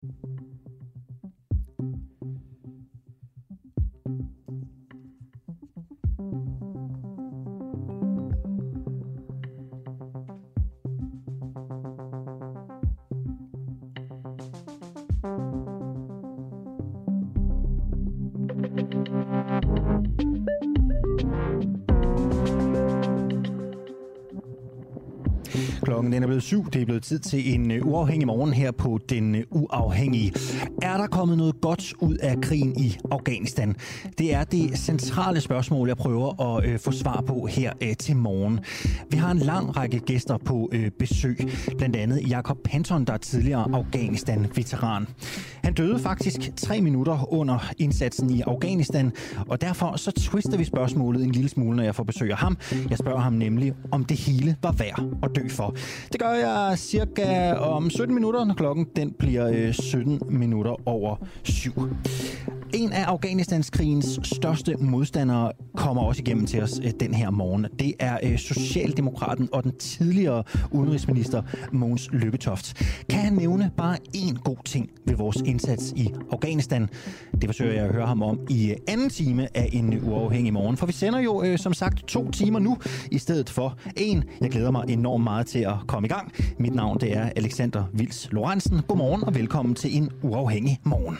Klokken den er blevet 7. Det er blevet tid til en uafhængig morgen her på Den Uafhængige. Er der kommet noget godt ud af krigen i Afghanistan? Det er det centrale spørgsmål, jeg prøver at få svar på her til morgen. Vi har en lang række gæster på besøg. Blandt andet Jakob Panton, der er tidligere Afghanistan-veteran. Han døde faktisk 3 minutter under indsatsen i Afghanistan, og derfor så twister vi spørgsmålet en lille smule, når jeg får besøg af ham. Jeg spørger ham nemlig, om det hele var værd at dø for. Det gør jeg cirka om 17 minutter, når klokken den bliver 17 minutter over 7. En af Afghanistanskrigens største modstandere kommer også igennem til os den her morgen. Det er Socialdemokraten og den tidligere udenrigsminister Mogens Lykketoft. Kan han nævne bare én god ting ved vores indsats i Afghanistan? Det forsøger jeg at høre ham om i anden time af en uafhængig morgen. For vi sender jo som sagt 2 timer nu i stedet for 1. Jeg glæder mig enormt meget til at komme i gang. Mit navn det er Alexander Vils Lorentzen. Godmorgen og velkommen til en uafhængig morgen.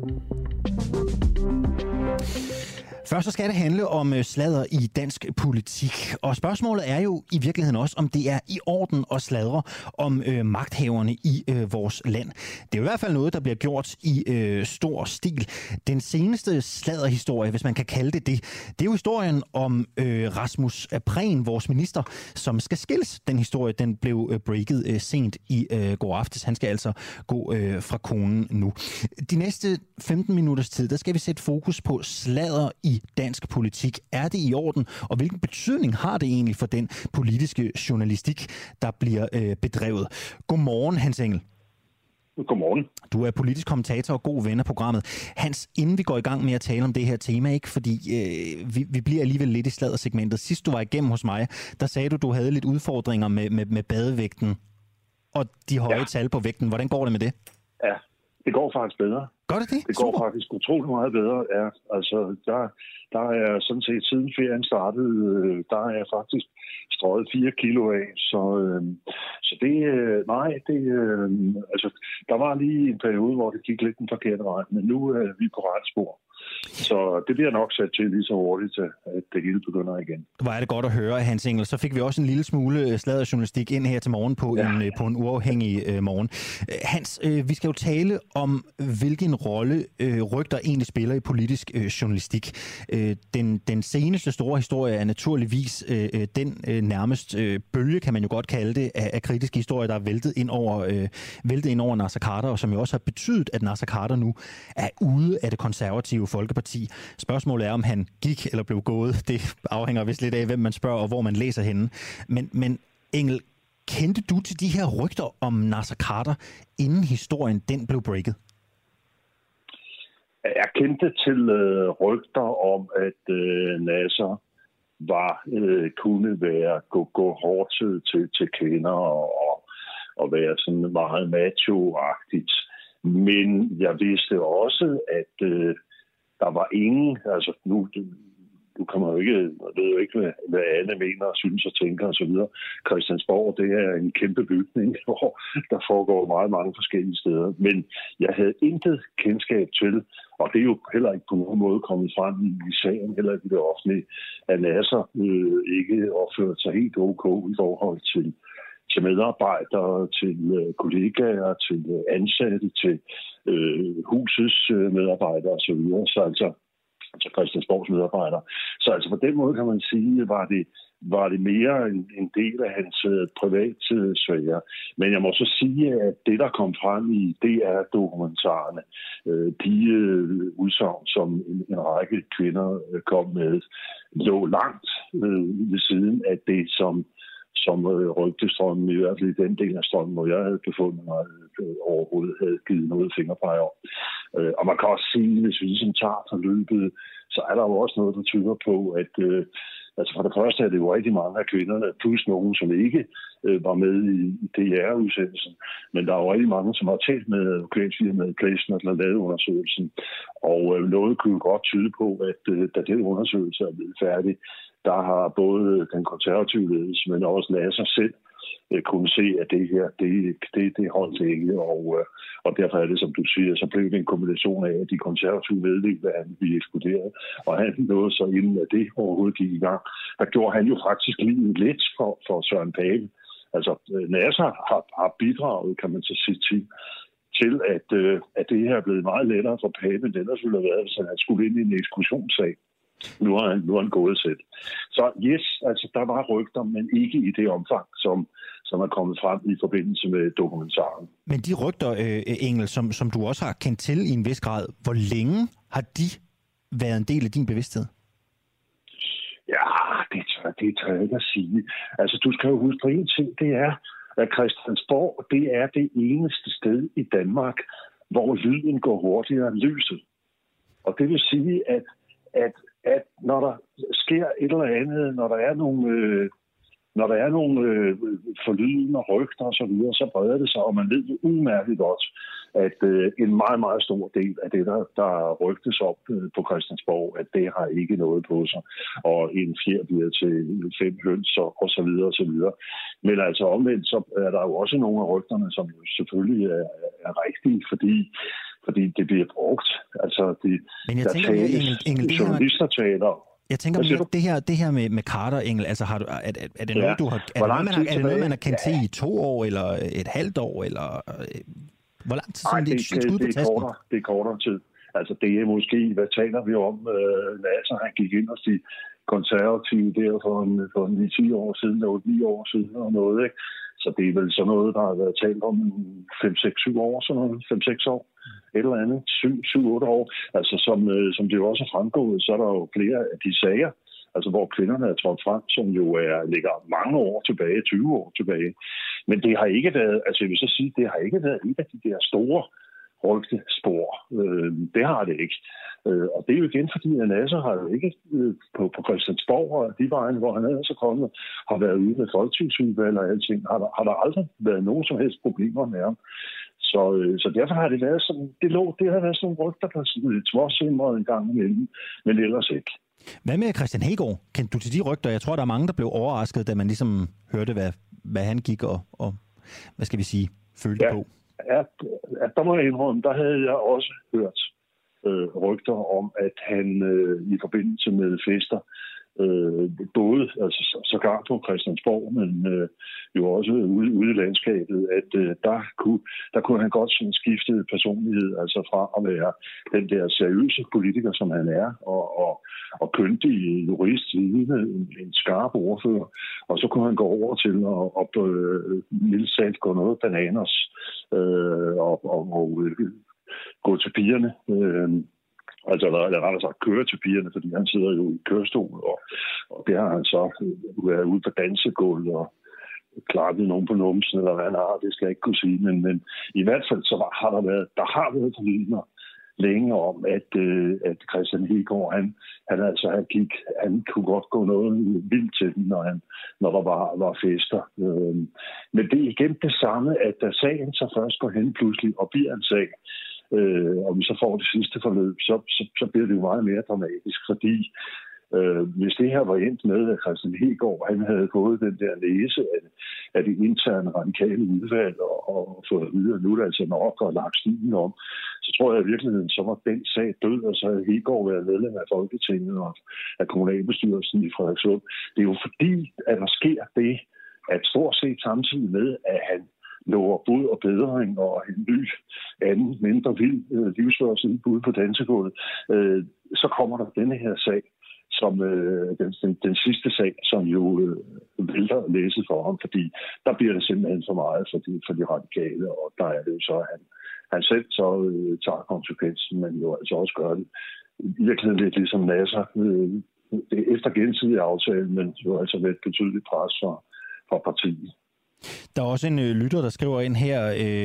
Først så skal det handle om sladder i dansk politik. Og spørgsmålet er jo i virkeligheden også, om det er i orden at sladre om magthaverne i vores land. Det er jo i hvert fald noget, der bliver gjort i stor stil. Den seneste sladderhistorie, hvis man kan kalde det det, det er jo historien om Rasmus Prehn, vores minister, som skal skilles. Den historie, den blev breaket sent i går aftes. Han skal altså gå fra konen nu. De næste 15 minutters tid, der skal vi sætte fokus på sladder i dansk politik. Er det i orden, og hvilken betydning har det egentlig for den politiske journalistik, der bliver bedrevet? Godmorgen, Hans Engel. Godmorgen. Du er politisk kommentator og god ven af programmet. Hans, inden vi går i gang med at tale om det her tema, ikke, fordi vi bliver alligevel lidt i sladdersegmentet. Sidst du var igennem hos mig, der sagde du havde lidt udfordringer med badevægten og de høje tal på vægten. Hvordan går det med det? Ja, det går faktisk bedre. Gør det det? Det går faktisk utrolig meget bedre. Ja, altså, der er sådan set siden ferien startede, der er jeg faktisk strøget 4 kilo af. Så det, altså, der var lige en periode, hvor det gik lidt den forkerte vej, men nu er vi på ret spor. Så det bliver nok sat til lige så hurtigt, at det hele begynder igen. Hvor er det godt at høre, Hans Engel. Så fik vi også en lille smule sladderjournalistik ind her til morgen på en uafhængig morgen. Hans, vi skal jo tale om, hvilken rolle rygter egentlig spiller i politisk journalistik. Den seneste store historie er naturligvis den nærmest bølge, kan man jo godt kalde det, af kritiske historier, der er væltet ind over Naser Khader, og som jo også har betydet, at Naser Khader nu er ude af det konservative Folkeparti. Spørgsmålet er, om han gik eller blev gået. Det afhænger vist lidt af, hvem man spørger og hvor man læser henne. Men Engel, kendte du til de her rygter om Naser Khader, inden historien den blev breaket? Jeg kendte til rygter om, at Naser kunne gå hårdt til kvinder og være sådan meget macho-agtigt. Men jeg vidste også, at der var ingen, altså nu kan man jo ikke, ved jo ikke, hvad alle mener og synes og tænker osv. Christiansborg, det er en kæmpe bygning, hvor der foregår meget mange forskellige steder. Men jeg havde intet kendskab til, og det er jo heller ikke på nogen måde kommet frem i sagen, heller ikke i det offentlige, at Naser ikke opførte sig helt ok i forhold til medarbejdere, til kollegaer, til ansatte, til husets medarbejdere osv. Så altså Christiansborgs medarbejdere. Så altså på den måde kan man sige, var det mere en del af hans privatsfære. Men jeg må så sige, at det, der kom frem i DR-dokumentarerne, de udsagn, som en række kvinder kom med, lå langt ved siden af det, som rygtestrømmen, i hvert fald i den del af strømmen, hvor jeg havde befundet mig, overhovedet havde givet noget fingerpege om. Og man kan også sige, hvis vi ligesom tager forløbet, så er der jo også noget, der tyder på, at Altså for det første er det jo rigtig mange af kvinderne, plus nogen, som ikke var med i DR-udsendelsen. Men der er jo rigtig mange, som har talt med advokatfirmaet Plesner, der lavede undersøgelsen. Og noget kunne godt tyde på, at da den undersøgelse er blevet færdig, der har både den konservative ledelse, men også Nasser selv kunne se, at det her, det holdt ikke. Og derfor er det, som du siger, så blev det en kombination af, at de konservative medlemmer, at han blev ekskluderet. Og han nåede så inden at det overhovedet gik i gang. Der gjorde han jo faktisk livet let for Søren Pape. Altså, Nasser har bidraget, kan man så sige, til at det her er blevet meget lettere for Pape, end ellers ville have været, hvis han skulle ind i en eksklusionssag. Nu har han gået selv. Så yes, altså der var rygter, men ikke i det omfang, som er kommet frem i forbindelse med dokumentaren. Men de rygter, Engel, som du også har kendt til i en vis grad, hvor længe har de været en del af din bevidsthed? Ja, det tør jeg ikke at sige. Altså, du skal jo huske på en ting, det er, at Christiansborg, det er det eneste sted i Danmark, hvor lyden går hurtigere end lyset. Og det vil sige, at når der sker et eller andet, når der er nogle forlydende rygter og så videre, så breder det sig, og man ved jo udmærket godt, at en meget, meget stor del af det, der rygtes op på Christiansborg, at det har ikke noget på sig, og en fjer bliver til 5 høns og så videre og så videre. Men altså omvendt, så er der jo også nogle af rygterne, som jo selvfølgelig er rigtige, fordi det bliver brugt. Altså, men jeg tænker, Engel, journalister taler. Jeg tænker mere, det her med Carter, Engel, altså er det noget, er det noget, man har kendt til i 2 år, eller et halvt år, eller hvor lang tid siden det er skud på tasken? Det er kortere tid. Altså det er måske, hvad taler vi om? Nasser, han gik ind og de konservative der for 10 år siden, 8-9 år siden og noget, ikke? Så det er vel sådan noget, der har været talt om 5-6-7 år, sådan noget, 5-6 år, et eller andet, 7-8 år. Altså som det jo også er fremgået, så er der jo flere af de sager, altså hvor kvinderne er trådt frem, som jo ligger mange år tilbage, 20 år tilbage. Men det har ikke været, altså jeg vil så sige, det har ikke været et af de der store rygtespor. Det har det ikke. Og det er jo igen, fordi Nasser har jo ikke på Christiansborg og de vejen, hvor han er så kommet, har været ude med folketingsudvalg og alting, har der aldrig været nogen som helst problemer med ham. Så derfor har det været sådan, det har været sådan nogle rygter, der er småsimrede en gang imellem, men ellers ikke. Hvad med Christian Hegaard? Kendte du til de rygter? Jeg tror, der er mange, der blev overrasket, da man ligesom hørte, hvad han gik og hvad skal vi sige, følte på. Ja, der må jeg indrømme, der havde jeg også hørt rygter om, at han i forbindelse med fester, både altså sågar på Christiansborg, men jo også ude i landskabet, at der kunne han godt sådan skifte personlighed, altså fra at være den der seriøse politiker, som han er, og kyndig jurist, en skarp ordfører, og så kunne han gå over til at mildt sagt gå noget bananers og gå til pigerne. Altså, eller rettere sagt, køre til pigerne, fordi han sidder jo i kørestol, og det har han så været ude på dansegulvet og klappet nogen på numsen, eller hvad han har, det skal jeg ikke kunne sige. Men i hvert fald så har der været forlydender længe om, at Christian Hegaard, han kunne godt gå noget vildt til den, når der var fester. Men det er igen det samme, at da sagen så først går hen pludselig og bliver en sag, og vi så får det sidste forløb, så bliver det jo meget mere dramatisk, fordi hvis det her var endt med, at Christian Hegaard, han havde fået den der næse af det interne radikale udvalg og fået at vide, at nu er det altså nok og lagt stigen om, så tror jeg i virkeligheden, så var den sag død, og så havde Hegaard været medlem af Folketinget og af kommunalbestyrelsen i Frederikssund. Det er jo fordi, at der sker det, at stort set samtidig med, at han lover bud og bedring og en ny, anden, mindre vild livsførsel ude på dansegulvet, så kommer der denne her sag, som den sidste sag, som jo vælter læset for ham, fordi der bliver det simpelthen for meget for de radikale, og der er det jo så, at han selv så tager konsekvensen, men jo altså også gør det. I virkeligheden lidt ligesom Nasser, efter gensidig aftale, men jo altså med et betydeligt pres fra partiet. Der er også en lytter, der skriver ind her,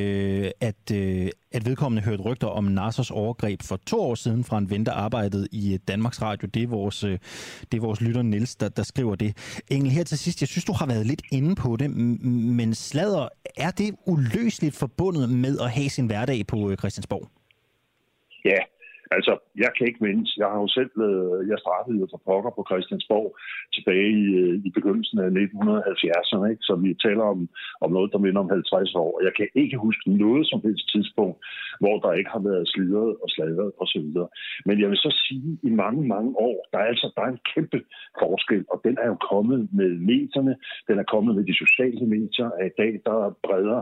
at vedkommende hørte rygter om Nassers overgreb for 2 år siden fra en ven, der arbejdede i Danmarks Radio. Det er vores lytter Niels, der skriver det. Engel, her til sidst, jeg synes, du har været lidt inde på det, men sladder, er det uløseligt forbundet med at have sin hverdag på Christiansborg? Ja. Altså, jeg kan ikke mindes. Jeg har jo selv, jeg startede jo for pokker på Christiansborg tilbage i begyndelsen af 1970'erne, ikke? Så vi taler om noget, der minder om 50 år. Jeg kan ikke huske noget som helst tidspunkt, hvor der ikke har været slidret og sladret osv. Men jeg vil så sige, at i mange, mange år, der er en kæmpe forskel, og den er jo kommet med medierne, den er kommet med de sociale medier, at i dag, der er bredere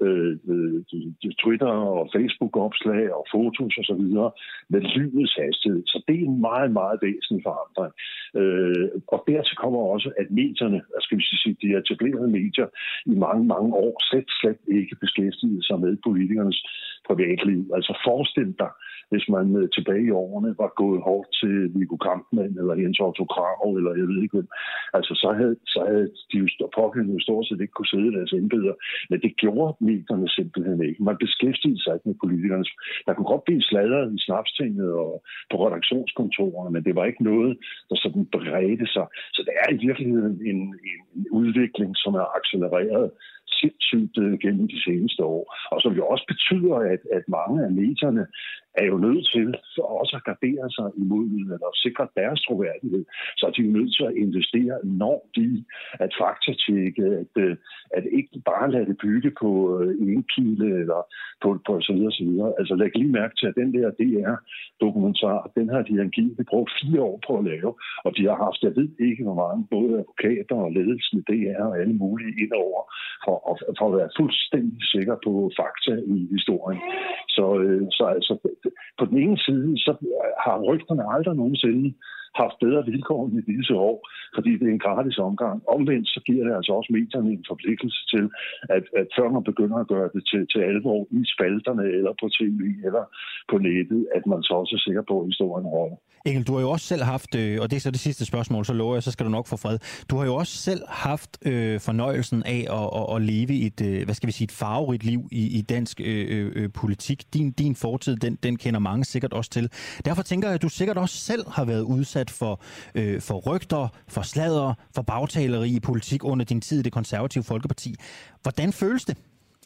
Twitter og Facebook-opslag og fotos og så videre med lydets hastighed. Så det er en meget, meget væsentlig forandring. Og dertil kommer også, at medierne, skal vi sige, de etablerede medier i mange, mange år slet ikke beskæftigede sig med politikernes privatliv. Altså forestil dig, hvis man tilbage i årene var gået hårdt til Viggo Kampmann eller Jens Otto Krag, eller jeg ved ikke hvem. Altså så havde de jo pågældende stort set ikke kunne sidde i deres embeder. Men det gjorde medierne simpelthen ikke. Man beskæftigede sig ikke med politikernes. Der kunne godt blive sladret i Snapstinget og på redaktionskontorerne, men det var ikke noget, der sådan bredte sig. Så det er i virkeligheden en udvikling, som er accelereret sindssygt gennem de seneste år. Og som jo også betyder, at mange af medierne er jo nødt til for også at gardere sig imod eller sikre deres troværdighed. Så er de jo nødt til at investere enormt i at faktatjekke, at ikke bare lade det bygge på en kilde eller på så videre. Altså læg lige mærke til, at den der DR-dokumentar, den har de angiveligt brugt 4 år på at lave, og de har haft, jeg ved ikke hvor mange, både advokater og ledelsen i DR og alle mulige indover, for at være fuldstændig sikker på fakta i historien. Så altså, på den ene side, så har rygterne aldrig nogensinde haft bedre vilkår end i disse år, fordi det er en gratis omgang. Omvendt så giver det altså også medierne en forpligtelse til, at før man begynder at gøre det til alvor i spalterne, eller på tv, eller på nettet, at man så også er sikker på, at historien holder. Engel, du har jo også selv haft, og det er så det sidste spørgsmål, så lover jeg, så skal du nok få fred. Du har jo også selv haft fornøjelsen af at leve et farverigt liv i dansk politik. Din fortid, den kender mange sikkert også til. Derfor tænker jeg, at du sikkert også selv har været udsat for rygter, for sladder, for bagtaleri i politik under din tid i Det Konservative Folkeparti. Hvordan føles det?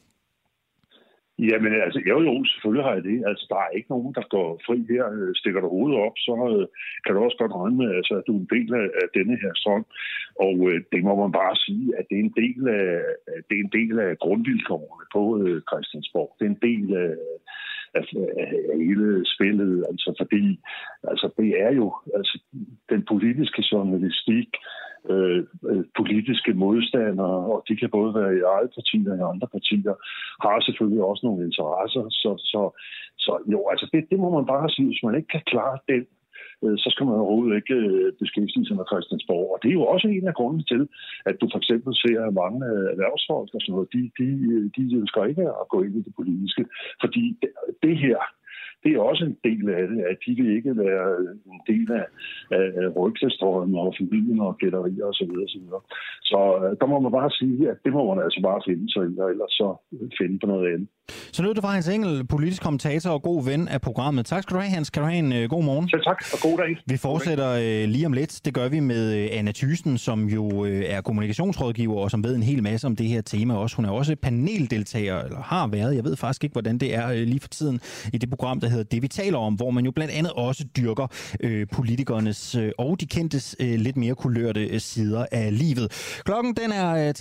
Jamen, altså, jo, selvfølgelig har jeg det. Altså, der er ikke nogen, der går fri her, stikker der hovedet op, så kan du også godt regne med, altså, at du er en del af denne her strøm. Og det må man bare sige, at det er en del af grundvilkårene på Christiansborg. Det er en del af hele spillet, altså fordi det er jo altså den politiske journalistik, politiske modstandere, og de kan både være i eget parti og i andre partier, har selvfølgelig også nogle interesser. Så jo, altså det må man bare sige, hvis man ikke kan klare den, så skal man overhovedet ikke beskæftige sig med Christiansborg. Og det er jo også en af grundene til, at du for eksempel ser mange erhvervsfolk og sådan noget, de ønsker ikke at gå ind i det politiske, fordi det her, det er også en del af det, at de vil ikke være en del af rygtestrømmen og familien og gætterier osv. Så der må man bare sige, at det må man altså bare finde sig i, og ellers så finde på noget andet. Så lød det fra Hans Engel, politisk kommentator og god ven af programmet. Tak skal du have, Hans. Kan du have en god morgen? Selv tak, og god dag. Vi fortsætter lige om lidt. Det gør vi med Anna Thyssen, som jo er kommunikationsrådgiver og som ved en hel masse om det her tema også. Hun er også paneldeltager, eller har været. Jeg ved faktisk ikke, hvordan det er lige for tiden i det program, der hedder Det, vi taler om, hvor man jo blandt andet også dyrker politikernes og de kendtes lidt mere kulørte sider af livet. Klokken den er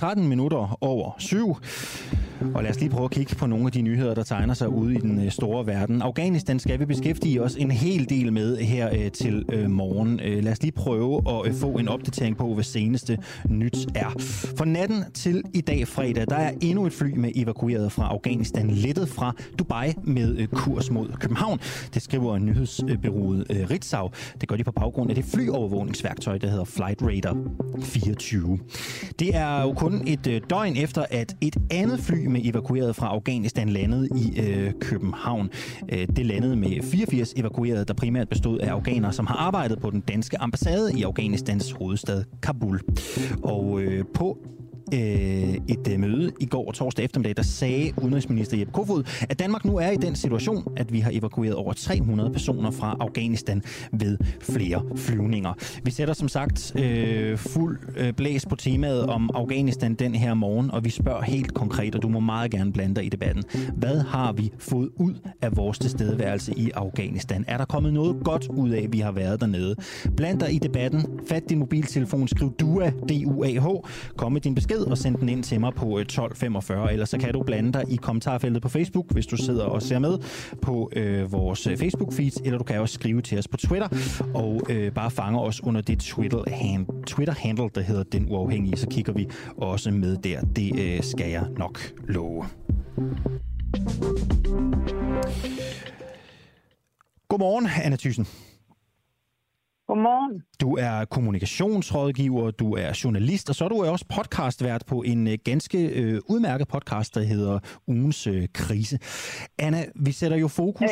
7:13. Og lad os lige prøve at kigge på nogle af de nyheder, der tegner sig ude i den store verden. Afghanistan skal vi beskæftige os en hel del med her til morgen. Lad os lige prøve at få en opdatering på, hvad seneste nyt er. For natten til i dag fredag, der er endnu et fly med evakueret fra Afghanistan lettet fra Dubai med kurs mod København. Det skriver nyhedsbureauet Ritzau. Det gør de på baggrund af det flyovervågningsværktøj, der hedder Flight Radar 24. Det er jo kun et døgn efter, at et andet fly med evakueret fra Afghanistan landede i København. Det landede med 84 evakuerede, der primært bestod af afghanere, som har arbejdet på den danske ambassade i Afghanistans hovedstad Kabul. Og på et møde i går torsdag eftermiddag, der sagde udenrigsminister Jeppe Kofod, at Danmark nu er i den situation, at vi har evakueret over 300 personer fra Afghanistan ved flere flyvninger. Vi sætter som sagt fuld blæs på temaet om Afghanistan den her morgen, og vi spørger helt konkret, og du må meget gerne blande dig i debatten. Hvad har vi fået ud af vores tilstedeværelse i Afghanistan? Er der kommet noget godt ud af, at vi har været dernede? Bland dig i debatten. Fat din mobiltelefon, skriv DUAH, D-U-A-H. Kom med din besked og send den ind til mig på 1245. Ellers så kan du blande dig i kommentarfeltet på Facebook, hvis du sidder og ser med på vores Facebook-feed, eller du kan også skrive til os på Twitter, og bare fange os under det Twitter-handle, der hedder Den Uafhængige. Så kigger vi også med der. Det skal jeg nok love. Godmorgen, Anna Thyssen. Godmorgen. Du er kommunikationsrådgiver, du er journalist, og så er du også podcastvært på en ganske udmærket podcast, der hedder Ugens Krise. Anna, vi sætter jo fokus...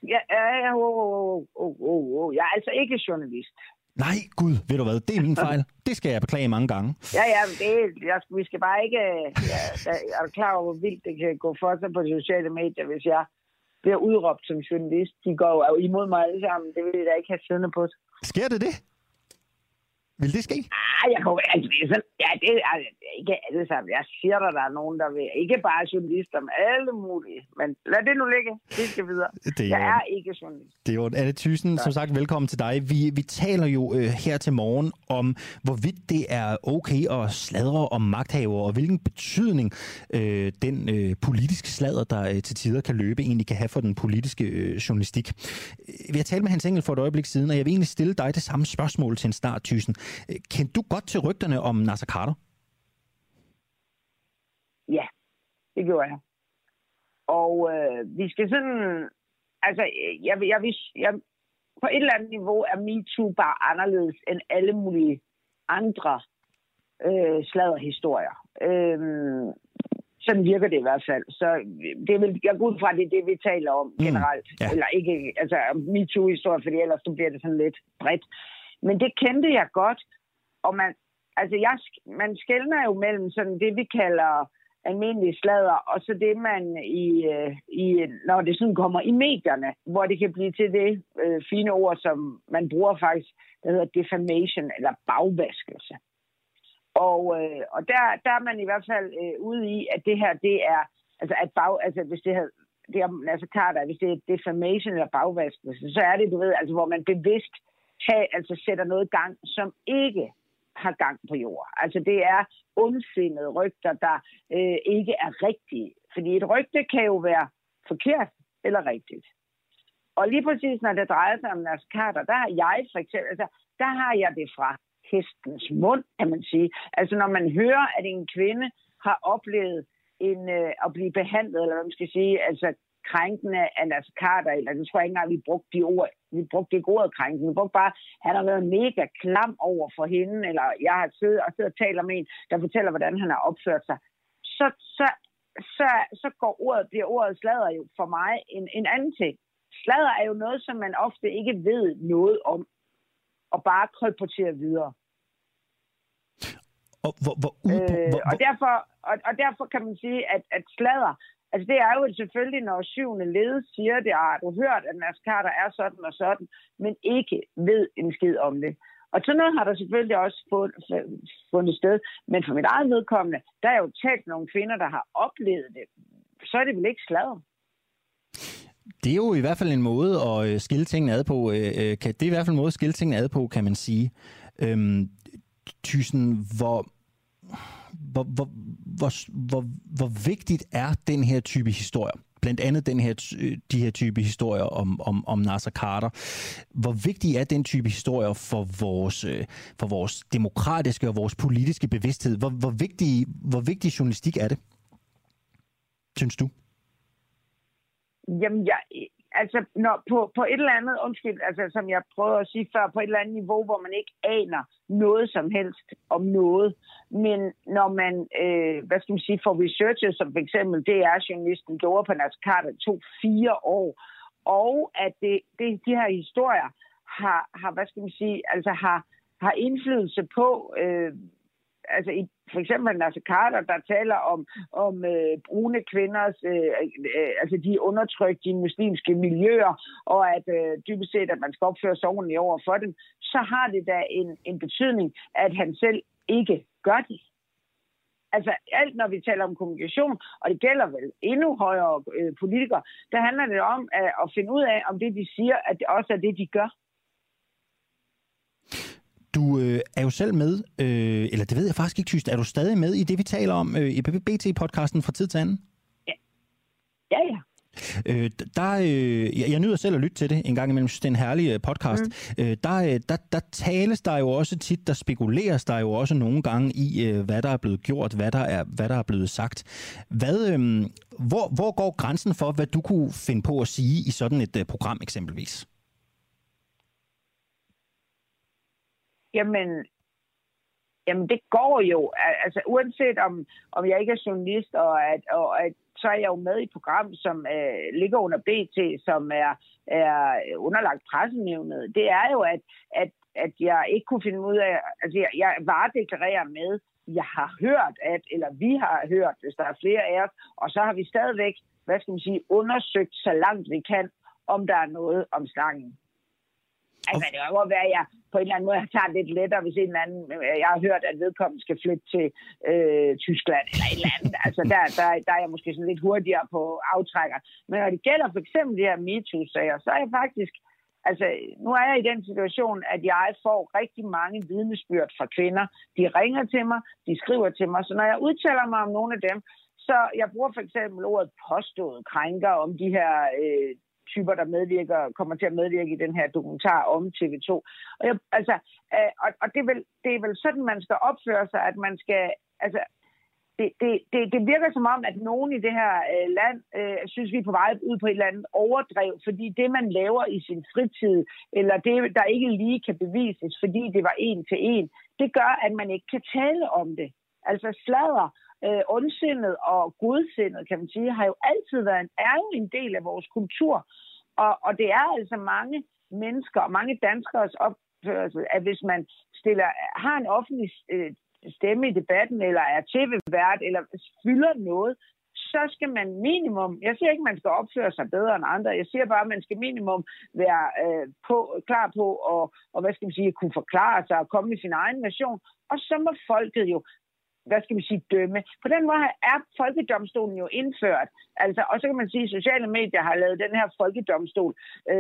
Jeg er altså ikke journalist. Nej, gud, ved du hvad, det er min fejl. Det skal jeg beklage mange gange. Vi skal bare ikke... Jeg er klar over, hvor vildt det kan gå for sig på de sociale medier, hvis jeg bliver udråbt som journalist. De går jo imod mig alle sammen. Det vil jeg da ikke have siddende på. Sker det? Vil det ske? Jeg kommer det er ikke alle sammen. Jeg siger der er nogen, der vil. Ikke bare journalister, men alle mulige. Men lad det nu ligge. Det skal videre. Jeg er ikke journalist. Det er jo Anna Thyssen, som sagt, velkommen til dig. Vi taler jo her til morgen om, hvorvidt det er okay at sladre om magthavere, og hvilken betydning den politiske sladder, der til tider kan løbe, egentlig kan have for den politiske journalistik. Vi har talt med Hans Engel for et øjeblik siden, og jeg vil egentlig stille dig det samme spørgsmål til en start, Thyssen. Kendte du godt til rygterne om Naser Khader? Ja, det gjorde jeg. Og vi skal sådan... Altså, jeg på et eller andet niveau er MeToo bare anderledes end alle mulige andre sladderhistorier. Sådan virker det i hvert fald. Så det vil, jeg går ud fra, det vi taler om generelt. Ja. Eller ikke, altså MeToo-historier, fordi ellers så bliver det sådan lidt bredt. Men det kendte jeg godt, og man skelner jo mellem sådan det, vi kalder almindelige sladder, og så det, man når det sådan kommer i medierne, hvor det kan blive til det fine ord, som man bruger faktisk, der hedder defamation, eller bagvaskelse. Og der er man i hvert fald ude i, at det her, det er, hvis det er Naser Khader, hvis det er defamation eller bagvaskelse, så er det, du ved, altså hvor man bevidst sætter noget i gang, som ikke har gang på jord. Altså det er ondsindede rygter, der ikke er rigtige. Fordi et rygte kan jo være forkert eller rigtigt. Og lige præcis når det drejer sig om Naser Khader, der har jeg for eksempel, der har jeg det fra hestens mund, kan man sige. Altså når man hører, at en kvinde har oplevet at blive behandlet, eller hvad man skal sige, altså krænkende af Naser Khader, eller det tror jeg ikke engang, vi brugte de ord. Vi brugte ikke ordet krænkende. Vi brugte bare, han har været mega klam over for hende, eller jeg har siddet og taler med en, der fortæller, hvordan han har opført sig. Så bliver ordet sladder jo for mig en anden ting. Sladder er jo noget, som man ofte ikke ved noget om, og bare kolporterer videre. Og derfor kan man sige, at sladder, altså det er jo selvfølgelig, når syvende led siger det, du har hørt, at Naser Khader er sådan og sådan, men ikke ved en skid om det. Og sådan noget har der selvfølgelig også fundet sted. Men for mit eget vedkommende, der er jo talt nogle kvinder, der har oplevet det. Så er det vel ikke sladder. Det er jo i hvert fald en måde at skille tingene ad på. Det er i hvert fald en måde at skille tingene ad på, kan man sige. Thyssen, hvor vigtigt er den her type historier? Blandt andet de her type historier om Naser Khader. Hvor vigtig er den type historier for vores demokratiske og vores politiske bevidsthed? Hvor vigtig journalistik er det, synes du? Jamen, på et eller andet, som jeg prøvede at sige før, på et eller andet niveau, hvor man ikke aner noget som helst om noget. Men når man, får researchet, som for eksempel DR-journalisten gjorde på Naser Khader, tog 4 år, og at de her historier har indflydelse på, for eksempel Nasser Carter, der taler om brune kvinders, altså de undertrykker de muslimske miljøer, og at dybest set, at man skal opføre sig ordentligt over for dem, så har det da en betydning, at han selv ikke gør det. Altså alt, når vi taler om kommunikation, og det gælder vel endnu højere politikere, der handler det om at finde ud af, om det, de siger, at det også er det, de gør. Du er jo selv med, eller det ved jeg faktisk ikke, Tyst. Er du stadig med i det, vi taler om i BT-podcasten fra tid til anden? Ja. Jeg nyder selv at lytte til det en gang imellem. Det er en herlig podcast. Der tales der jo også tit, der spekuleres der jo også nogle gange i, hvad der er blevet gjort, hvad der er blevet sagt. Hvor går grænsen for, hvad du kunne finde på at sige i sådan et program eksempelvis? Jamen det går jo, altså uanset om jeg ikke er journalist, og at så er jeg jo med i et program, som ligger under BT, som er underlagt pressenævnet. Det er jo, at jeg ikke kunne finde ud af, altså jeg varedeklarerer med, jeg har hørt, eller vi har hørt, hvis der er flere af os, og så har vi stadigvæk, undersøgt så langt vi kan, om der er noget om snakken. Altså, det kan godt være, at jeg på en eller anden måde tager lidt lettere, hvis en eller anden, jeg har hørt, at vedkommende skal flytte til Tyskland eller et eller andet. Altså, der er jeg måske sådan lidt hurtigere på aftrækker. Men når det gælder for eksempel de her MeToo-sager, så er jeg faktisk, altså, nu er jeg i den situation, at jeg får rigtig mange vidnesbyrd fra kvinder. De ringer til mig, de skriver til mig. Så når jeg udtaler mig om nogle af dem, så jeg bruger for eksempel ordet påstået krænker om de her typer, der kommer til at medvirke i den her dokumentar om TV2. Og det er vel sådan, man skal opføre sig, at man skal, altså, det virker som om, at nogen i det her land synes, vi er på vej ud på et eller andet overdrev, fordi det, man laver i sin fritid, eller det, der ikke lige kan bevises, fordi det var en til en, det gør, at man ikke kan tale om det. Altså sladder, ondsindet og godsindet, kan man sige, har jo altid været en del af vores kultur. Og det er altså mange mennesker og mange danskers opførsel, at hvis man har en offentlig stemme i debatten, eller er tv-vært, eller fylder noget, så skal man minimum, jeg siger ikke, man skal opføre sig bedre end andre, jeg siger bare, at man skal minimum være klar på og kunne forklare sig og komme med sin egen version. Og så må folket jo dømme. På den måde er folkedomstolen jo indført. Altså, og så kan man sige, at sociale medier har lavet den her folkedomstol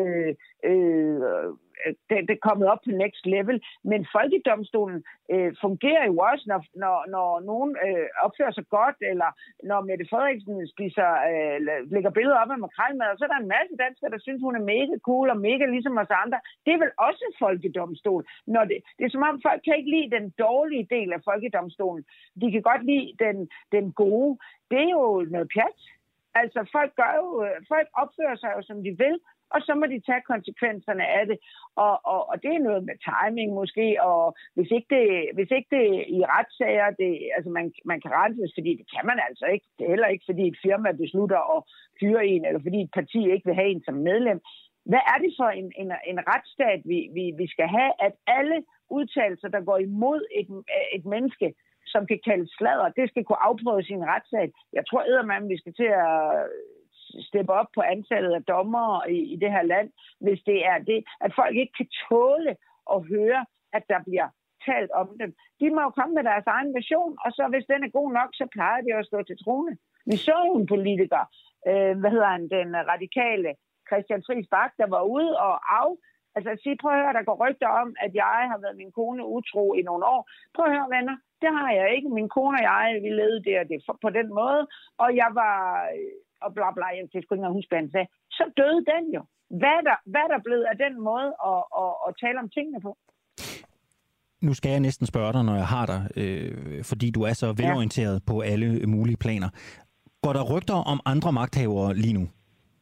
det er kommet op på next level. Men folkedomstolen fungerer jo også, når nogen opfører sig godt, eller når Mette Frederiksen lægger billeder op af makrelmad, og så er der en masse danskere, der synes, hun er mega cool og mega ligesom os andre. Det er vel også en folkedomstol. Det er som om, folk kan ikke lide den dårlige del af folkedomstolen. De kan godt lide den gode. Det er jo noget pjat. Altså, folk opfører sig jo, som de vil, og så må de tage konsekvenserne af det. Og det er noget med timing måske, og hvis ikke det i retssager, altså man kan renses, fordi det kan man altså ikke. Det er heller ikke, fordi et firma beslutter at fyre en, eller fordi et parti ikke vil have en som medlem. Hvad er det for en retsstat, vi skal have, at alle udtalelser, der går imod et menneske, som kan kaldes sladder, det skal kunne afprøve sin retssag. Jeg tror eddermame, vi skal til at steppe op på antallet af dommere i det her land, hvis det er det, at folk ikke kan tåle at høre, at der bliver talt om dem. De må jo komme med deres egen version, og så hvis den er god nok, så plejer de at stå til trone. Vi så jo en politiker, den radikale Christian Friis Bach, der var ude og prøv at høre, der går rygter om, at jeg har været min kone utro i nogle år. Prøv at høre, venner, det har jeg ikke. Min kone og jeg, vi levede det på den måde, og jeg var og bla bla, jeg skal sgu ikke huske, hvad han sagde. Så døde den jo. Hvad er der blevet af den måde at tale om tingene på? Nu skal jeg næsten spørge dig, når jeg har dig, fordi du er så velorienteret på alle mulige planer. Går der rygter om andre magthavere lige nu?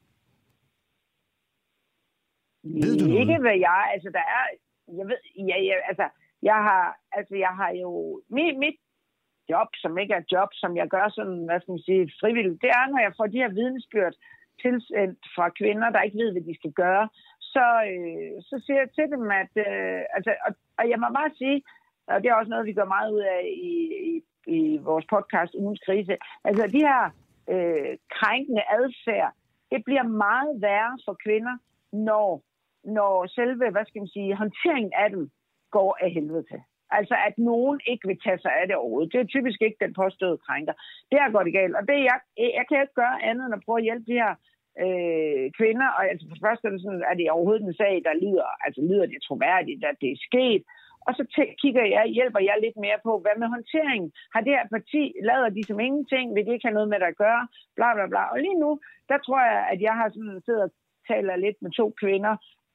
Ved du noget? Ikke hvad jeg, altså der er, jeg ved, jeg har jo mit job, som ikke er et job, som jeg gør sådan, frivilligt, det er, når jeg får de her vidnesbyrd tilsendt fra kvinder, der ikke ved, hvad de skal gøre, så siger jeg til dem, at, og jeg må bare sige, og det er også noget, vi gør meget ud af i vores podcast Ugens Krise. Altså de her krænkende adfærd, det bliver meget værre for kvinder, når selve, håndteringen af dem går af helvede til. Altså, at nogen ikke vil tage sig af det overhovedet. Det er typisk ikke den påståede krænker. Det har gået galt. Og det jeg kan ikke gøre andet end at prøve at hjælpe de her kvinder. Og altså, for det første er det overhovedet en sag, der lyder det troværdigt, at det er sket. Og så hjælper jeg lidt mere på, hvad med håndteringen? Har det her parti, lader de som ingenting? Vil de ikke have noget med det at gøre? Bla, bla, bla. Og lige nu, der tror jeg, at jeg har sådan siddet og taler lidt med 2 kvinder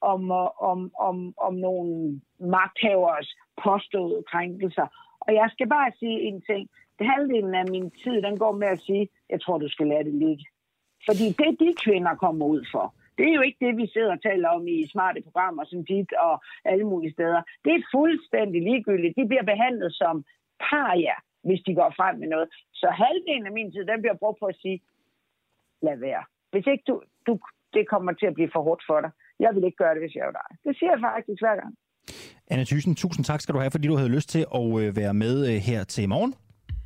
om nogle magthavers påståede krænkelser. Og jeg skal bare sige en ting. Det halvdelen af min tid, den går med at sige, jeg tror, du skal lade det ligge. Fordi det, de kvinder kommer ud for, det er jo ikke det, vi sidder og taler om i smarte programmer som dit og alle mulige steder. Det er fuldstændig ligegyldigt. De bliver behandlet som paria, hvis de går frem med noget. Så halvdelen af min tid, den bliver brugt på at sige, lad være. Hvis ikke det kommer til at blive for hårdt for dig. Jeg vil ikke gøre det, hvis jeg var dig. Det siger jeg faktisk hver gang. Anna Thyssen, tusind tak skal du have, fordi du havde lyst til at være med her til morgen.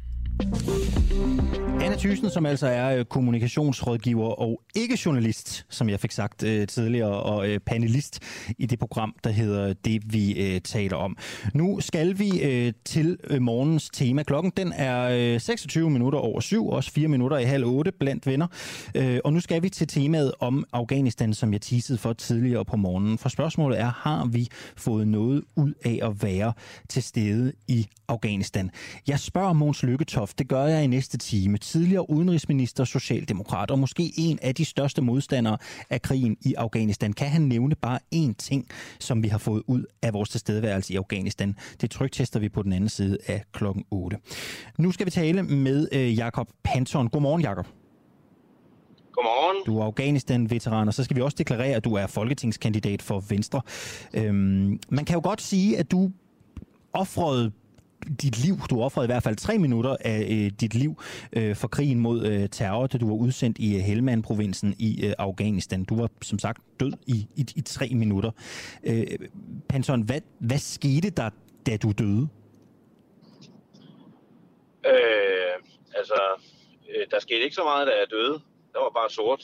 Anna Thyssen, som altså er kommunikationsrådgiver og ikke journalist, som jeg fik sagt tidligere, og panelist i det program, der hedder Det, vi taler om. Nu skal vi til morgens tema. Klokken den er 26 minutter over 7, også 4 minutter i 7:30 blandt venner. Og nu skal vi til temaet om Afghanistan, som jeg teasede for tidligere på morgenen. For spørgsmålet er, har vi fået noget ud af at være til stede i Afghanistan? Jeg spørger Mogens Lykketoft, det gør jeg i næste time. Tidligere udenrigsminister, socialdemokrat og måske en af de største modstandere af krigen i Afghanistan. Kan han nævne bare én ting, som vi har fået ud af vores tilstedeværelse i Afghanistan? Det tryktester vi på den anden side af klokken 8. Nu skal vi tale med Jakob Panton. Godmorgen, Jakob. Godmorgen. Du er Afghanistan-veteran, og så skal vi også deklarere, at du er folketingskandidat for Venstre. Man kan jo godt sige, at du offrede dit liv. Du offrede i hvert fald 3 minutter af dit liv for krigen mod terror, da du var udsendt i Helmand-provinsen i Afghanistan. Du var som sagt død i 3 minutter. Panton, hvad skete der, da du døde? Der skete ikke så meget, da jeg døde. Der var bare sort.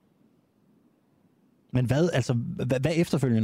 Men hvad efterfølgende?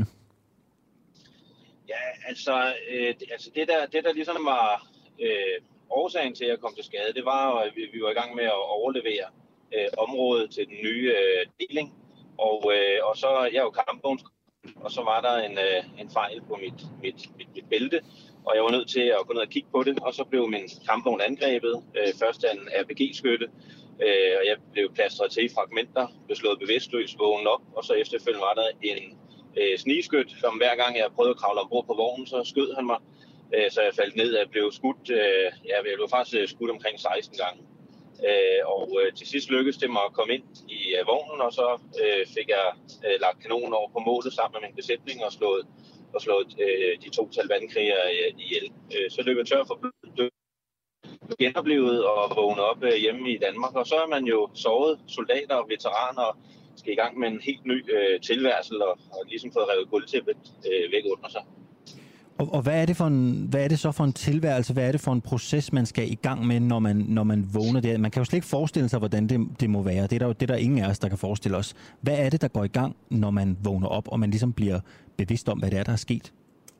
Ja, det der ligesom var årsagen til, at jeg kom til skade, det var, at vi var i gang med at overlevere området til den nye deling. Og så, jeg er jo kampvogns, og så var der en fejl på mit bælte, og jeg var nødt til at gå ned og kigge på det, og så blev min kampvogn angrebet, først af en RPG-skytte, og jeg blev plastret til i fragmenter, blev slået bevidstløs, vågnet op, og så efterfølgende var der en snigskyt, som hver gang jeg prøvede at kravle ombord på vognen, så skød han mig, så jeg faldt ned, og jeg blev skudt, jeg blev faktisk skudt omkring 16 gange. Til sidst lykkedes det mig at komme ind i vognen, og så fik jeg lagt kanonen over på målet sammen med min besætning og slået de 2 Taliban-krigere ihjel. Så løb jeg tør for blod, genoplevet og vågnet op hjemme i Danmark, og så er man jo såret soldater og veteraner og skal i gang med en helt ny tilværelse og ligesom fået revet gulvtæppet væk under sig. Og hvad er det så for en tilværelse? Hvad er det for en proces, man skal i gang med, når man vågner der? Man kan jo slet ikke forestille sig, hvordan det må være. Det er der ingen af os, der kan forestille os. Hvad er det, der går i gang, når man vågner op, og man ligesom bliver bevidst om, hvad det er, der er sket?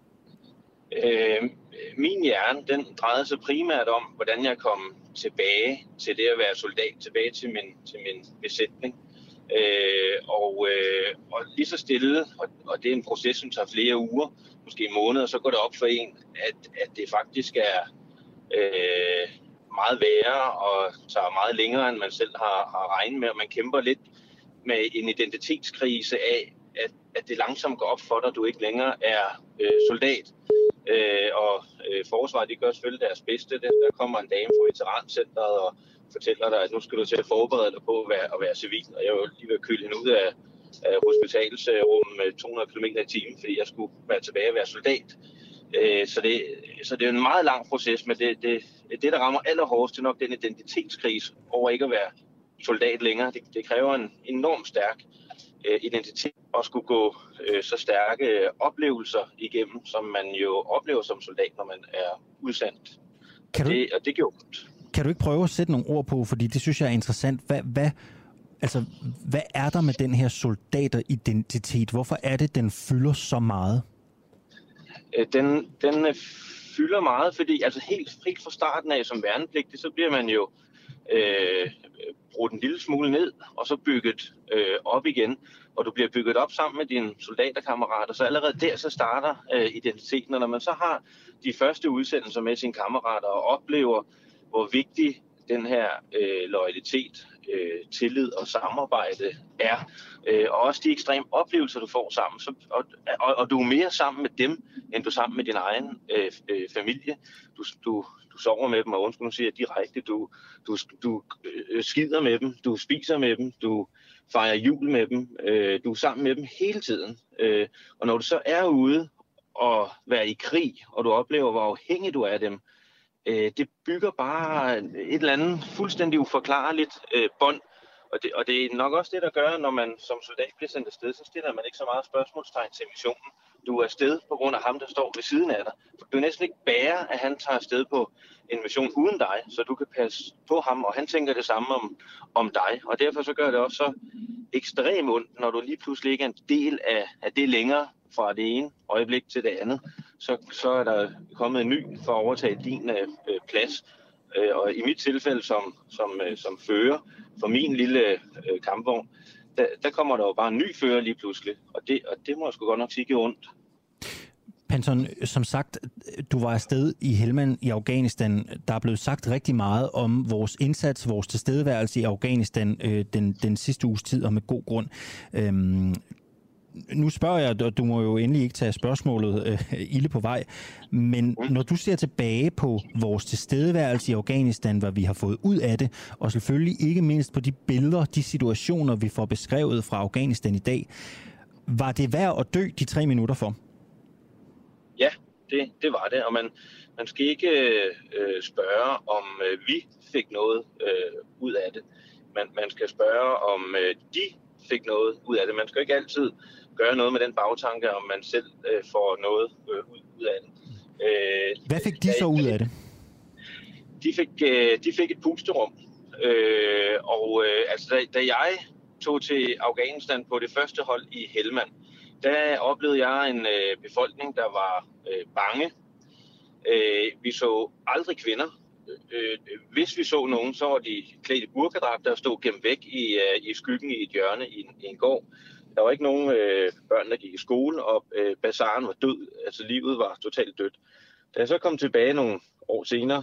Min hjerne, den drejede sig primært om, hvordan jeg kom tilbage til det at være soldat, tilbage til min besætning. Og lige så stille, og det er en proces, som tager flere uger, måske måneder, så går det op for en, at det faktisk er meget værre og tager meget længere, end man selv har regnet med, og man kæmper lidt med en identitetskrise af, at det langsomt går op for dig, at du ikke længere er soldat. Forsvaret, de gør selvfølgelig deres bedste. Der kommer en dame fra veterancentret og fortæller dig, at nu skal du til at forberede dig på at være civil. Og jeg var lige ved at køle hende ud af hospitalsrummet med 200 km i timen, fordi jeg skulle være tilbage og være soldat. Så det er en meget lang proces, men det der rammer allerhårdest, det er nok den identitetskrise over ikke at være soldat længere. Det kræver en enormt stærk identitet at skulle gå så stærke oplevelser igennem, som man jo oplever som soldat, når man er udsendt. Og det gjorde ondt. Kan du ikke prøve at sætte nogle ord på, fordi det synes jeg er interessant. Hvad er der med den her soldateridentitet? Hvorfor er det, den fylder så meget? Den fylder meget, fordi altså helt fra starten af som værnepligtig, så bliver man jo brugt en lille smule ned, og så bygget op igen. Og du bliver bygget op sammen med dine soldaterkammerater, så allerede der så starter identiteten. Og når man så har de første udsendelser med sine kammerater og oplever, hvor vigtig den her loyalitet, tillid og samarbejde er, og også de ekstreme oplevelser, du får sammen, og du er mere sammen med dem, end du er sammen med din egen familie. Du sover med dem, og undskyld, nu siger jeg direkte, du skider med dem, du spiser med dem, du fejrer jul med dem, du er sammen med dem hele tiden. Og når du så er ude og være i krig, og du oplever, hvor afhængig du er af dem, det bygger bare et eller andet fuldstændig uforklarligt bånd. Og det er nok også det, der gør, når man som soldat bliver sendt afsted, så stiller man ikke så meget spørgsmålstegn til missionen. Du er afsted på grund af ham, der står ved siden af dig. Du er næsten ikke bære, at han tager afsted på en mission uden dig, så du kan passe på ham, og han tænker det samme om dig. Og derfor så gør det også så ekstremt ondt, når du lige pludselig ikke er en del af det længere fra det ene øjeblik til det andet. Så er der kommet en ny for at overtage din plads. Og i mit tilfælde som fører for min lille kampvogn, der kommer der jo bare en ny fører lige pludselig. Og det må jeg sgu godt nok sige ondt. Panton, som sagt, du var afsted i Helmand i Afghanistan. Der er blevet sagt rigtig meget om vores indsats, vores tilstedeværelse i Afghanistan den sidste uges tid, og med god grund. Nu spørger jeg, og du må jo endelig ikke tage spørgsmålet ilde på vej, men når du ser tilbage på vores tilstedeværelse i Afghanistan, hvad vi har fået ud af det, og selvfølgelig ikke mindst på de billeder, de situationer, vi får beskrevet fra Afghanistan i dag, var det værd at dø de 3 minutter for? Ja, det var det, og man skal ikke spørge, om vi fik noget ud af det. Man skal spørge, om de fik noget ud af det. Man skal ikke altid gøre noget med den bagtanke, om man selv får noget ud af det. Hvad fik de så ud af det? De fik et pusterum. Da jeg tog til Afghanistan på det første hold i Helmand, der oplevede jeg en befolkning, der var bange. Vi så aldrig kvinder. Hvis vi så nogen, så var de klædt i burkadragt, der stod gemt væk i skyggen i et hjørne i en gård. Der var ikke nogen børn, der gik i skole, og bazaren var død. Altså livet var totalt dødt. Da jeg så kom tilbage nogle år senere,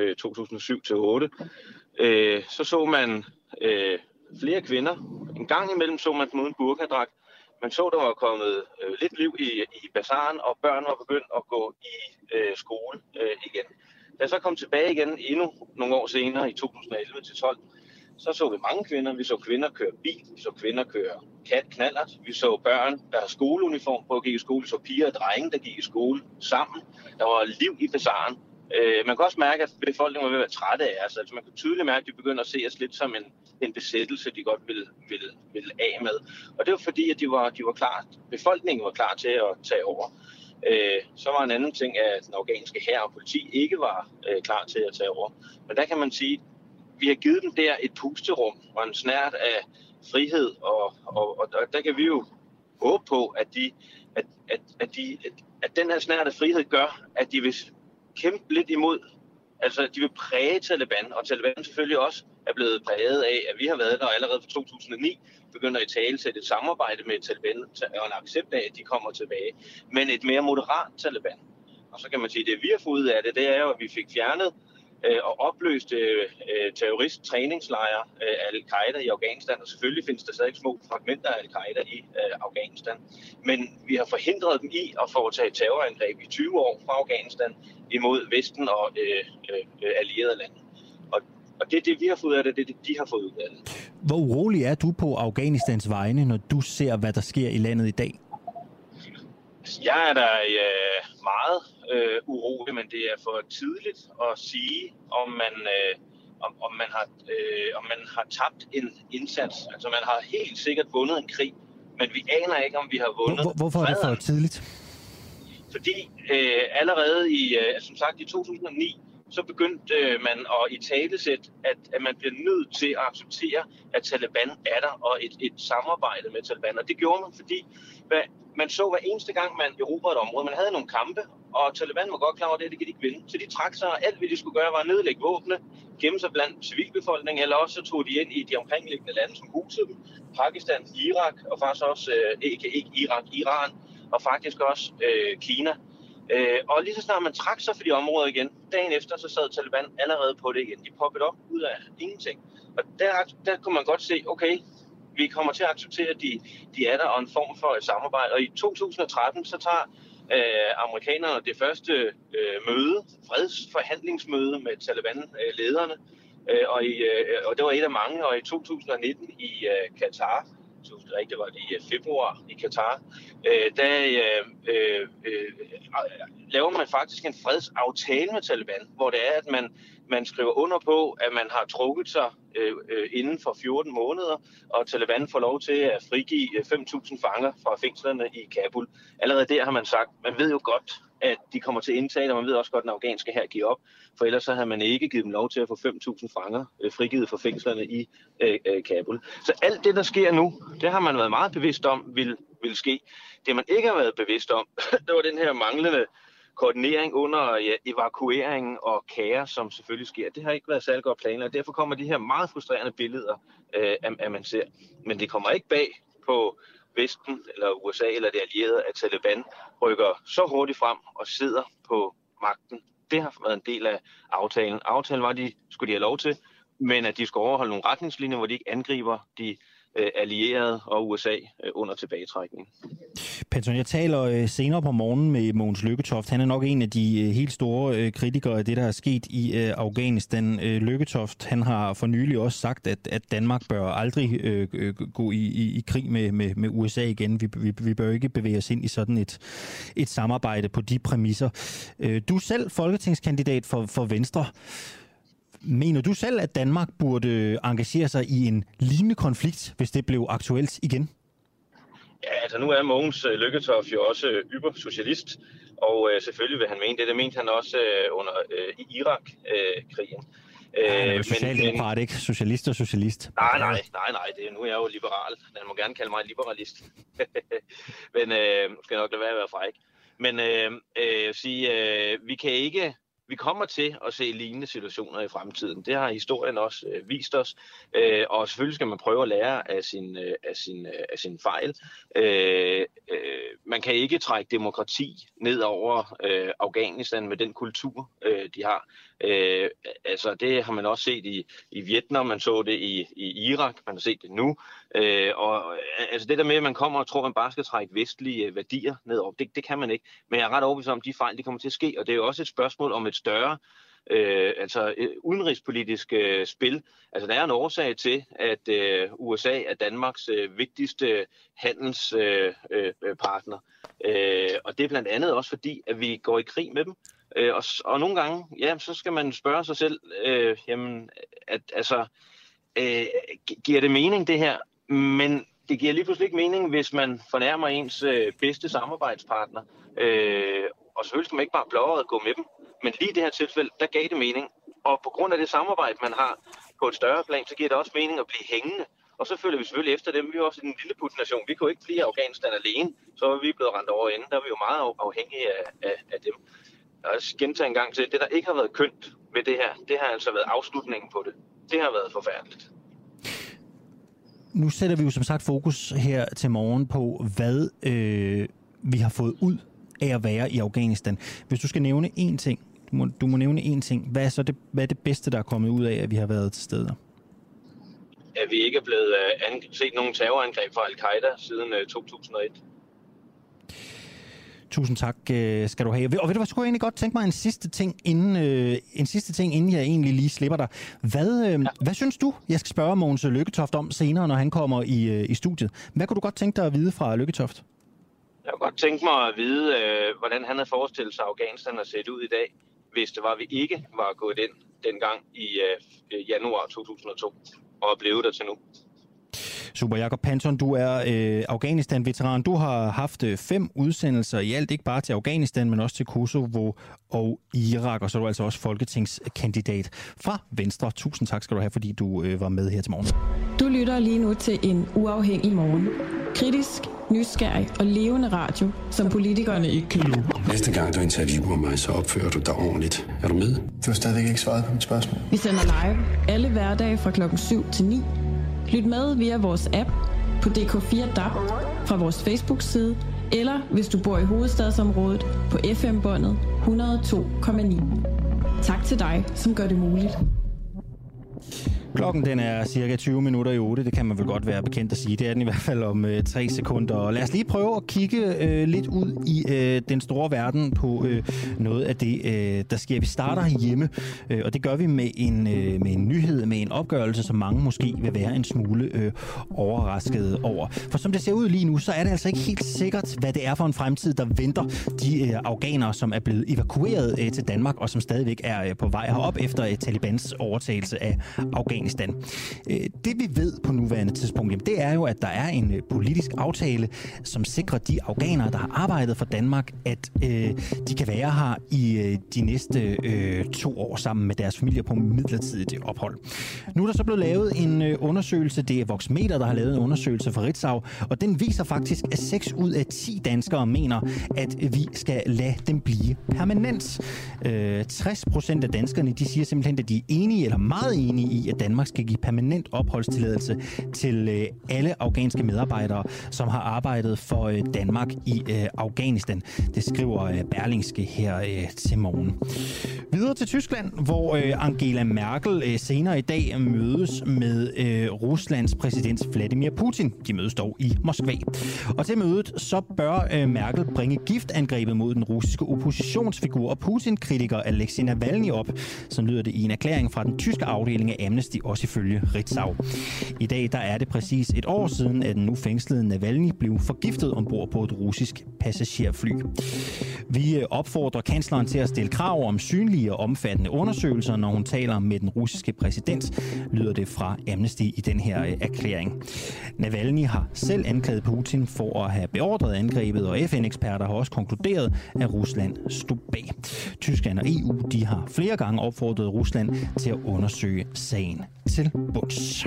2007-2008, så man flere kvinder. En gang imellem så man dem uden burkadragt. Man så, der var kommet lidt liv i bazaren, og børn var begyndt at gå i skole igen. Da jeg så kom tilbage igen endnu nogle år senere, i 2011-12, så vi mange kvinder. Vi så kvinder køre bil, vi så kvinder køre knallert, vi så børn, der har skoleuniform på at gik i skole, vi så piger og drenge, der gik i skole sammen. Der var liv i bazaren. Man kan også mærke, at befolkningen var ved at være trætte af os. Altså man kunne tydeligt mærke, at de begynder at se os lidt som en besættelse, de godt ville af med. Og det var fordi, at de var klar. Befolkningen var klar til at tage over. Så var en anden ting, at den afghanske hær og politi ikke var klar til at tage over. Men der kan man sige, at vi har givet dem der et pusterum og en snert af frihed, og der kan vi jo håbe på, at den her snert af frihed gør, at de vil kæmpe lidt imod, altså de vil præge Taliban, og Taliban selvfølgelig også er blevet præget af, at vi har været der allerede fra 2009, begynder i tale til et samarbejde med Taliban og en accept af, at de kommer tilbage, men et mere moderat Taliban. Og så kan man sige, at det vi har fået ud af det er jo, at vi fik fjernet og opløst terroristtræningslejre af Al-Qaida i Afghanistan, og selvfølgelig findes der stadig små fragmenter af Al-Qaida i Afghanistan. Men vi har forhindret dem i at foretage terrorangreb i 20 år fra Afghanistan imod Vesten og allierede lande. Og det er det, vi har fået ud af det, det er det, de har fået ud af det. Hvor urolig er du på Afghanistans vegne, når du ser, hvad der sker i landet i dag? Jeg er da meget urolig, men det er for tidligt at sige, om man har tabt en indsats. Altså man har helt sikkert vundet en krig, men vi aner ikke, om vi har vundet. Hvorfor er det for tidligt? Fordi allerede som sagt i 2009, så begyndte man at italesætte, at man bliver nødt til at acceptere, at Taliban er der, og et samarbejde med Taliban. Og det gjorde man, fordi man så hver eneste gang, man erobrede et område. Man havde nogle kampe, og Taliban var godt klar over det kan de ikke vinde. Så de trak sig, og alt hvad de skulle gøre, var at nedlægge våbne, gemme sig blandt civilbefolkningen, eller også så tog de ind i de omkringliggende lande, som husede dem. Pakistan, Irak, og faktisk også ikke Irak, Iran, og faktisk også Kina. Og lige så snart man trak sig for de områder igen, dagen efter, så sad Taliban allerede på det igen. De poppede op ud af ingenting. Og der kunne man godt se, okay, vi kommer til at acceptere, at de er der, og en form for et samarbejde. Og i 2013, så tager amerikanerne det første fredsforhandlingsmøde med Taliban-lederne, og det var et af mange, og i 2019 i Katar, det var i februar i Katar, laver man faktisk en fredsaftale med Taliban, hvor det er, at man skriver under på, at man har trukket sig inden for 14 måneder, og Taliban får lov til at frigive 5.000 fanger fra fængslerne i Kabul. Allerede der har man sagt, man ved jo godt, at de kommer til indtale, og man ved også godt, at den afghanske hær giver op, for ellers så havde man ikke givet dem lov til at få 5.000 fanger frigivet fra fængslerne i Kabul. Så alt det, der sker nu, det har man været meget bevidst om, vil ske. Det, man ikke har været bevidst om, det var den her manglende koordinering under evakueringen og kaos, som selvfølgelig sker. Det har ikke været særlig godt planlagt, og derfor kommer de her meget frustrerende billeder, at man ser. Men det kommer ikke bag på Vesten eller USA eller det allierede, at Taliban rykker så hurtigt frem og sidder på magten. Det har været en del af aftalen. Aftalen var, at skulle de have lov til, men at de skulle overholde nogle retningslinjer, hvor de ikke angriber de allierede og USA under tilbagetrækning. Penton, jeg taler senere på morgenen med Mogens Lykketoft. Han er nok en af de helt store kritikere af det, der er sket i Afghanistan. Lykketoft, han har for nylig også sagt, at Danmark bør aldrig gå i krig med USA igen. Vi bør ikke bevæge os ind i sådan et samarbejde på de præmisser. Du er selv folketingskandidat for Venstre. Mener du selv, at Danmark burde engagere sig i en lignende konflikt, hvis det blev aktuelt igen? Ja, altså nu er Mogens Lykketoft jo også ybersocialist, og selvfølgelig vil han mene det. Det mente han også under Irak-krigen. Han er jo socialdemokrat, ikke? Socialist og socialist. Nej. Nu er jeg jo liberal. Han må gerne kalde mig liberalist. Men skal nok lade være at være fræk. Men vi kommer til at se lignende situationer i fremtiden. Det har historien også vist os. Og selvfølgelig skal man prøve at lære af sin fejl. Man kan ikke trække demokrati ned over Afghanistan med den kultur, de har. Altså det har man også set i Vietnam, man så det i Irak, man har set det nu. Og altså det der med, at man kommer og tror, at man bare skal trække vestlige værdier nedover, det kan man ikke. Men jeg er ret overbevist om, at de fejl, de kommer til at ske, og det er jo også et spørgsmål om et større udenrigspolitisk spil. Altså der er en årsag til, at USA er Danmarks vigtigste handelspartner. Og det er blandt andet også fordi, at vi går i krig med dem. Og nogle gange, ja, så skal man spørge sig selv, giver det mening det her? Men det giver lige pludselig ikke mening, hvis man fornærmer ens bedste samarbejdspartner. Og selvfølgelig skal man ikke bare blåre og gå med dem. Men lige i det her tilfælde, der gav det mening. Og på grund af det samarbejde, man har på et større plan, så giver det også mening at blive hængende. Og så følger vi selvfølgelig efter dem. Vi er også en lille nation. Vi kunne ikke blive Afghanistan alene. Så var vi blevet rendt over inden. Der er vi jo meget afhængige af dem. Og jeg gentager en gang til, det der ikke har været kønt ved det her, det har altså været afslutningen på det. Det har været forfærdeligt. Nu sætter vi jo som sagt fokus her til morgen på, hvad vi har fået ud af at være i Afghanistan. Hvis du skal nævne én ting, du må nævne én ting, hvad er det bedste, der er kommet ud af, at vi har været til stede? At vi ikke er blevet set nogen terrorangreb fra Al-Qaida siden 2001. Tusind tak skal du have. Og ved du hvad, skulle jeg egentlig godt tænke mig en sidste ting, inden jeg egentlig lige slipper dig. Hvad synes du, jeg skal spørge Mogens Lykketoft om senere, når han kommer i studiet? Hvad kunne du godt tænke dig at vide fra Lykketoft? Jeg kunne godt tænke mig at vide, hvordan han havde forestillet sig Afghanistan at se ud i dag, hvis det var, at vi ikke var gået ind dengang i januar 2002 og er blevet der til nu. Super. Jakob Panton, du er Afghanistan-veteran. Du har haft 5 udsendelser i alt, ikke bare til Afghanistan, men også til Kosovo og Irak, og så er du altså også folketingskandidat fra Venstre. Tusind tak skal du have, fordi du var med her til morgen. Du lytter lige nu til en uafhængig morgen. Kritisk, nysgerrig og levende radio, som politikerne ikke kan lide. Næste gang du interviewer mig, så opfører du dig ordentligt. Er du med? Du har stadigvæk ikke svaret på mit spørgsmål. Vi sender live alle hverdage fra klokken 7 til 9. Lyt med via vores app på DK4 DAB, fra vores Facebook-side, eller hvis du bor i hovedstadsområdet på FM-båndet 102,9. Tak til dig, som gør det muligt. Klokken den er cirka 20 minutter i 8. Det kan man vel godt være bekendt at sige. Det er den i hvert fald om 3 sekunder. Og lad os lige prøve at kigge lidt ud i den store verden på noget af det, der sker. Vi starter hjemme, og det gør vi med en nyhed, med en opgørelse, som mange måske vil være en smule overraskede over. For som det ser ud lige nu, så er det altså ikke helt sikkert, hvad det er for en fremtid, der venter de afghanere, som er blevet evakueret til Danmark, og som stadigvæk er på vej herop efter Talibans overtagelse af Afghanistan. Det vi ved på nuværende tidspunkt, det er jo, at der er en politisk aftale, som sikrer de afghanere, der har arbejdet for Danmark, at de kan være her i de næste 2 år sammen med deres familier på midlertidigt ophold. Nu er der så blevet lavet en undersøgelse, det er Voxmeter, der har lavet en undersøgelse for Ritzau, og den viser faktisk, at 6 ud af 10 danskere mener, at vi skal lade dem blive permanent. 60% af danskerne, de siger simpelthen, at de er enige eller meget enige i, at Danmark skal give permanent opholdstilladelse til alle afghanske medarbejdere, som har arbejdet for Danmark i Afghanistan. Det skriver Berlingske her til morgen. Videre til Tyskland, hvor Angela Merkel senere i dag mødes med Ruslands præsident Vladimir Putin. De mødes dog i Moskva. Og til mødet så bør Merkel bringe giftangrebet mod den russiske oppositionsfigur og Putin-kritiker Alexei Navalny op, som lyder det i en erklæring fra den tyske afdeling af Amnesty, også ifølge Ritzau. I dag der er det præcis 1 år siden, at den nu fængslede Navalny blev forgiftet ombord på et russisk passagerfly. Vi opfordrer kansleren til at stille krav om synlige og omfattende undersøgelser, når hun taler med den russiske præsident, lyder det fra Amnesty i den her erklæring. Navalny har selv anklaget Putin for at have beordret angrebet, og FN-eksperter har også konkluderet, at Rusland stod bag. Tyskland og EU de har flere gange opfordret Rusland til at undersøge sagen til bunds.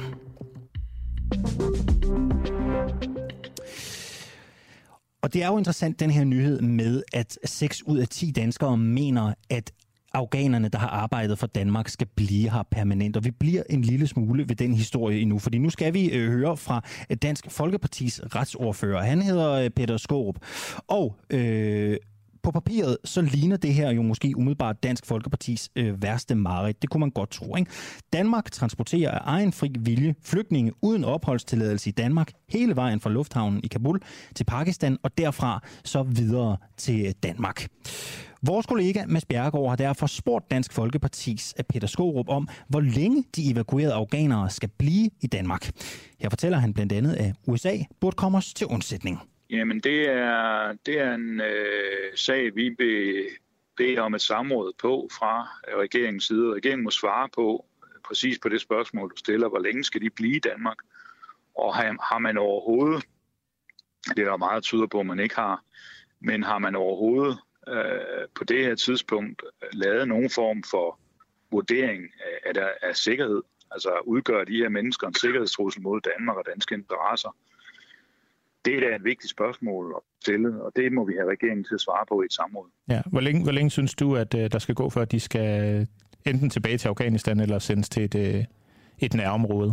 Og det er jo interessant, den her nyhed med, at 6 ud af 10 danskere mener, at afghanerne, der har arbejdet for Danmark, skal blive her permanent. Og vi bliver en lille smule ved den historie endnu, fordi nu skal vi høre fra Dansk Folkepartis retsordfører. Han hedder Peter Skaarup. Og på papiret, så ligner det her jo måske umiddelbart Dansk Folkepartis værste mareridt. Det kunne man godt tro, ikke? Danmark transporterer af egen fri vilje flygtninge uden opholdstilladelse i Danmark hele vejen fra lufthavnen i Kabul til Pakistan og derfra så videre til Danmark. Vores kollega Mads Bjerregaard har derfor spurgt Dansk Folkepartis Peter Skaarup om, hvor længe de evakuerede afghanere skal blive i Danmark. Her fortæller han blandt andet, at USA burde komme os til undsætning. Jamen, det er en sag, vi beder om et samråd på fra regeringens side. Regeringen må svare på præcis på det spørgsmål, du stiller. Hvor længe skal de blive i Danmark? Og har man overhovedet, det er der meget tyder på, at man ikke har, men har man overhovedet på det her tidspunkt lavet nogen form for vurdering af sikkerhed? Altså udgør de her mennesker en sikkerhedstrussel mod Danmark og danske interesser? Det er da et vigtigt spørgsmål at stille, og det må vi have regeringen til at svare på i et samråd. Ja, hvor længe synes du, at der skal gå, for at de skal enten tilbage til Afghanistan eller sendes til et nærområde?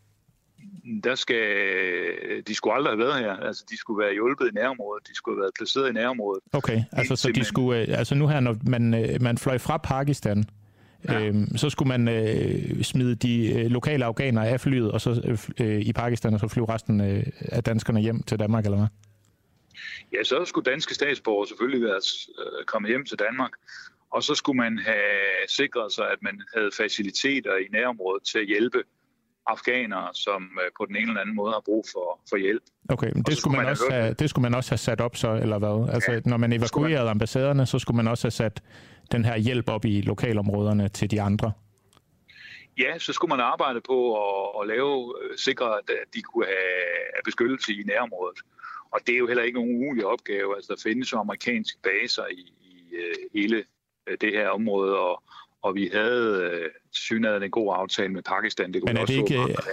De skulle aldrig have været her. Altså, de skulle være hjulpet i nærområdet. De skulle have været placeret i nærområdet. Okay, altså så de skulle, altså nu her, når man fløj fra Pakistan, så skulle man smide de lokale afghanere af flyet, og så i Pakistan, og så flyve resten af danskerne hjem til Danmark, eller hvad? Ja, så skulle danske statsborgere selvfølgelig være kommet hjem til Danmark, og så skulle man have sikret sig, at man havde faciliteter i nærområdet til at hjælpe afghanere, som på den ene eller anden måde har brug for hjælp. Okay, men det skulle man også have sat op så, eller hvad? Altså, ja, når man evakuerede ambassaderne, så skulle man også have sat den her hjælp op i lokalområderne til de andre? ja, så skulle man arbejde på at sikre, at de kunne have beskyttelse i nærområdet. Og det er jo heller ikke nogen umulig opgave. Altså, der findes jo amerikanske baser i hele det her område, og vi havde synligheden en god aftale med Pakistan. Det kunne men er det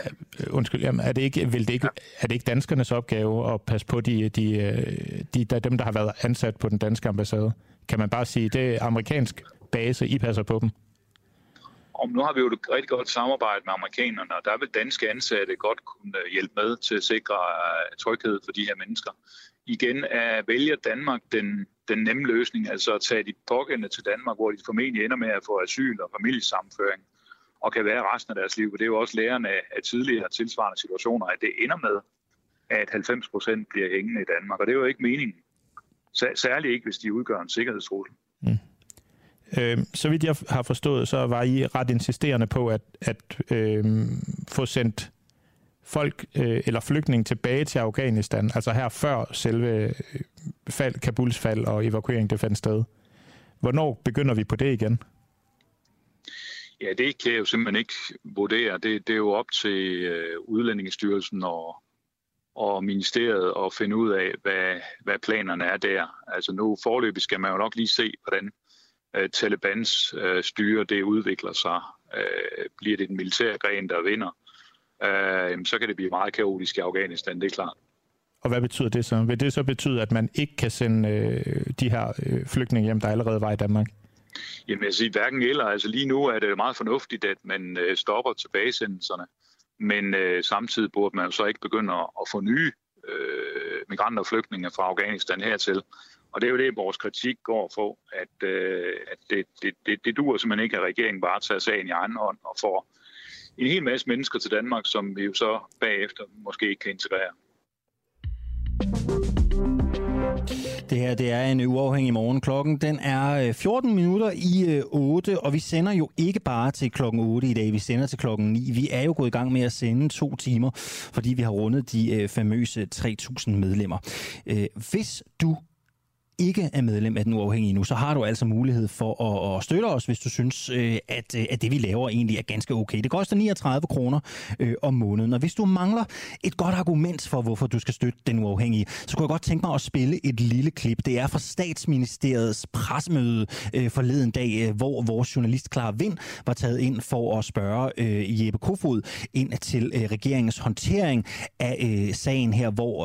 ikke, er det ikke danskernes opgave at passe på dem, der har været ansat på den danske ambassade? Kan man bare sige, det er amerikansk base, I passer på dem? Nu har vi jo et rigtig godt samarbejde med amerikanerne, og der vil danske ansatte godt kunne hjælpe med til at sikre tryghed for de her mennesker. Igen vælger Danmark den nemme løsning, altså at tage de pågældende til Danmark, hvor de formentlig ender med at få asyl og familiesammenføring, og kan være resten af deres liv. Og det er jo også lærerne af tidligere tilsvarende situationer, at det ender med, at 90% bliver hængende i Danmark, og det er jo ikke meningen. Særligt ikke, hvis de udgør en sikkerhedstrussel. Mm. Så vidt jeg har forstået, så var I ret insisterende på at få sendt folk eller flygtninge tilbage til Afghanistan, altså her før selve Kabuls fald og evakuering det fandt sted. Hvornår begynder vi på det igen? Ja, det kan jeg jo simpelthen ikke vurdere. Det er jo op til Udlændingestyrelsen og ministeriet at finde ud af, hvad planerne er der. Altså nu foreløbig skal man jo nok lige se, hvordan Talibans styre det udvikler sig. Bliver det den militære gren, der vinder, så kan det blive meget kaotisk i Afghanistan, det er klart. Og hvad betyder det så? Vil det så betyde, at man ikke kan sende de her flygtninge hjem, der allerede var i Danmark? Jamen jeg siger hverken eller. Altså lige nu er det meget fornuftigt, at man stopper tilbagesendelserne, men samtidig burde man jo så ikke begynde at få nye migranter og flygtninge fra Afghanistan hertil. Og det er jo det, vores kritik går for, at det duer simpelthen ikke, at regeringen bare tager sagen i egen hånd og får en hel masse mennesker til Danmark, som vi jo så bagefter måske ikke kan integrere. Det her, det er en uafhængig morgen. Klokken den er 14 minutter i 8, og vi sender jo ikke bare til klokken 8 i dag, vi sender til klokken 9. Vi er jo gået i gang med at sende 2 timer, fordi vi har rundet de famøse 3.000 medlemmer. Hvis du ikke er medlem af Den Uafhængige nu, så har du altså mulighed for at støtte os, hvis du synes, at det vi laver egentlig er ganske okay. Det koster 39 kroner om måneden, og hvis du mangler et godt argument for, hvorfor du skal støtte Den Uafhængige, så kunne jeg godt tænke mig at spille et lille klip. Det er fra Statsministeriets pressemøde forleden dag, hvor vores journalist Clara Vind var taget ind for at spørge Jeppe Kofod ind til regeringens håndtering af sagen her, hvor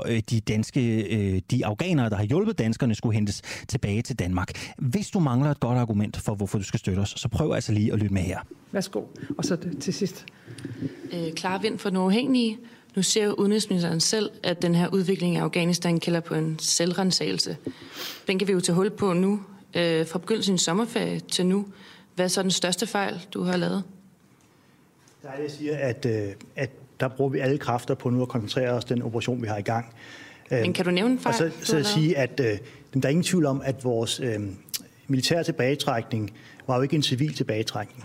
de afghanere, der har hjulpet danskerne, skulle hentes tilbage til Danmark. Hvis du mangler et godt argument for, hvorfor du skal støtte os, så prøv altså lige at lytte med her. Værsgo. Og så til sidst. Clara Vind for Den Uafhængige. Nu ser jo udenrigsministeren selv, at den her udvikling i Afghanistan kalder på en selvrensagelse. Den kan vi jo tage hul på nu. Fra begyndelsen af sommerferie til nu. Hvad er så den største fejl, du har lavet? Der er det, jeg siger, at der bruger vi alle kræfter på nu at koncentrere os den operation, vi har i gang. Men kan du nævne en fejl? Og så sige, at der er ingen tvivl om, at vores militære tilbagetrækning var jo ikke en civil tilbagetrækning.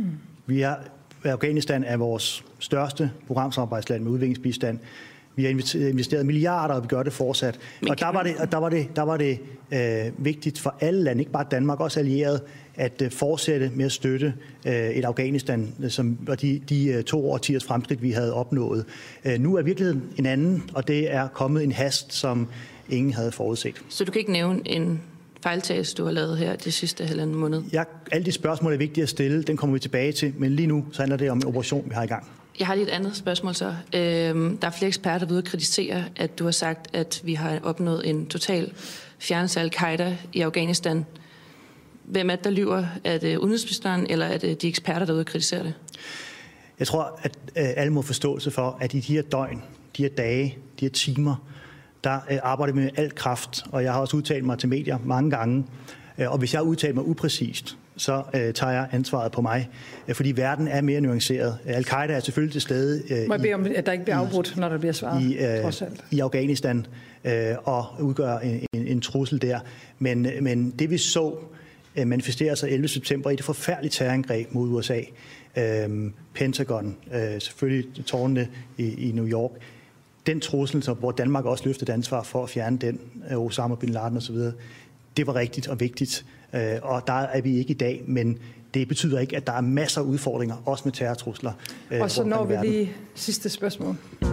Afghanistan er vores største programsamarbejdsland med udviklingsbistand. Vi har investeret milliarder, og vi gør det fortsat. Og der var det vigtigt for alle lande, ikke bare Danmark, også allierede, at fortsætte med at støtte et Afghanistan, som var de 2 årtiers fremskridt, vi havde opnået. Nu er virkeligheden en anden, og det er kommet en hast, som ingen havde forudset. Så du kan ikke nævne en fejltagelse, du har lavet her det sidste halvanden måned? Alle de spørgsmål er vigtige at stille, den kommer vi tilbage til, men lige nu så handler det om en operation, vi har i gang. Jeg har lige et andet spørgsmål så. Der er flere eksperter, der vil kritisere, at du har sagt, at vi har opnået en total fjernelse af al-Qaida i Afghanistan. Hvem er det, der lyver? Er det udenrigsministeren, eller er det de eksperter, der vil kritisere det? Jeg tror, at alle må forståelse for, at i de her døgn, de her dage, de her timer, der arbejder vi med al kraft, og jeg har også udtalt mig til medier mange gange. Og hvis jeg udtaler mig upræcist, så tager jeg ansvaret på mig, fordi verden er mere nuanceret. Al-Qaida er selvfølgelig til stede må jeg bede om, at der ikke bliver afbrudt, når der bliver svaret, trods alt. I Afghanistan, og udgør en trussel der. Men det vi så manifesterer sig 11. september i det forfærdelige terrorangreb mod USA, Pentagon, selvfølgelig tårnene i New York, den trussel, hvor Danmark også løftede ansvar for at fjerne den, Osama bin Laden osv., Det var rigtigt og vigtigt, og der er vi ikke i dag, men det betyder ikke, at der er masser af udfordringer, også med terrortrusler. Og så når vi lige sidste spørgsmål.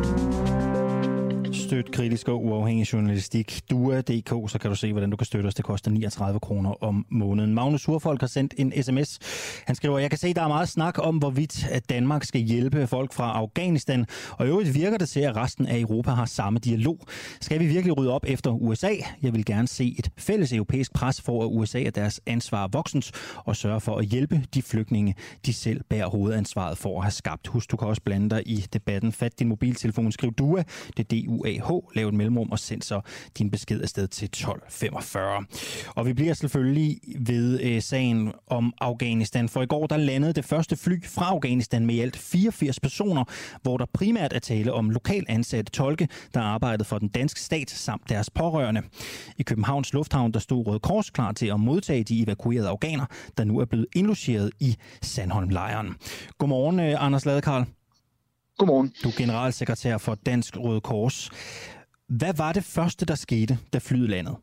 Støt kritisk og uafhængig journalistik. DUA.dk, så kan du se, hvordan du kan støtte os. Det koster 39 kroner om måneden. Magnus Urfolk har sendt en sms. Han skriver, jeg kan se, der er meget snak om, hvorvidt at Danmark skal hjælpe folk fra Afghanistan. Og i øvrigt virker det til, at resten af Europa har samme dialog. Skal vi virkelig rydde op efter USA? Jeg vil gerne se et fælles europæisk pres for, at USA er deres ansvar voksent og sørge for at hjælpe de flygtninge, de selv bærer hovedansvaret for at have skabt. Husk, du kan også blande dig i debatten. Fat din mobiltelefon, skriv DUA, det er DUA. Lav et mellemrum og send så din besked afsted til 1245. Og vi bliver selvfølgelig ved sagen om Afghanistan, for i går der landede det første fly fra Afghanistan med i alt 84 personer, hvor der primært er tale om lokalt ansatte tolke, der arbejdede for den danske stat samt deres pårørende. I Københavns Lufthavn der stod Røde Kors klar til at modtage de evakuerede afghanere, der nu er blevet indlogeret i Sandholm-lejren. Godmorgen, Anders Ladekarl. Godmorgen. Du er generalsekretær for Dansk Røde Kors. Hvad var det første, der skete, da flyet landede?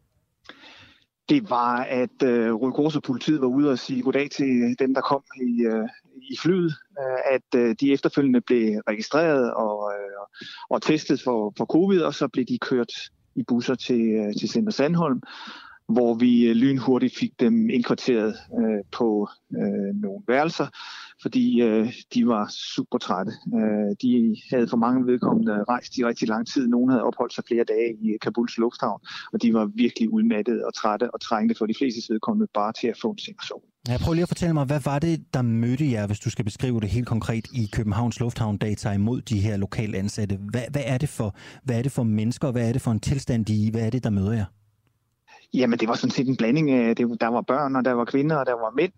Det var, at Røde Kors og politiet var ude og sige goddag til dem, der kom i flyet. At de efterfølgende blev registreret og testet for covid, og så blev de kørt i busser til Center Sandholm, hvor vi lynhurtigt fik dem indkvarteret på nogle værelser, fordi de var super trætte. De havde for mange vedkommende rejst i rigtig lang tid. Nogle havde opholdt sig flere dage i Kabuls lufthavn, og de var virkelig udmattede og trætte og trængte for de fleste vedkommende bare til at få en seng at sove. Jeg prøver lige at fortælle mig, hvad var det, der mødte jer, hvis du skal beskrive det helt konkret i Københavns Lufthavn, da I tager imod de her lokale ansatte? Hvad er det for mennesker, hvad er det for en tilstand, de i? Hvad er det, der møder jer? Jamen, det var sådan set en blanding af, der var børn, og der var kvinder, og der var mænd,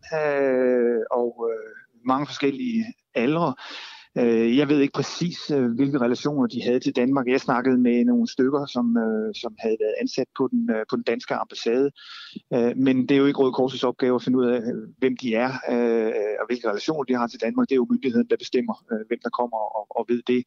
og mange forskellige aldre. Jeg ved ikke præcis, hvilke relationer de havde til Danmark. Jeg snakkede med nogle stykker, som havde været ansat på den danske ambassade. Men det er jo ikke Røde Korsets opgave at finde ud af, hvem de er, og hvilke relationer de har til Danmark. Det er jo myndigheden, der bestemmer, hvem der kommer og ved det.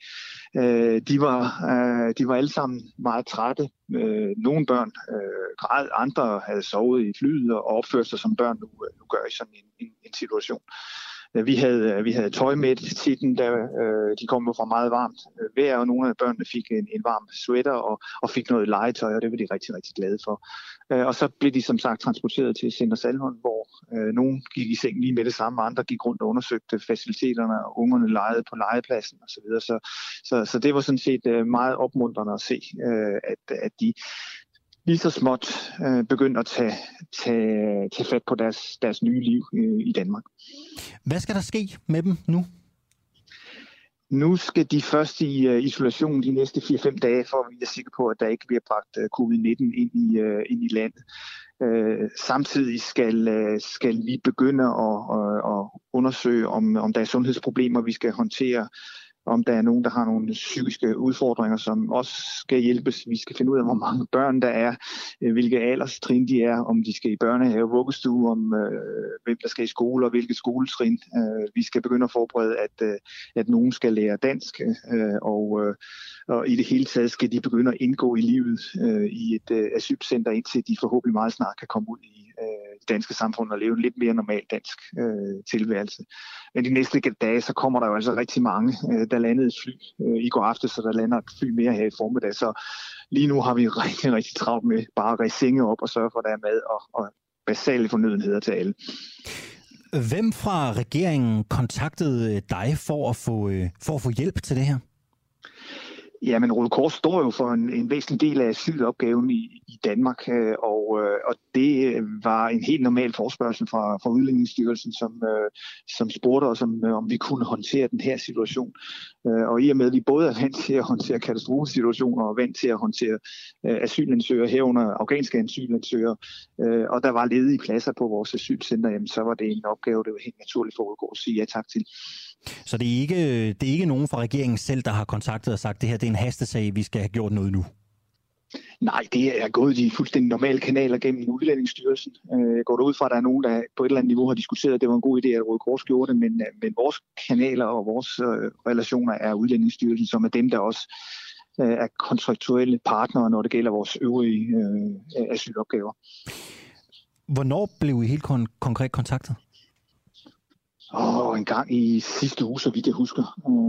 De var alle sammen meget trætte. Nogle børn græd, andre havde sovet i flyet og opført sig som børn nu gør i sådan en situation. Vi havde tøj med til den, da de kom fra meget varmt vejr, og nogle af børnene fik en varm sweater og fik noget legetøj, og det var de rigtig, rigtig glade for. Og så blev de som sagt transporteret til Center Sandholm, hvor nogen gik i seng lige med det samme, og andre gik rundt og undersøgte faciliteterne, og ungerne legede på legepladsen osv. Så det var sådan set meget opmuntrende at se, at de lige så småt begyndte at tage fat på deres nye liv i Danmark. Hvad skal der ske med dem nu? Nu skal de først i isolation de næste 4-5 dage, for at vi er sikre på, at der ikke bliver bragt covid-19 ind i landet. Samtidig skal vi begynde at undersøge, om der er sundhedsproblemer, vi skal håndtere, om der er nogen, der har nogle psykiske udfordringer, som også skal hjælpes. Vi skal finde ud af, hvor mange børn der er, hvilke alderstrin de er, om de skal i børnehave, vuggestue, om hvem der skal i skole og hvilket skoletrin. Vi skal begynde at forberede, at nogen skal lære dansk, og i det hele taget skal de begynde at indgå i livet i et asylcenter, indtil de forhåbentlig meget snart kan komme ud i det danske samfund og leve en lidt mere normal dansk tilværelse. Men de næste dage, så kommer der jo altså rigtig mange. Der landede et fly i går aftes, så der lander et fly mere her i formiddag. Så lige nu har vi rigtig, rigtig travlt med bare at ræse senge op og sørge for, at der er mad og basale fornødenheder til alle. Hvem fra regeringen kontaktede dig for at få hjælp til det her? Ja, men Røde Kors står jo for en væsentlig del af asylopgaven i Danmark, og det var en helt normal forespørgsel fra Udlændingsstyrelsen, som spurgte os, om vi kunne håndtere den her situation. Og i og med, at vi både er vant til at håndtere katastrofesituationer og vant til at håndtere asylansøgere herunder afghanske asylansøgere, og der var ledige pladser på vores asylcenter, jamen, så var det en opgave, det var helt naturligt for Røde Kors at sige ja tak til. Så det er ikke nogen fra regeringen selv, der har kontaktet og sagt, at det her det er en hastesag, vi skal have gjort noget nu? Nej, det er gået de fuldstændig normale kanaler gennem Udlændingsstyrelsen. Jeg går derud fra, at der er nogen, der på et eller andet niveau har diskuteret, at det var en god idé, at Røde Kors gjorde det, men vores kanaler og vores relationer er Udlændingsstyrelsen, som er dem, der også er kontraktuelle partnere, når det gælder vores øvrige asylopgaver. Hvornår blev I helt konkret kontaktet? En gang i sidste uge, så vidt jeg husker.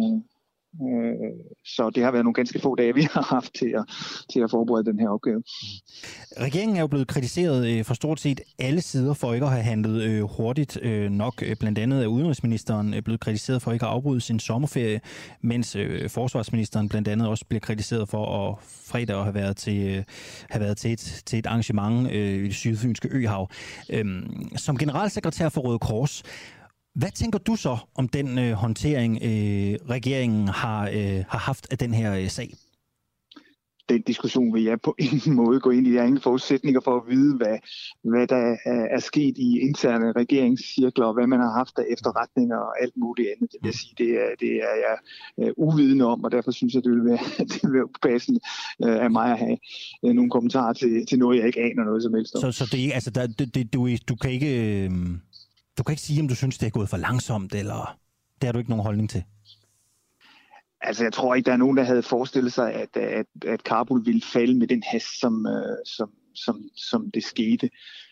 Så det har været nogle ganske få dage, vi har haft til at forberede den her opgave. Regeringen er jo blevet kritiseret fra stort set alle sider for ikke at have handlet hurtigt nok. Blandt andet er udenrigsministeren blevet kritiseret for ikke at afbryde sin sommerferie, mens forsvarsministeren blandt andet også bliver kritiseret for at fredag have været til et arrangement i det sydfynske Øhav. Som generalsekretær for Røde Kors, hvad tænker du så om den håndtering, regeringen har haft af den her sag? Den diskussion vil jeg på ingen måde gå ind i. Der er ingen forudsætninger for at vide, hvad der er sket i interne regeringscirkler, og hvad man har haft af efterretninger og alt muligt andet. Det vil jeg sige, det er jeg uvidende om, og derfor synes jeg, det vil være upassende af mig at have nogle kommentarer til noget, jeg ikke aner noget som helst om. Så det, altså, du kan ikke... Du kan ikke sige, om du synes, det er gået for langsomt, eller det har du ikke nogen holdning til? Altså, jeg tror ikke, der er nogen, der havde forestillet sig, at Kabul ville falde med den hast, som det skete.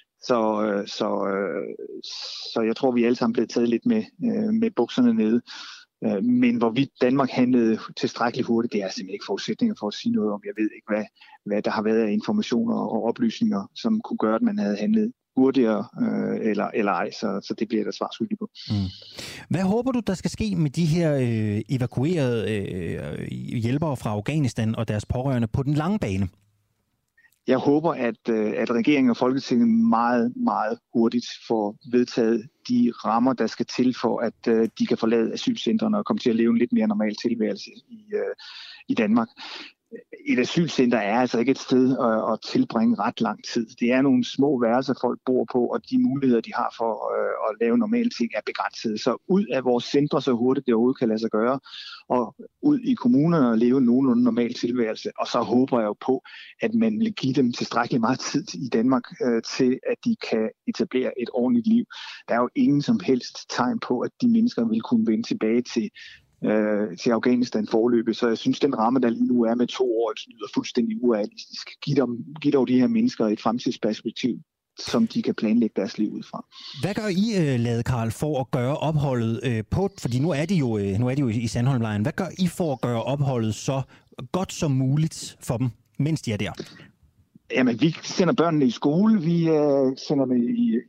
Så jeg tror, vi alle sammen blev taget lidt med bukserne nede. Men hvorvidt Danmark handlede tilstrækkeligt hurtigt, det er simpelthen ikke forudsætninger for at sige noget om. Jeg ved ikke, hvad der har været af informationer og oplysninger, som kunne gøre, at man havde handlet hurtigere eller ej, så det bliver der svar skyldig på. Hvad håber du, der skal ske med de her evakuerede hjælpere fra Afghanistan og deres pårørende på den lange bane? Jeg håber, at regeringen og Folketinget meget, meget hurtigt får vedtaget de rammer, der skal til for, at de kan forlade asylcentrene og komme til at leve en lidt mere normal tilværelse i Danmark. Et asylcenter er altså ikke et sted at tilbringe ret lang tid. Det er nogle små værelser, folk bor på, og de muligheder, de har for at lave normale ting, er begrænsede. Så ud af vores centre så hurtigt det overhovedet kan lade sig gøre, og ud i kommunerne og leve en nogenlunde normal tilværelse. Og så håber jeg jo på, at man vil give dem tilstrækkeligt meget tid i Danmark til, at de kan etablere et ordentligt liv. Der er jo ingen som helst tegn på, at de mennesker vil kunne vende tilbage til Afghanistan forløbet, så jeg synes, den ramme, der lige nu er med 2 år, lyder fuldstændig urealistisk. Giv dog de her mennesker et fremtidsperspektiv, som de kan planlægge deres liv ud fra. Hvad gør I, Lade Karl, for at gøre opholdet fordi nu er de jo i Sandholmlejren. Hvad gør I for at gøre opholdet så godt som muligt for dem, mens de er der? Jamen, vi sender børnene i skole, vi sender dem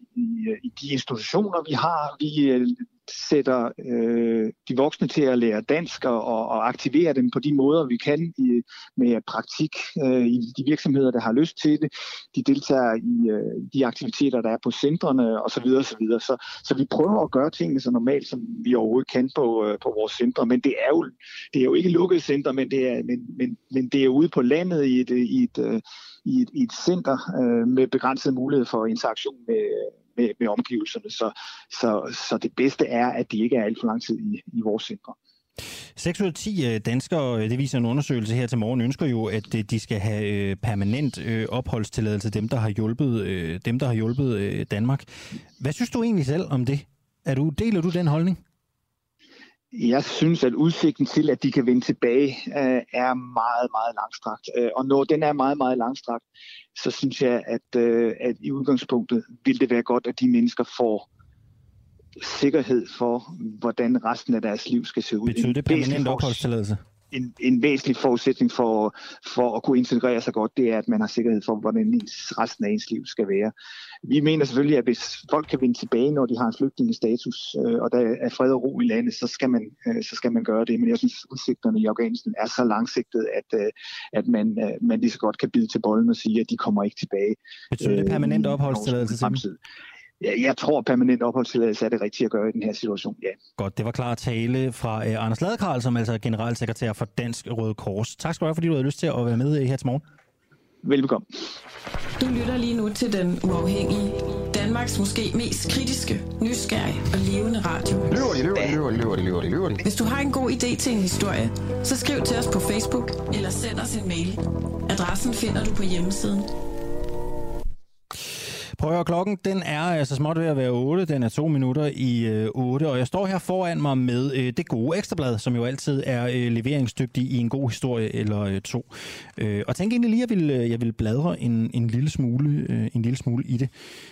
i de institutioner, vi har. Vi sætter de voksne til at lære dansk og aktivere dem på de måder, vi kan med praktik i de virksomheder, der har lyst til det. De deltager i de aktiviteter, der er på centrene osv. Så vi prøver at gøre tingene så normalt, som vi overhovedet kan på vores centre. Men det er jo ikke lukkede centre, men det er ude på landet i et center med begrænset mulighed for interaktion med omgivelserne. Så det bedste er, at de ikke er alt for lang tid i vores centre. 6 ud af 10 danskere, det viser en undersøgelse her til morgen, ønsker jo, at de skal have permanent opholdstilladelse, dem der har hjulpet Danmark. Hvad synes du egentlig selv om det? Deler du den holdning? Jeg synes, at udsigten til, at de kan vende tilbage, er meget, meget langstrakt. Og når den er meget, meget langstrakt, så synes jeg, at i udgangspunktet vil det være godt, at de mennesker får sikkerhed for, hvordan resten af deres liv skal se ud. Betyder det permanent opholdstilladelse? En væsentlig forudsætning for at kunne integrere sig godt, det er, at man har sikkerhed for, hvordan resten af ens liv skal være. Vi mener selvfølgelig, at hvis folk kan vende tilbage, når de har en flygtningestatus, og der er fred og ro i landet, så skal man gøre det. Men jeg synes, at udsigterne i Afghanistan er så langsigtet, at man lige så godt kan bide til bolden og sige, at de kommer ikke tilbage. Betyder det permanent opholdstilladelse til dem? Jeg tror, at permanent opholdstilladelse er det rigtige at gøre i den her situation, ja. Godt, det var klar tale fra Anders Lade Karl, som altså er generalsekretær for Dansk Røde Kors. Tak skal du have, fordi du havde lyst til at være med her til morgen. Velbekomme. Du lytter lige nu til Den Uafhængige, Danmarks måske mest kritiske, nysgerrige og levende radio. Løver. Hvis du har en god idé til en historie, så skriv til os på Facebook eller send os en mail. Adressen finder du på hjemmesiden. Prøv at klokken, den er altså småt ved at være 8. Den er 2 minutter i 8, og jeg står her foran mig med det gode Ekstrablad, som jo altid er leveringsdygtig i en god historie eller to. Og tænk egentlig lige, at jeg vil bladre en lille smule i det.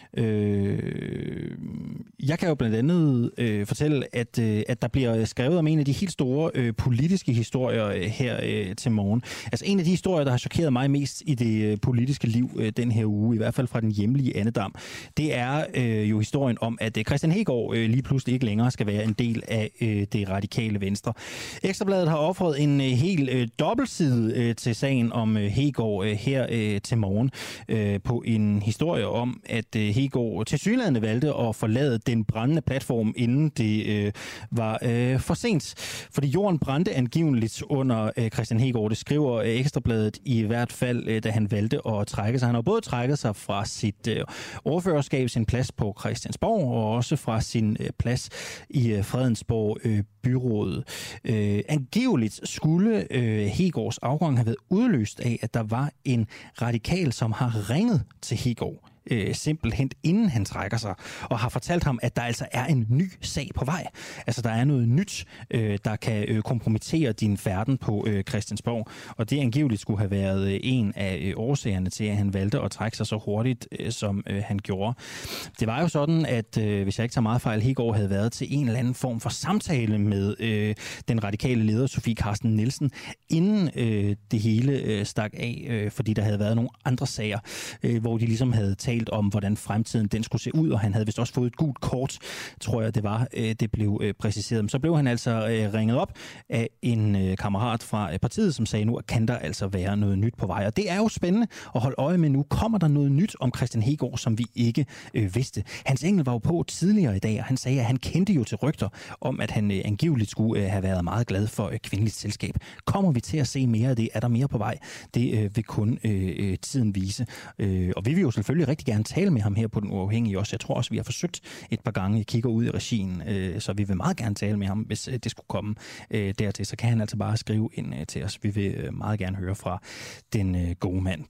Jeg kan jo blandt andet fortælle, at der bliver skrevet om en af de helt store politiske historier her til morgen. Altså en af de historier, der har chokeret mig mest i det politiske liv den her uge, i hvert fald fra den hjemlige Annedam, det er jo historien om, at Kristian Hegaard lige pludselig ikke længere skal være en del af det radikale Venstre. Ekstrabladet har offret en helt dobbeltside til sagen om Hegaard her til morgen på en historie om, at Hegaard tilsyneladende valgte at forlade den brændende platform, inden det var for sent. Fordi jorden brændte angiveligt under Kristian Hegaard. Det skriver Ekstrabladet i hvert fald, da han valgte at trække sig. Han har både trækket sig fra sit ordførerskab, sin plads på Christiansborg, og også fra sin plads i Fredensborg byrådet. Angiveligt skulle Hegaards afgang have været udløst af, at der var en radikal, som har ringet til Hegaard simpelthen inden han trækker sig, og har fortalt ham, at der altså er en ny sag på vej. Altså der er noget nyt, der kan kompromittere din færden på Christiansborg, og det angiveligt skulle have været en af årsagerne til, at han valgte at trække sig så hurtigt, som han gjorde. Det var jo sådan, at hvis jeg ikke tager meget fejl, Hegaard havde været til en eller anden form for samtale med den radikale leder, Sofie Carsten Nielsen, inden det hele stak af, fordi der havde været nogle andre sager, hvor de ligesom havde talt om, hvordan fremtiden den skulle se ud, og han havde vist også fået et gult kort, tror jeg det var, det blev præciseret. Men så blev han altså ringet op af en kammerat fra partiet, som sagde nu, at kan der altså være noget nyt på vej. Og det er jo spændende at holde øje med nu. Kommer der noget nyt om Kristian Hegaard, som vi ikke vidste? Hans Engel var jo på tidligere i dag, og han sagde, at han kendte jo til rygter om, at han angiveligt skulle have været meget glad for kvindeligt selskab. Kommer vi til at se mere af det? Er der mere på vej? Det vil kun tiden vise. Og vi vil jo selvfølgelig rigtig gerne tale med ham her på Den Uafhængige også. Jeg tror også, vi har forsøgt et par gange. Jeg kigger ud i regien, så vi vil meget gerne tale med ham, hvis det skulle komme dertil. Så kan han altså bare skrive ind til os. Vi vil meget gerne høre fra den gode mand.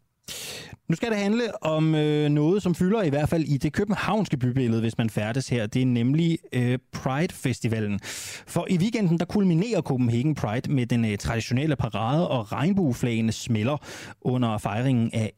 Nu skal det handle om noget, som fylder i hvert fald i det københavnske bybillede, hvis man færdes her. Det er nemlig Pride-festivalen. For i weekenden, der kulminerer Copenhagen Pride med den traditionelle parade, og regnbueflagene smelter under fejringen af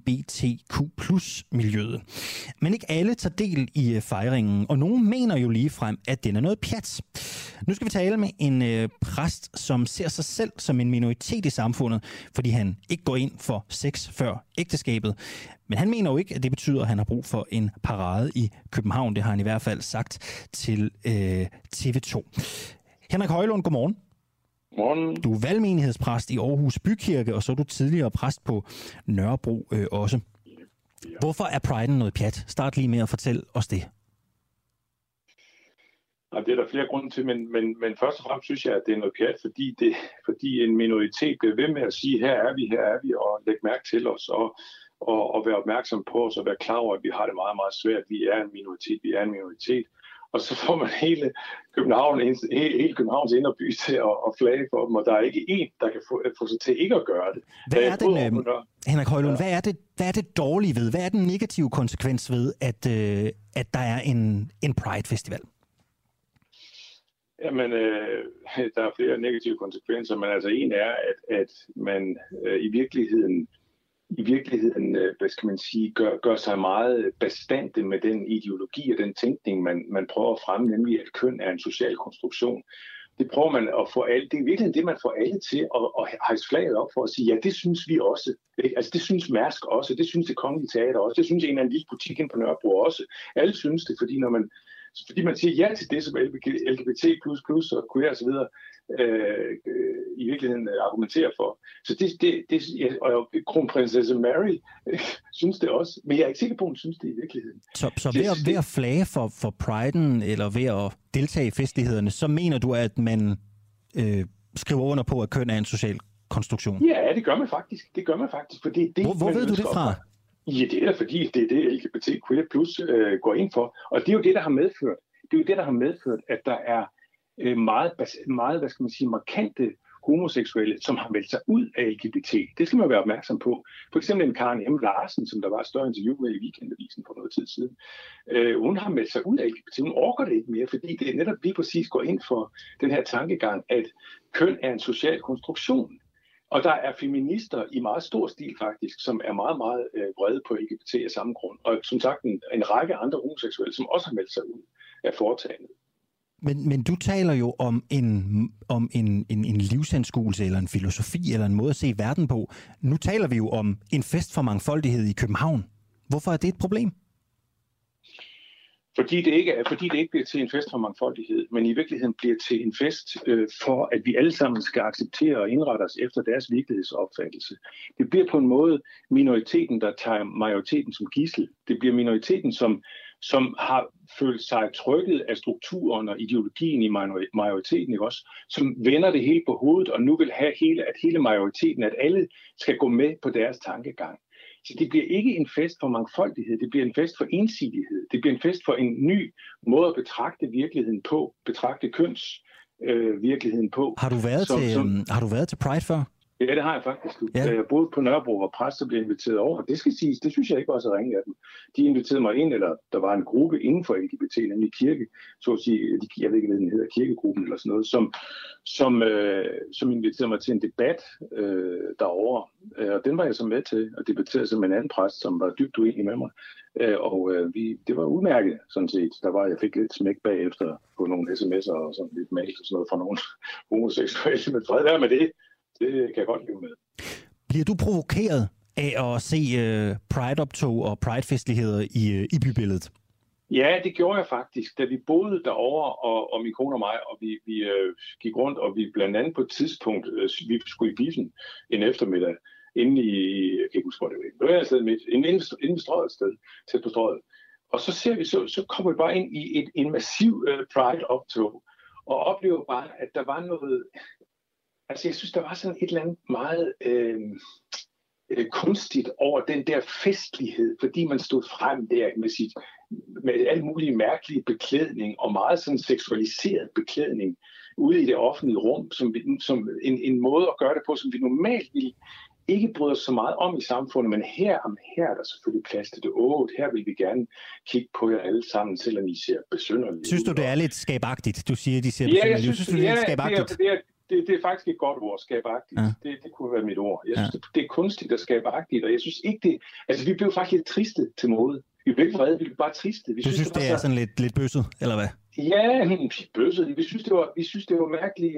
LGBTQ+-miljøet. Men ikke alle tager del i fejringen, og nogen mener jo lige frem, at den er noget pjat. Nu skal vi tale med en præst, som ser sig selv som en minoritet i samfundet, fordi han ikke går ind for sex før ægteskabet. Men han mener jo ikke, at det betyder, at han har brug for en parade i København. Det har han i hvert fald sagt til TV2. Henrik Højlund, godmorgen. Godmorgen. Du er valgmenighedspræst i Aarhus Bykirke, og så er du tidligere præst på Nørrebro også. Hvorfor er Pride'en noget pjat? Start lige med at fortælle os det. Og det er der flere grunde til, men først og fremmest synes jeg, at det er noget pjat, fordi en minoritet bliver ved med at sige, her er vi, og lægge mærke til os, og være opmærksom på os, og være klar over, at vi har det meget, meget svært. Vi er en minoritet. Og så får man hele Københavns indre by til at flage for dem, og der er ikke én, der kan få sig til ikke at gøre det. Hvad er den, Henrik Højlund, hvad er det dårlige ved? Hvad er den negative konsekvens ved, at der er en Pride-festival? Jamen, der er flere negative konsekvenser, men altså en er, at man i virkeligheden, hvad skal man sige, gør sig meget bastante med den ideologi og den tænkning, man prøver at fremme, nemlig at køn er en social konstruktion. Det prøver man at få alle, det er virkelig det, man får alle til at hejse flaget op for at sige, ja, det synes vi også. Ikke? Altså, det synes Mærsk også, det synes Det Kongelige Teater også, det synes en af en lille butik ind på Nørrebro også. Alle synes det, fordi man siger ja til det, som LGBT++ og queer og så videre, i virkeligheden argumenterer for. Så og kronprinsesse Mary synes det også, men jeg er ikke sikker på, hun synes det i virkeligheden. Så ved at flage for Pride'en, eller ved at deltage i festlighederne, så mener du, at man skriver under på, at køn er en social konstruktion? Ja, det gør man faktisk. Fordi hvor ved du det fra? Ja, det er fordi, det er det, LGBTQ+ går ind for. Og det er jo det, der har medført, at der er meget, hvad skal man sige, markante homoseksuelle, som har meldt sig ud af LGBT. Det skal man være opmærksom på. For eksempel en Karen M. Larsen, som der var et større interview med i Weekendavisen for noget tid siden. Hun har meldt sig ud af LGBT. Hun orker det ikke mere, fordi det netop lige præcis går ind for den her tankegang, at køn er en social konstruktion. Og der er feminister i meget stor stil faktisk, som er meget, meget vrede på LGBT af samme grund. Og som sagt en række andre homoseksuelle, som også har meldt sig ud af foretagendet. Men du taler jo om en livsanskuelse eller en filosofi eller en måde at se verden på. Nu taler vi jo om en fest for mangfoldighed i København. Hvorfor er det et problem? Fordi det ikke bliver til en fest for mangfoldighed, men i virkeligheden bliver til en fest for, at vi alle sammen skal acceptere og indrette os efter deres virkelighedsopfattelse. Det bliver på en måde minoriteten, der tager majoriteten som gidsel. Det bliver minoriteten, som har følt sig trykket af strukturen og ideologien i majoriteten, ikke også? Som vender det hele på hovedet og nu vil have at hele majoriteten, at alle skal gå med på deres tankegang. Så det bliver ikke en fest for mangfoldighed, det bliver en fest for ensidighed. Det bliver en fest for en ny måde at betragte virkeligheden på, betragte virkeligheden på. Har du været til Pride før? Ja, det har jeg faktisk. Ja. Jeg boede på Nørrebro, hvor præster blev inviteret over. Det skal siges, det synes jeg ikke var så ringe af dem. De inviterede mig ind, eller der var en gruppe inden for LGBT, nemlig kirke, så at sige, jeg ved ikke, hvad den hedder, kirkegruppen eller sådan noget, som inviterede mig til en debat derovre. Og den var jeg så med til, og debatterede som en anden præst, som var dybt uenig med mig. Det var udmærket, sådan set. Jeg fik lidt smæk bagefter på nogle sms'er og sådan lidt mail og sådan noget fra nogle homoseksuelle, men fred være med det. Det kan jeg godt leve med. Bliver du provokeret af at se Pride-optog og Pride-festligheder i bybilledet? Ja, det gjorde jeg faktisk. Da vi boede derovre, og min kone og mig, og vi gik rundt, og vi blandt andet på et tidspunkt, vi skulle i biffen en eftermiddag, inde i, jeg kan ikke huske, hvor det var. Det var et sted midt, inde ved Strøget sted, tæt på Strøget. Og så ser vi, så kommer vi bare ind i en massiv Pride-optog, og oplever bare, at der var noget. Altså, jeg synes, der var sådan et eller andet meget kunstigt over den der festlighed, fordi man stod frem der med alle mulige mærkelige beklædning og meget sådan seksualiseret beklædning ude i det offentlige rum, som en måde at gøre det på, som vi normalt ville ikke bryder så meget om i samfundet, men her er der selvfølgelig plads til det. Her vil vi gerne kigge på jer alle sammen, selvom I ser besynderlige. Synes du, det er lidt skabagtigt? Du siger, de ser besynderlige. Ja, jeg synes, det er lidt skabagtigt. Det er faktisk et godt ord, skabagtigt. Ja. Det kunne være mit ord. Jeg synes, det er kunstigt og skabagtigt, og jeg synes ikke det. Altså, vi blev faktisk lidt triste til mode. Vi blev ikke vrede, vi blev bare triste. Du synes, det er sådan lidt bøsset, eller hvad? Ja, bøsset. Vi synes, det var mærkeligt.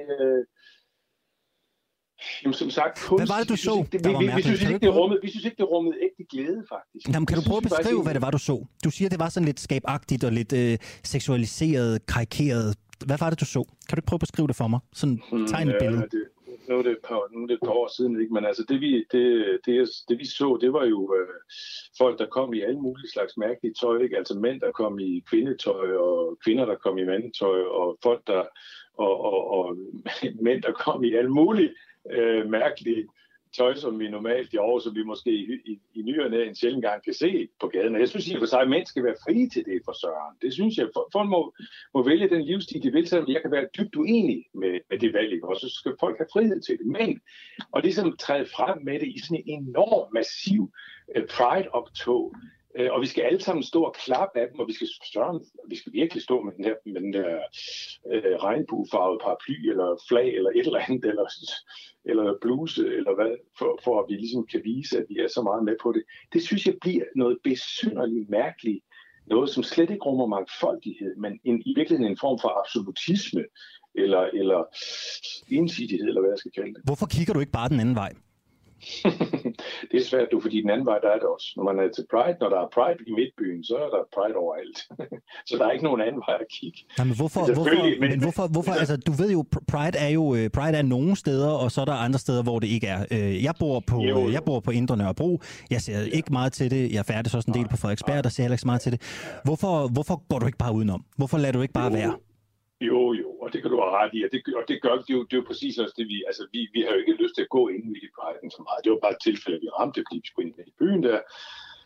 Jamen, som sagt, kunst. Hvad var det, du så? Vi synes ikke, det rummede ægte glæde, faktisk. Jamen, kan du prøve at beskrive, hvad det var, du så? Du siger, det var sådan lidt skabagtigt og lidt seksualiseret, karikeret. Hvad var det, du så? Kan du ikke prøve at beskrive det for mig? Sådan tegn et billede. Nu er det et par år siden, ikke? Men altså, det vi så, det var jo folk, der kom i alle mulige slags mærkelige tøj, ikke? Altså mænd, der kom i kvindetøj, og kvinder, der kom i mandetøj, og folk, og mænd, der kom i alle mulige mærkelige tøj, som vi normalt i år, som vi måske i ny og næ en sjældent gang kan se på gaden. Jeg synes, at mænd skal være frie til det for søren. Det synes jeg. Folk må vælge den livsstil, de vil, selvom jeg kan være dybt uenig med det valg, og så skal folk have frihed til det. Men og ligesom træde frem med det i sådan en enorm, massiv Pride-optog, og vi skal alle sammen stå og klappe af dem, og vi skal virkelig stå med den der regnbuefarvede paraply, eller flag, eller et eller andet, eller bluse, eller hvad, for at vi ligesom kan vise, at vi er så meget med på det. Det synes jeg bliver noget besynderligt mærkeligt, noget som slet ikke rummer mangfoldighed, men i virkeligheden en form for absolutisme, eller ensidighed, eller hvad jeg skal kalde det. Hvorfor kigger du ikke bare den anden vej? Det er svært, fordi den anden vej, der er det også. Når man er til Pride, når der er Pride i midtbyen, så er der Pride overalt. Så der er ikke nogen anden vej at kigge. Nej, men hvorfor? Altså, du ved jo, Pride er nogle steder, og så er der andre steder, hvor det ikke er. Jeg bor på Indre Nørrebro. Jeg ser ikke meget til det. Jeg færdes også en del på Frederiksberg, der ser heller ikke så meget til det. Hvorfor går du ikke bare udenom? Hvorfor lader du ikke bare være? Jo, og det kan du have ret i, og det gør det er jo præcis også det, vi har jo ikke lyst til at gå ind i Pride'en så meget. Det var bare et tilfælde, vi ramte, fordi vi skulle ind i byen der.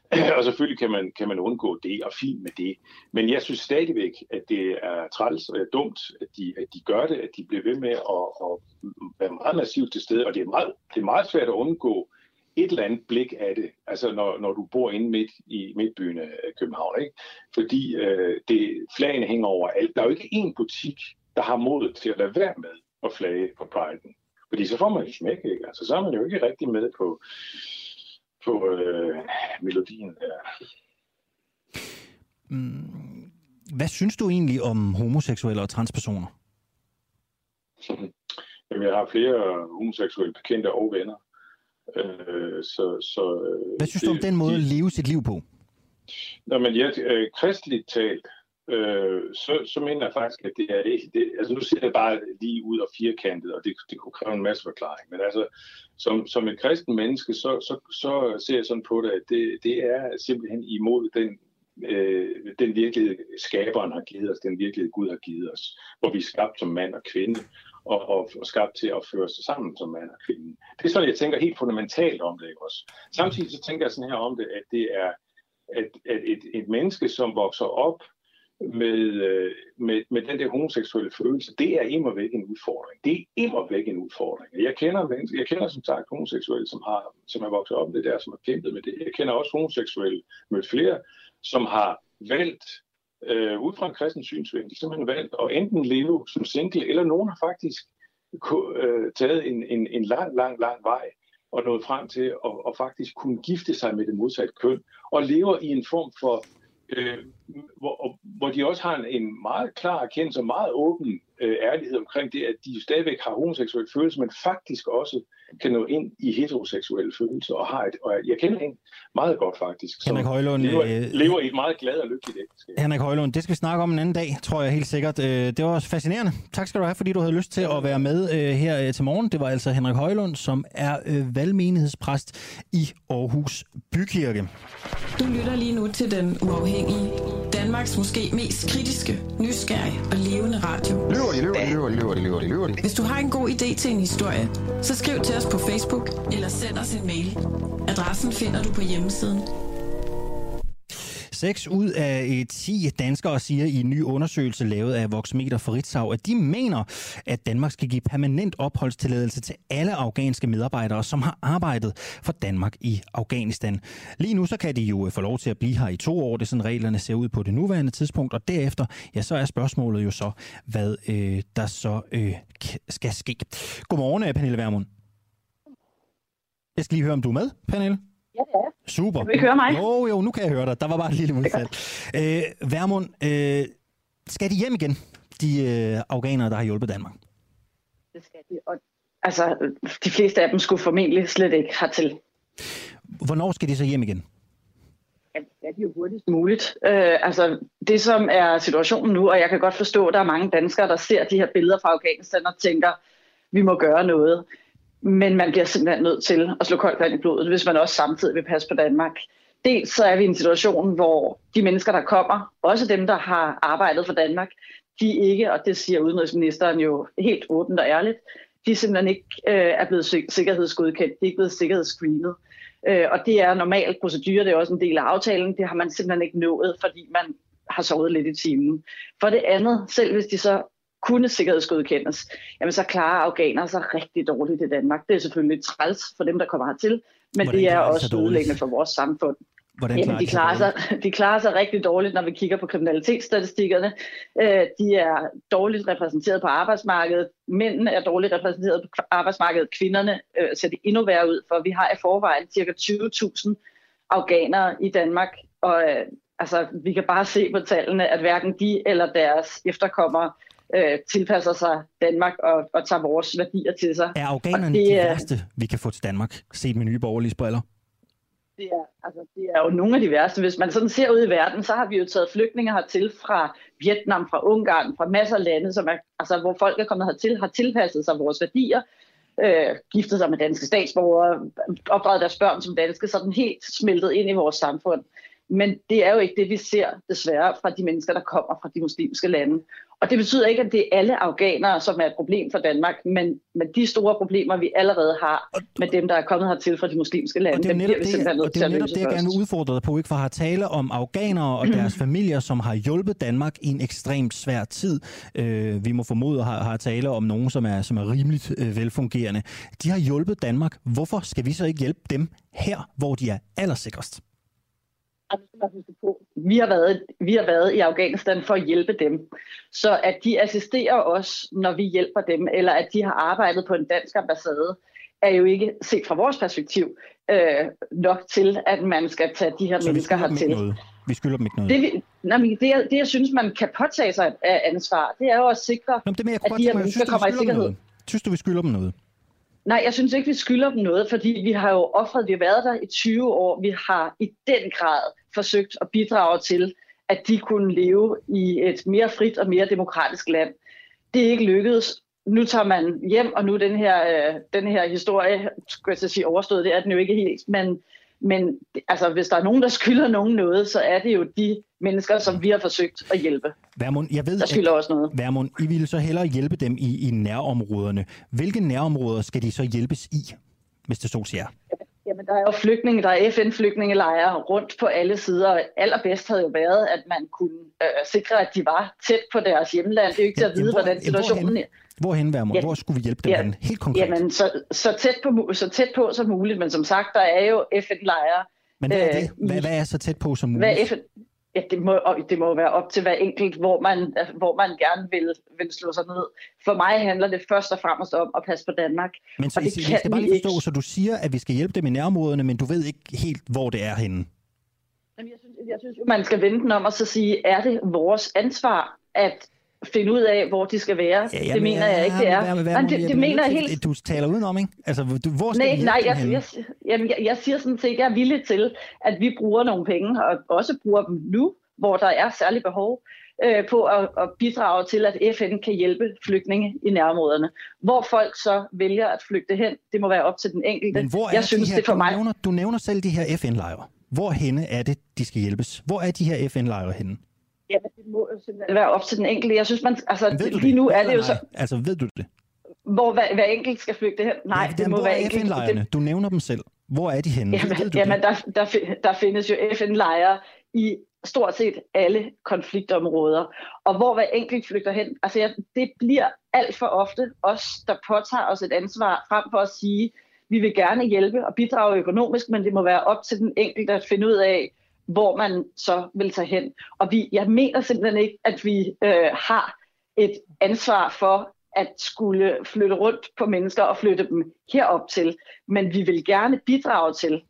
Og selvfølgelig kan man undgå det, og fint med det. Men jeg synes stadigvæk, at det er træls og dumt, at de gør det, at de bliver ved med at være meget massivt til stede. Og det er meget svært at undgå et eller andet blik af det, altså når du bor inde midt i midtbyen af København, ikke? Fordi flagene hænger overalt. Der er jo ikke én butik, der har mod til at lade være med at flage på Pride'en. Fordi så får man jo smæk, ikke? Altså så er man jo ikke rigtig med på melodien der. Hvad synes du egentlig om homoseksuelle og transpersoner? Jamen, jeg har flere homoseksuelle bekendte og venner. Hvad synes du om den måde at leve sit liv på? Nå, men kristeligt talt, så mener jeg faktisk, at det er det. Altså nu ser jeg bare lige ud og firkantet, og det kunne kræve en masse forklaring. Men altså, som et kristen menneske, så ser jeg sådan på det, at det er simpelthen imod den virkelighed, skaberen har givet os, den virkelighed, Gud har givet os, hvor vi er skabt som mand og kvinde, og skabt til at føre sig sammen som mand og kvinde. Det er sådan, jeg tænker helt fundamentalt om det, ikke også? Samtidig så tænker jeg sådan her om det, at det er at et menneske, som vokser op med den der homoseksuelle følelse, det er immervæk en udfordring. Det er immervæk en udfordring. Jeg kender som sagt homoseksuelle, som har vokset op med det der, som har kæmpet med det. Jeg kender også homoseksuelle med flere, som har valgt ud fra en kristen synsvinkel, simpelthen valgt at enten leve som single, eller nogen har faktisk taget en lang vej og nået frem til at faktisk kunne gifte sig med det modsatte køn, og lever i en form for, hvor de også har en meget klar erkendelse og meget åben ærlighed omkring det, at de stadigvæk har homoseksuelle følelser, men faktisk også kan nå ind i heteroseksuelle følelser, og jeg kender en meget godt faktisk, som Henrik Højlund, lever i et meget glad og lykkeligt ægteskab. Henrik Højlund, det skal vi snakke om en anden dag, tror jeg helt sikkert. Det var også fascinerende. Tak skal du have, fordi du havde lyst til at være med her til morgen. Det var altså Henrik Højlund, som er valgmenighedspræst i Aarhus Bykirke. Du lytter lige nu til Den Uafhængige. Danmarks måske mest kritiske, nysgerrige og levende radio. Løver. Hvis du har en god idé til en historie, så skriv til os på Facebook eller send os en mail. Adressen finder du på hjemmesiden. 6 ud af 10 danskere siger i en ny undersøgelse lavet af Voxmeter for Ritzau, at de mener, at Danmark skal give permanent opholdstilladelse til alle afghanske medarbejdere, som har arbejdet for Danmark i Afghanistan. Lige nu så kan de jo få lov til at blive her i 2 år. Det er sådan reglerne ser ud på det nuværende tidspunkt, og derefter ja, så er spørgsmålet jo så, hvad der så skal ske. Godmorgen, Pernille Vermund. Jeg skal lige høre, om du er med, Pernille. Ja, det er. Super. Kan du ikke høre mig? Jo, nu kan jeg høre dig. Der var bare et lille udfald. Vermund, skal de hjem igen, de afghanere, der har hjulpet Danmark? Det skal de. Og, altså, de fleste af dem skulle formentlig slet ikke hertil. Hvornår skal de så hjem igen? Ja, det er de jo hurtigst muligt. Altså, det som er situationen nu, og jeg kan godt forstå, at der er mange danskere, der ser de her billeder fra Afghanistan og tænker, vi må gøre noget. Men man bliver simpelthen nødt til at slå koldt vand i blodet, hvis man også samtidig vil passe på Danmark. Dels så er vi i en situation, hvor de mennesker, der kommer, også dem, der har arbejdet for Danmark, de ikke, og det siger udenrigsministeren jo helt åbent og ærligt, de simpelthen ikke er blevet sikkerhedsgodkendt, de er ikke blevet sikkerhedsscreenet. Og det er normal procedure, det er også en del af aftalen, det har man simpelthen ikke nået, fordi man har sovet lidt i timen. For det andet, selv hvis de så kunne sikkerhedsgodkendes, jamen så klarer afghanere sig rigtig dårligt i Danmark. Det er selvfølgelig træls for dem, der kommer hertil, men det er også ødelæggende for vores samfund. Jamen, de klarer sig rigtig dårligt, når vi kigger på kriminalitetsstatistikkerne. De er dårligt repræsenteret på arbejdsmarkedet. Mændene er dårligt repræsenteret på arbejdsmarkedet. Kvinderne ser det endnu værre ud, for vi har i forvejen ca. 20.000 afghanere i Danmark. Og altså, vi kan bare se på tallene, at hverken de eller deres efterkommere tilpasser sig Danmark og tager vores værdier til sig. Er afghanerne de værste, vi kan få til Danmark, set med Nye Borgerliges briller? Det er jo nogle af de værste. Hvis man sådan ser ud i verden, så har vi jo taget flygtninge hertil fra Vietnam, fra Ungarn, fra masser af lande, som er, altså, hvor folk er kommet hertil, har tilpasset sig vores værdier, giftet sig med danske statsborgere, opdraget deres børn som danske, sådan helt smeltet ind i vores samfund. Men det er jo ikke det, vi ser desværre fra de mennesker, der kommer fra de muslimske lande. Og det betyder ikke, at det er alle afghanere, som er et problem for Danmark, men de store problemer, vi allerede har med dem, der er kommet hertil fra de muslimske lande, dem bliver vi simpelthen nødt til at løse først. Det er netop det, jeg gerne udfordrer dig på, ikke? For at tale om afghanere og deres familier, som har hjulpet Danmark i en ekstremt svær tid. Vi må formode har tale om nogen, som er rimeligt velfungerende. De har hjulpet Danmark. Hvorfor skal vi så ikke hjælpe dem her, hvor de er allersikrest? Vi har været i Afghanistan for at hjælpe dem. Så at de assisterer os, når vi hjælper dem, eller at de har arbejdet på en dansk ambassade, er jo ikke set fra vores perspektiv nok til, at man skal tage de her mennesker hertil. Vi skylder dem ikke noget. Det, jeg synes, man kan påtage sig af ansvar, det er jo at sikre, at de her mennesker kommer i sikkerhed. Synes du, vi skylder dem noget? Nej, jeg synes ikke, vi skylder dem noget, fordi vi har jo offret, vi har været der i 20 år. Vi har i den grad forsøgt at bidrage til, at de kunne leve i et mere frit og mere demokratisk land. Det er ikke lykkedes. Nu tager man hjem, og nu den her historie, skulle jeg sige overstået, det er den jo ikke helt, men altså, hvis der er nogen, der skylder nogen noget, så er det jo de mennesker, som vi har forsøgt at hjælpe. Vermund, jeg ved, der skylder også noget. Vermund, I ville så hellere hjælpe dem i nærområderne. Hvilke nærområder skal de så hjælpes i, hvis det så siger? Jamen, der er jo flygtninge, der er FN-flygtningelejre rundt på alle sider. Allerbedst havde jo været, at man kunne sikre, at de var tæt på deres hjemland. Det er jo ikke til at vide, hvordan situationen er. Hvorhen, Vermund? Hvor skulle vi hjælpe dem hen? Helt konkret. Jamen, så tæt på som muligt. Men som sagt, der er jo FN-lejre. Men hvad er det? Hvad er så tæt på som muligt? Ja, det må være op til hver enkelt, hvor man gerne vil slå sig ned. For mig handler det først og fremmest om at passe på Danmark. Men så, vi skal bare lige forstå, så du siger, at vi skal hjælpe dem i nærområderne, men du ved ikke helt, hvor det er henne. Jamen, jeg synes, man skal vende den om og så sige, er det vores ansvar at finde ud af, hvor de skal være? Ja, det mener jeg ikke, det er. Det mener jeg helt. Du taler udenom, ikke? Altså, hvor skal jeg siger sådan set, at jeg er villig til, at vi bruger nogle penge, og også bruger dem nu, hvor der er særlig behov, på at bidrage til, at FN kan hjælpe flygtninge i nærområderne. Hvor folk så vælger at flygte hen, det må være op til den enkelte. Men hvor er det for mig. Du nævner selv de her FN-lejre. Hvor henne er det, de skal hjælpes? Hvor er de her FN-lejre henne? Ja, det må jo simpelthen være op til den enkelte. Jeg synes, lige nu er det jo så... Altså, ved du det? Hvor hver enkelt skal flygte hen? Nej, det må være enkelt. FN-lejrene? Du nævner dem selv. Hvor er de henne? Jamen der findes jo FN-lejre i stort set alle konfliktområder. Og hvor hver enkelt flygter hen, altså det bliver alt for ofte os, der påtager os et ansvar, frem for at sige, vi vil gerne hjælpe og bidrage økonomisk, men det må være op til den enkelte at finde ud af, hvor man så vil tage hen. Og jeg mener simpelthen ikke, at vi har et ansvar for at skulle flytte rundt på mennesker og flytte dem herop til. Men vi vil gerne bidrage til,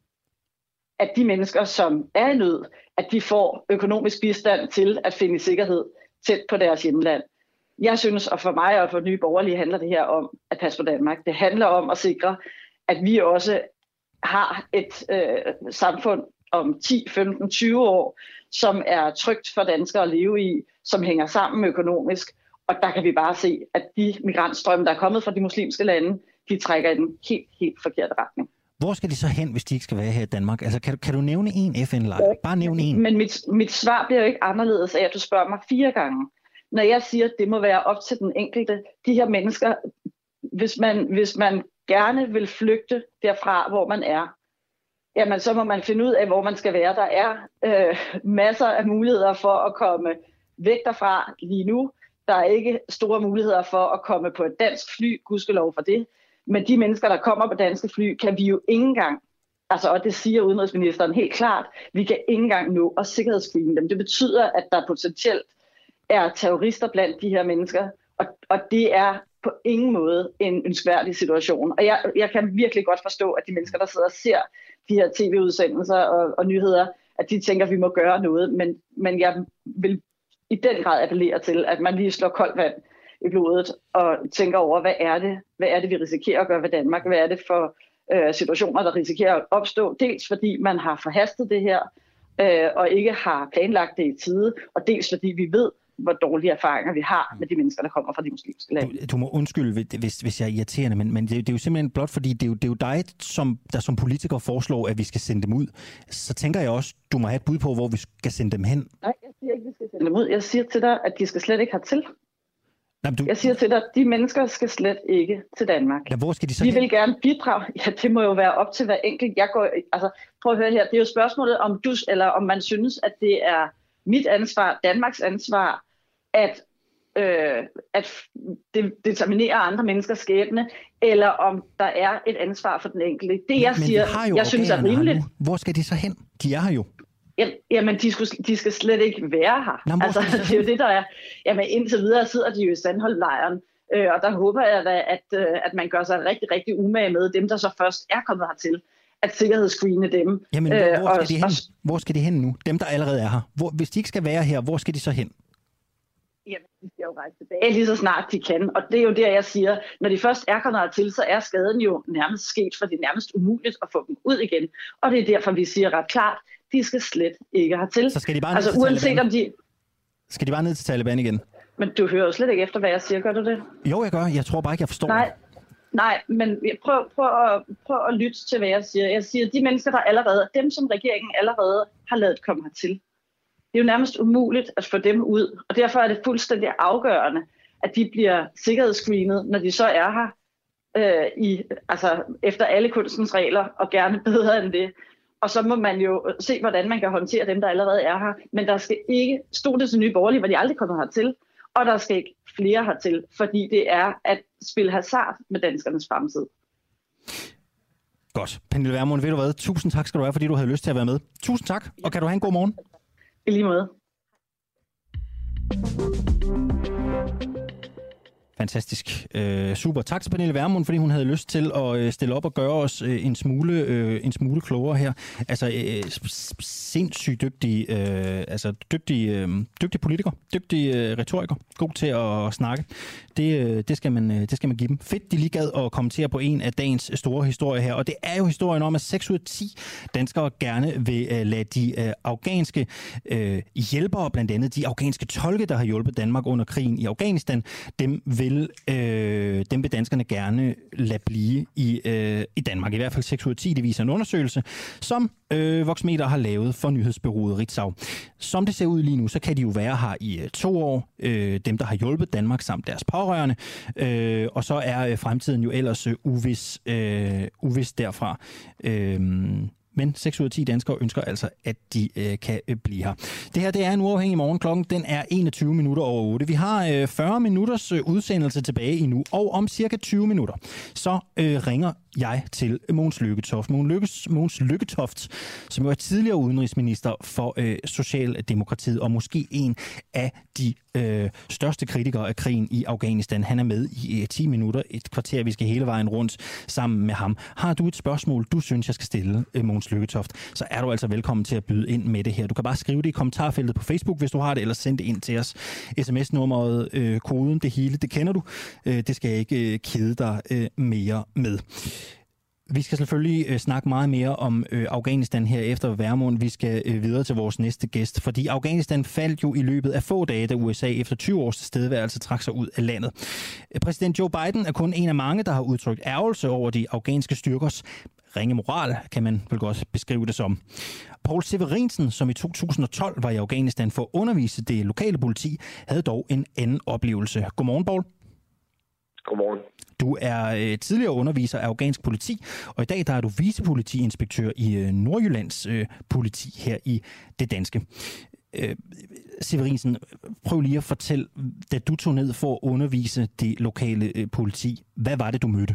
at de mennesker, som er i nød, at de får økonomisk bistand til at finde sikkerhed tæt på deres hjemland. Jeg synes, og for mig og for Nye Borgerlige handler det her om at passe på Danmark. Det handler om at sikre, at vi også har et samfund om 10, 15, 20 år, som er trygt for danskere at leve i, som hænger sammen økonomisk. Og der kan vi bare se, at de migrantstrømme, der er kommet fra de muslimske lande, de trækker i den helt forkerte retning. Hvor skal de så hen, hvis de ikke skal være her i Danmark? Altså, kan du nævne en FN-lejr? Bare nævne en. Men mit svar bliver jo ikke anderledes af, at du spørger mig 4 gange. Når jeg siger, at det må være op til den enkelte, de her mennesker, hvis man gerne vil flygte derfra, hvor man er, jamen så må man finde ud af, hvor man skal være. Der er masser af muligheder for at komme væk derfra lige nu. Der er ikke store muligheder for at komme på et dansk fly, gudskelov for det. Men de mennesker, der kommer på danske fly, kan vi jo ikke engang, altså, og det siger udenrigsministeren helt klart, vi kan ikke engang nå at sikkerhedsscreene dem. Det betyder, at der potentielt er terrorister blandt de her mennesker, og det er på ingen måde en ønskværdig situation. Og jeg kan virkelig godt forstå, at de mennesker, der sidder og ser de her tv-udsendelser og nyheder, at de tænker, at vi må gøre noget. Men jeg vil i den grad appellere til, at man lige slår koldt vand i blodet og tænker over, hvad er det, vi risikerer at gøre ved Danmark? Hvad er det for situationer, der risikerer at opstå? Dels fordi man har forhastet det her og ikke har planlagt det i tide, og dels fordi vi ved hvor dårlige erfaringer vi har med de mennesker, der kommer fra de muslimske lande. Du må undskylde, hvis jeg er irriterende, men det er jo simpelthen blot, fordi det er jo dig, der som politiker foreslår, at vi skal sende dem ud. Så tænker jeg også, du må have et bud på, hvor vi skal sende dem hen. Nej, jeg siger ikke, vi skal sende dem ud. Jeg siger til dig, at de skal slet ikke hertil. Jeg siger til dig, at de mennesker skal slet ikke til Danmark. Ja, hvor skal de så hen? Vil gerne bidrage. Ja, det må jo være op til hver enkelt. Prøv at høre her. Det er jo spørgsmålet, om man synes, at det er mit ansvar, Danmarks ansvar, at determinere andre menneskers skæbne, eller om der er et ansvar for den enkelte. Det jeg siger, jeg synes er rimeligt. Hvor skal de så hen? De er her jo. Jamen, de skal slet ikke være her. Nå, det er jo det, der er. Jamen, indtil videre sidder de jo i Sandholm-lejren, og der håber jeg da, at man gør sig rigtig, rigtig umage med dem, der så først er kommet hertil, at sikkerhedsscreene dem. Jamen, hvor skal de hen nu? Dem, der allerede er her. Hvis de ikke skal være her, hvor skal de så hen? Jamen, de skal jo rejse tilbage lige så snart de kan. Og det er jo der, jeg siger, når de først er kommet hertil, så er skaden jo nærmest sket, for det er nærmest umuligt at få dem ud igen. Og det er derfor, vi siger ret klart, de skal slet ikke hertil. Så skal de bare ned til uanset Taliban? Om de... Skal de bare ned til Taliban igen? Men du hører jo slet ikke efter, hvad jeg siger, gør du det? Jo, jeg gør. Jeg tror bare ikke, jeg forstår det. Nej, men prøv at lytte til, hvad jeg siger. Jeg siger, at de mennesker, der allerede, dem som regeringen allerede har ladet komme hertil, det er jo nærmest umuligt at få dem ud. Og derfor er det fuldstændig afgørende, at de bliver sikkerhedsscreenet, når de så er her, efter alle kunstens regler, og gerne bedre end det. Og så må man jo se, hvordan man kan håndtere dem, der allerede er her. Men der skal ikke stå det til Nye Borgerlige, hvor de aldrig kommer hertil. Og der skal ikke flere hertil, fordi det er at spille hasard med danskernes fremtid. Godt. Pernille Vermund, ved du hvad? Tusind tak skal du have, fordi du havde lyst til at være med. Tusind tak, og kan du have en god morgen? I lige måde. Fantastisk. Super. Tak til Pernille Vermund, fordi hun havde lyst til at stille op og gøre os en smule klogere her. Altså sindssygt dygtig politiker, dygtig retoriker, god til at snakke. Det skal man give dem. Fedt, de lige gad at kommentere på en af dagens store historier her. Og det er jo historien om, at 6 ud af 10 danskere gerne vil lade de afghanske hjælpere, blandt andet de afghanske tolke, der har hjulpet Danmark under krigen i Afghanistan, dem vil danskerne gerne lade blive i Danmark. I hvert fald 6 ud af 10, det viser en undersøgelse, som Voxmeter har lavet for nyhedsbureauet Ritzau. Som det ser ud lige nu, så kan de jo være her i 2 år, dem der har hjulpet Danmark samt deres pårørende, og så er fremtiden jo ellers uvis derfra. Men 6 ud af 10 danskere ønsker altså, at de kan blive her. Det her, det er en uafhængig morgen. Klokken den er 21 minutter over 8. Vi har 40 minutters udsendelse tilbage endnu, og om cirka 20 minutter, så ringer jeg til Mogens Lykketoft. Mogens Lykketoft, som jo er tidligere udenrigsminister for Socialdemokratiet, og måske en af de største kritikere af krigen i Afghanistan. Han er med i 10 minutter, et kvarter, vi skal hele vejen rundt sammen med ham. Har du et spørgsmål, du synes, jeg skal stille, Mogens Lykketoft, så er du altså velkommen til at byde ind med det her. Du kan bare skrive det i kommentarfeltet på Facebook, hvis du har det, eller send det ind til os. SMS-nummeret, koden, det hele, det kender du. Det skal jeg ikke kede dig mere med. Vi skal selvfølgelig snakke meget mere om Afghanistan her efter Vermund. Vi skal videre til vores næste gæst, fordi Afghanistan faldt jo i løbet af få dage, da USA efter 20 års tilstedeværelse trak sig ud af landet. Præsident Joe Biden er kun en af mange, der har udtrykt ærgelse over de afghanske styrkers ringe moral, kan man vel godt beskrive det som. Poul Severinsen, som i 2012 var i Afghanistan for at undervise det lokale politi, havde dog en anden oplevelse. Godmorgen, Poul. Godmorgen. Du er tidligere underviser af afghansk politi, og i dag der er du vicepolitiinspektør i Nordjyllands politi her i det danske. Severinsen, prøv lige at fortælle, da du tog ned for at undervise det lokale politi, hvad var det, du mødte?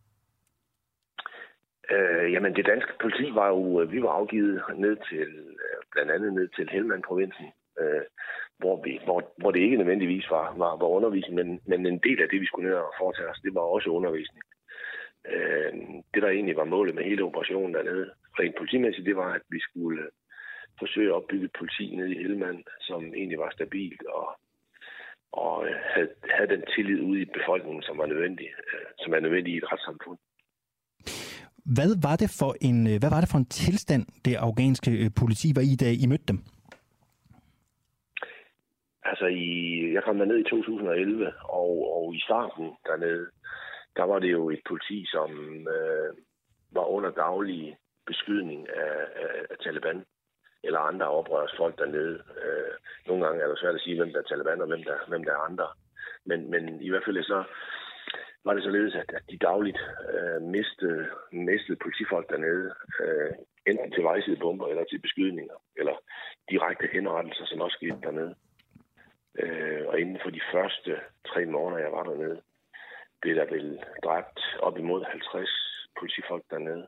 Jamen, det danske politi var jo, vi var afgivet ned til, blandt andet ned til Helmand-provinsen, hvor det ikke nødvendigvis var undervisning, men en del af det, vi skulle ned og foretage os, det var også undervisning. Det, der egentlig var målet med hele operationen dernede, rent politimæssigt, det var, at vi skulle forsøge at opbygge et politi nede i Helmand, som egentlig var stabilt og havde den tillid ude i befolkningen, som er nødvendig i et retssamfund. Hvad var det for en tilstand, det afghanske politi var i, da I mødte dem? Altså, jeg kom derned i 2011, og i starten dernede, der var det jo et politi, som var under daglig beskydning af Taliban eller andre oprørsfolk dernede. Nogle gange er det svært at sige, hvem der er Taliban og hvem der er andre. Men i hvert fald så var det således, at de dagligt mistede politifolk dernede, enten til vejsidebomber eller til beskydninger, eller direkte henrettelser, som også skete dernede. Og inden for de første 3 måneder, jeg var dernede, blev der vel dræbt op imod 50 politifolk dernede.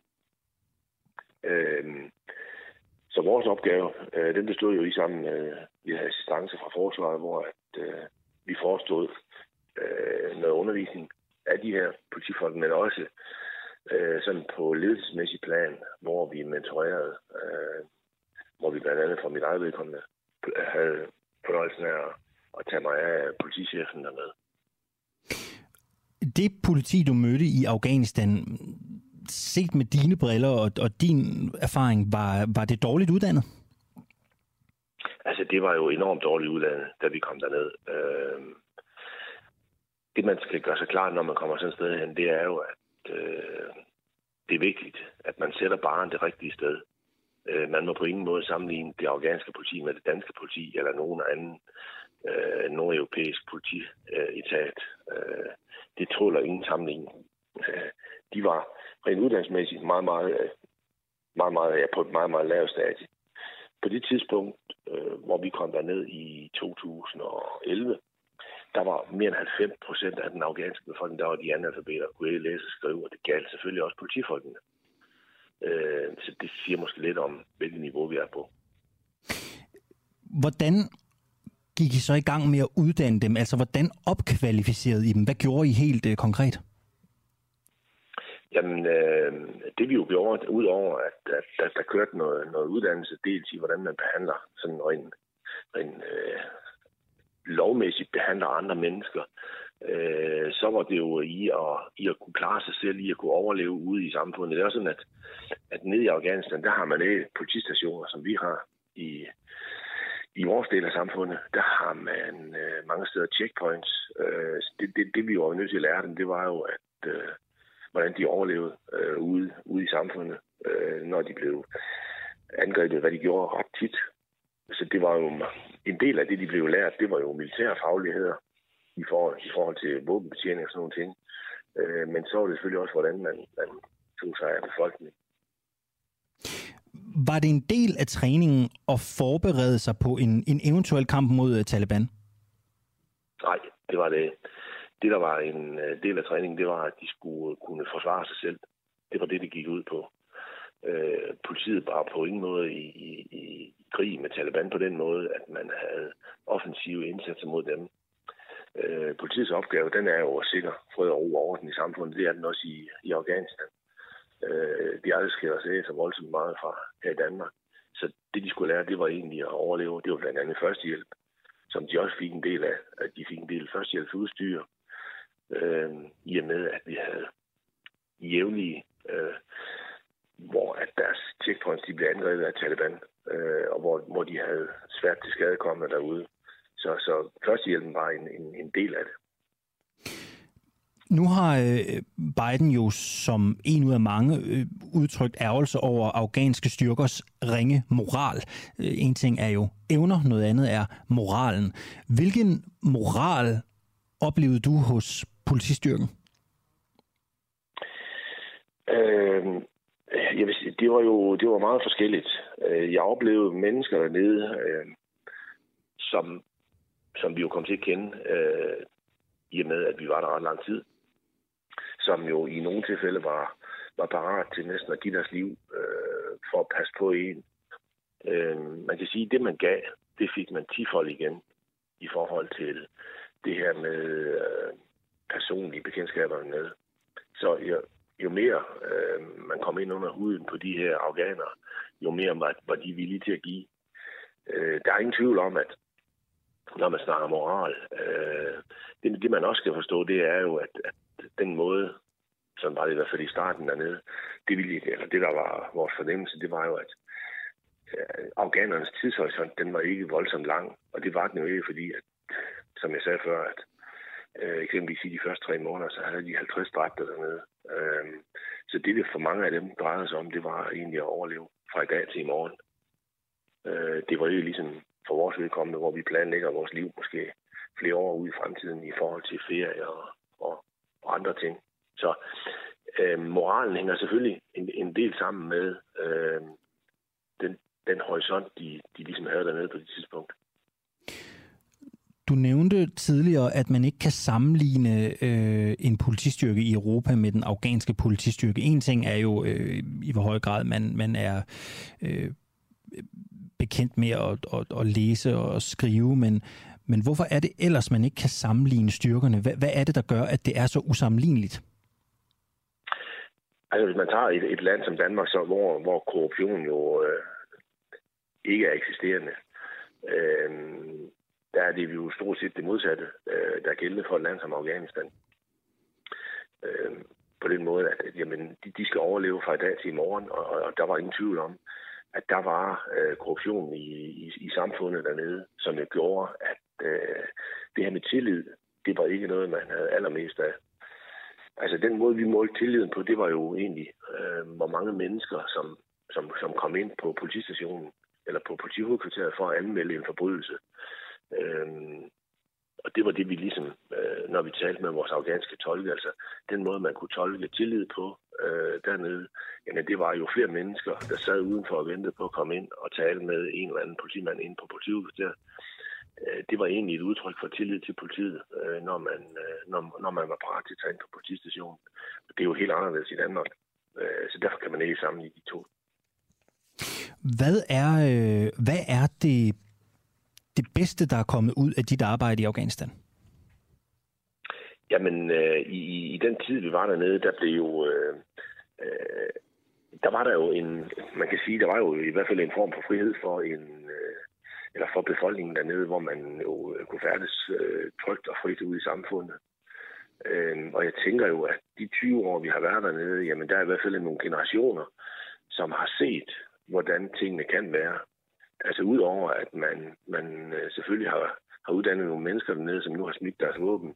Så vores opgave, den bestod jo i sammen med vi havde assistance fra forsvaret, hvor vi forestod noget undervisning af de her politifolk, men også sådan på ledelsesmæssig plan, hvor vi mentorerede, hvor vi blandt andet fra mit eget vedkommende havde fornøjelsen af at tage mig af politichefen dernede. Det politi, du mødte i Afghanistan, set med dine briller og din erfaring, var det dårligt uddannet? Altså, det var jo enormt dårligt uddannet, da vi kom derned. Det, man skal gøre sig klart, når man kommer sådan et sted hen, det er jo, at det er vigtigt, at man sætter barren det rigtige sted. Man må på ingen måde sammenligne det afghanske politi med det danske politi, eller nogen anden nordeuropæisk politietat. Det tåler ingen sammenligning. De var rent uddannelsesmæssigt på et meget, meget lavt stadie. På det tidspunkt, hvor vi kom derned i 2011, der var mere end 90% af den afghanske befolkning, der var de analfabeter, kunne ikke læse og skrive, og det galt selvfølgelig også politifolkene. Så det siger måske lidt om, hvilket niveau vi er på. Hvordan gik I så i gang med at uddanne dem? Altså, hvordan opkvalificerede I dem? Hvad gjorde I helt konkret? Jamen, det vi jo gjorde, udover at der kørte noget uddannelse, dels i, hvordan man behandler sådan en lovmæssigt behandler andre mennesker, så var det jo i at kunne klare sig selv, i at kunne overleve ude i samfundet. Det er også sådan, at nede i Afghanistan, der har man ikke politistationer, som vi har i vores del af samfundet. Der har man mange steder checkpoints. Det vi jo var nødt til at lære dem, det var jo, at hvordan de overlevede ude i samfundet, når de blev angrebet, hvad de gjorde ret tit. Så det var jo en del af det, de blev lært, det var jo militære fagligheder i forhold til våbenbetjening og sådan nogle ting. Men så var det selvfølgelig også, hvordan man tog sig af befolkningen. Var det en del af træningen at forberede sig på en eventuel kamp mod Taliban? Nej, det var det. Det, der var en del af træningen, det var, at de skulle kunne forsvare sig selv. Det var det gik ud på. Politiet var på ingen måde i krig med Taliban på den måde, at man havde offensive indsatser mod dem. Politiets opgave, den er jo at sikre fred og ro og orden i samfundet. Det er den også i Afghanistan. De adskiller sig så voldsomt meget fra her i Danmark. Så det, de skulle lære, det var egentlig at overleve. Det var blandt andet førstehjælp, som de også fik en del af. At de fik en del førstehjælpsudstyr, i og med, at vi havde jævnlige, hvor at deres checkpoints de blev angrebet af Taliban, og hvor de havde svært til skadekommende derude. Så førstehjælpen var en del af det. Nu har Biden jo som en ud af mange udtrykt ærgelse over afghanske styrkers ringe moral. En ting er jo evner, noget andet er moralen. Hvilken moral oplevede du hos politistyrken? Jeg vil sige, det var meget forskelligt. Jeg oplevede mennesker dernede, som vi jo kom til at kende, i og med, at vi var der ret lang tid, som jo i nogle tilfælde var parat til næsten at give deres liv for at passe på en. Man kan sige, at det man gav, det fik man 10-fold igen i forhold til det her med personlige bekendtskaber med. Så jo mere man kom ind under huden på de her afghanere, jo mere var de villige til at give. Der er ingen tvivl om, at når man snakker moral, det man også skal forstå, det er jo, at den måde, som var det i hvert fald i starten dernede, det der var vores fornemmelse, det var jo, at afghanernes tidshorisont, den var ikke voldsomt lang, og det var den jo ikke, fordi at som jeg sagde før, at eksempelvis i de første 3 måneder, så havde de 50 dræbte dernede. Så det for mange af dem drejede sig om, det var egentlig at overleve fra i dag til i morgen. Det var jo ligesom for vores vedkommende, hvor vi planlægger vores liv måske flere år ude i fremtiden i forhold til ferie og andre ting. Så moralen hænger selvfølgelig en del sammen med den horisont, de ligesom havde dernede på det tidspunkt. Du nævnte tidligere, at man ikke kan sammenligne en politistyrke i Europa med den afghanske politistyrke. En ting er jo i hvor høj grad man er bekendt med at læse og skrive, men hvorfor er det ellers, man ikke kan sammenligne styrkerne? Hvad er det, der gør, at det er så usammenligneligt? Altså, hvis man tager et land som Danmark, så hvor korruption jo ikke er eksisterende, der er det jo stort set det modsatte, der gælder for et land som Afghanistan. På den måde, at jamen, de skal overleve fra i dag til i morgen, og der var ingen tvivl om, at der var korruption i samfundet dernede, som jo gjorde, at det her med tillid, det var ikke noget, man havde allermest af. Altså den måde, vi målte tilliden på, det var jo egentlig, hvor mange mennesker, som kom ind på politistationen, eller på politihovedkvarteret for at anmelde en forbrydelse. Og det var det, vi ligesom, når vi talte med vores afghanske tolke, altså den måde, man kunne tolke tillid på dernede, jamen det var jo flere mennesker, der sad udenfor og ventede på at komme ind og tale med en eller anden politimand inde på politihovedkvarteret. Det var egentlig et udtryk for tillid til politiet, når man var parat til at tage ind på politistationen. Det er jo helt anderledes i Danmark, så derfor kan man ikke sammenligne de to. Hvad er det bedste, der er kommet ud af dit arbejde i Afghanistan? Jamen, i den tid, vi var dernede, der blev jo... der var der jo man kan sige, der var jo i hvert fald en form for frihed for befolkningen dernede, hvor man jo kunne færdes trygt og frit ud i samfundet. Og jeg tænker jo, at de 20 år, vi har været dernede, jamen der er i hvert fald nogle generationer, som har set, hvordan tingene kan være. Altså udover, at man selvfølgelig har uddannet nogle mennesker dernede, som nu har smidt deres våben,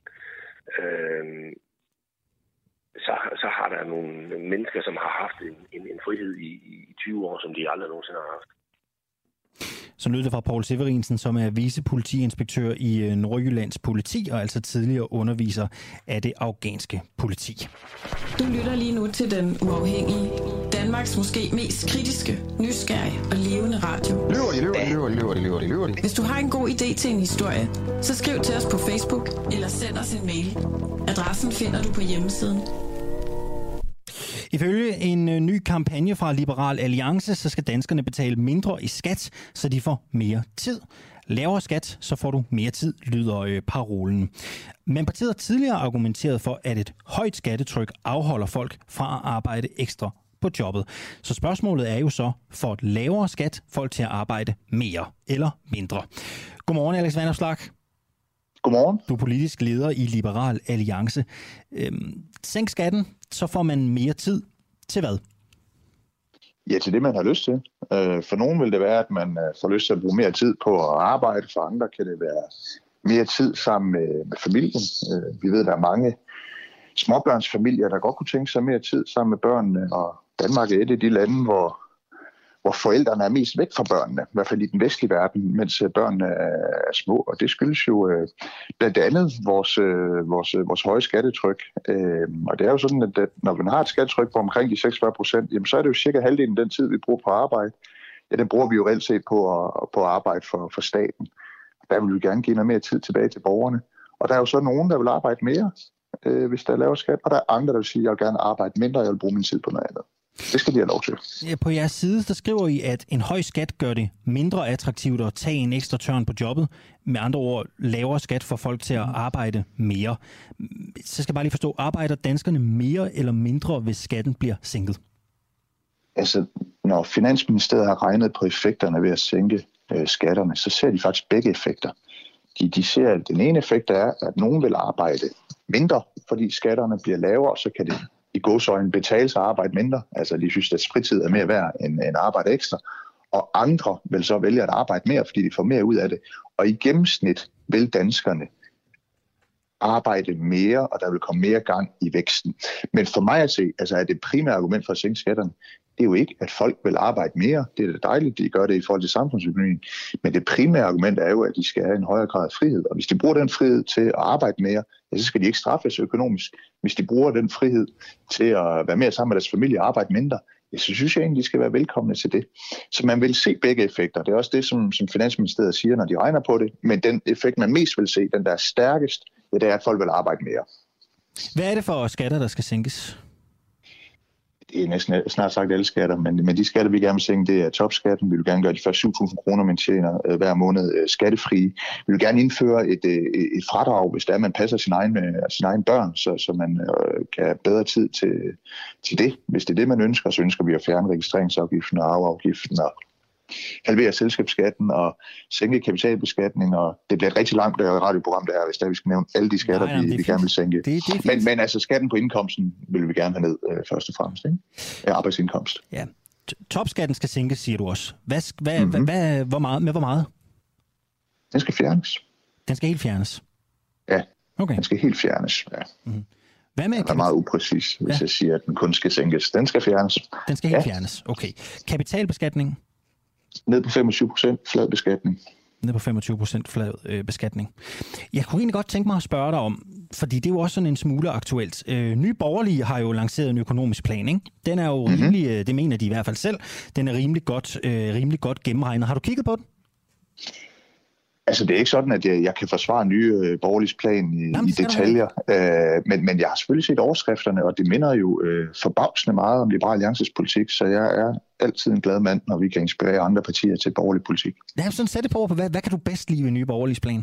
så har der nogle mennesker, som har haft en frihed i 20 år, som de aldrig nogensinde har haft. Så lød det fra Poul Severinsen, som er vicepolitiinspektør i Nordjyllands politi, og altså tidligere underviser af det afghanske politi. Du lytter lige nu til Den Uafhængige. Danmarks måske mest kritiske, nysgerrige og levende radio. Løver de. Hvis du har en god idé til en historie, så skriv til os på Facebook eller send os en mail. Adressen finder du på hjemmesiden. Ifølge en ny kampagne fra Liberal Alliance, så skal danskerne betale mindre i skat, så de får mere tid. Lavere skat, så får du mere tid, lyder parolen. Men partiet har tidligere argumenteret for, at et højt skattetryk afholder folk fra at arbejde ekstra på jobbet. Så spørgsmålet er jo så, for et lavere skat folk til at arbejde mere eller mindre. Godmorgen, Alex Vanopslagh. Godmorgen. Du er politisk leder i Liberal Alliance. Sænk skatten, så får man mere tid til hvad? Ja, til det, man har lyst til. For nogen vil det være, at man får lyst til at bruge mere tid på at arbejde. For andre kan det være mere tid sammen med familien. Vi ved, at der er mange småbørnsfamilier, der godt kunne tænke sig mere tid sammen med børnene. Og Danmark er et af de lande, hvor forældrene er mest væk fra børnene, i hvert fald i den vestlige verden, mens børnene er små. Og det skyldes jo blandt andet vores høje skattetryk. Og det er jo sådan, at når man har et skattetryk på omkring de 46%, jamen så er det jo cirka halvdelen af den tid, vi bruger på arbejde. Ja, den bruger vi jo reelt set på at arbejde for staten. Der vil vi gerne give noget mere tid tilbage til borgerne. Og der er jo så nogen, der vil arbejde mere, hvis der er lavere skat, og der er andre, der vil sige, at jeg vil gerne arbejde mindre, og jeg vil bruge min tid på noget andet. Det skal de have lov til. På jeres side, der skriver I, at en høj skat gør det mindre attraktivt at tage en ekstra tørn på jobbet. Med andre ord, lavere skat for folk til at arbejde mere. Så skal jeg bare lige forstå, arbejder danskerne mere eller mindre, hvis skatten bliver sænket? Altså, når Finansministeriet har regnet på effekterne ved at sænke skatterne, så ser de faktisk begge effekter. De ser, at den ene effekt er, at nogen vil arbejde mindre, fordi skatterne bliver lavere, så kan det i gåseøjne betale sig at arbejde mindre. Altså de synes, at fritid er mere værd end arbejde ekstra. Og andre vil så vælge at arbejde mere, fordi de får mere ud af det. Og i gennemsnit vil danskerne arbejde mere, og der vil komme mere gang i væksten. Men for mig at se, altså er det primære argument for at sænke skatterne, det er jo ikke, at folk vil arbejde mere. Det er da dejligt, de gør det i forhold til samfundsøkonomien. Men det primære argument er jo, at de skal have en højere grad af frihed. Og hvis de bruger den frihed til at arbejde mere, ja, så skal de ikke straffes økonomisk. Hvis de bruger den frihed til at være mere sammen med deres familie og arbejde mindre, ja, så synes jeg egentlig, de skal være velkomne til det. Så man vil se begge effekter. Det er også det, som Finansministeriet siger, når de regner på det. Men den effekt, man mest vil se, den der er stærkest, det er, at folk vil arbejde mere. Hvad er det for skatter, der skal sænkes? Det er næsten snart sagt alle skatter, men de skatter, vi gerne vil sænke, det er topskatten. Vi vil gerne gøre de første 7.000 kroner, man tjener hver måned skattefri. Vi vil gerne indføre et fradrag, hvis man passer sine egne børn, så man kan have bedre tid til det. Hvis det er det, man ønsker, så ønsker vi at fjerne registreringsafgiften og arveafgiften og halvere selskabsskatten og sænke kapitalbeskatning, og det bliver et rigtig langt radioprogram, det her, hvis vi skal nævne alle de skatter, vi gerne vil sænke. Men altså skatten på indkomsten vil vi gerne have ned først og fremmest, ikke? Arbejdsindkomst. Ja. Topskatten skal sænkes, siger du også. Hvor meget? Den skal fjernes. Den skal helt fjernes? Ja, okay. Den skal helt fjernes, ja. Mm-hmm. Hvad med det er meget upræcis, hvis jeg siger, at den kun skal sænkes. Den skal fjernes. Den skal helt fjernes, okay. Kapitalbeskatning? Ned på 25% flad beskatning. Ned på 25% flad beskatning. Jeg kunne egentlig godt tænke mig at spørge dig om, fordi det er jo også sådan en smule aktuelt. Nye Borgerlige har jo lanceret en økonomisk plan, ikke? Den er jo rimelig, det mener de i hvert fald selv, den er rimelig godt gennemregnet. Har du kigget på den? Altså, det er ikke sådan, at jeg kan forsvare nye borgerliges plan i detaljer, men jeg har selvfølgelig set overskrifterne, og det minder jo forbavsende meget om Liberal Alliances politik, så jeg er altid en glad mand, når vi kan inspirere andre partier til borgerlig politik. Lad os sådan sætte på, hvad kan du bedst lide ved nye borgerliges plan?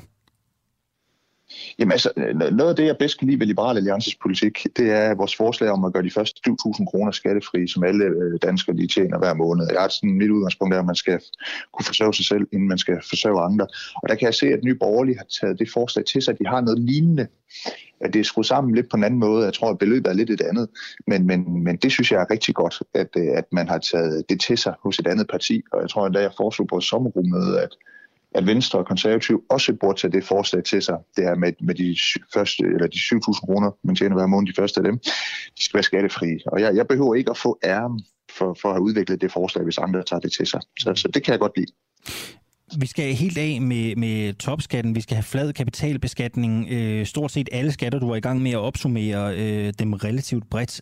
Jamen altså, noget af det, jeg bedst kan lide ved Liberal Alliances politik, det er vores forslag om at gøre de første 7.000 kroner skattefri, som alle danskere de tjener hver måned. Jeg har sådan mit udgangspunkt, at man skal kunne forsørge sig selv, inden man skal forsørge andre. Og der kan jeg se, at Nye Borgerlige har taget det forslag til sig, at de har noget lignende. At det er skruet sammen lidt på en anden måde. Jeg tror, at beløbet er lidt et andet. Men det synes jeg er rigtig godt, at man har taget det til sig hos et andet parti. Og jeg tror, at da jeg foreslog på et sommergruppemøde, at Venstre og Konservativ også burde tage det forslag til sig. Det er med de første, eller de 7.000 kroner, man tjener hver måned, de første af dem, de skal være skattefrie. Og jeg behøver ikke at få æren for at have udviklet det forslag, hvis andre tager det til sig. Så det kan jeg godt lide. Vi skal helt af med topskatten, vi skal have flad kapitalbeskatning, stort set alle skatter, du er i gang med at opsummere dem relativt bredt,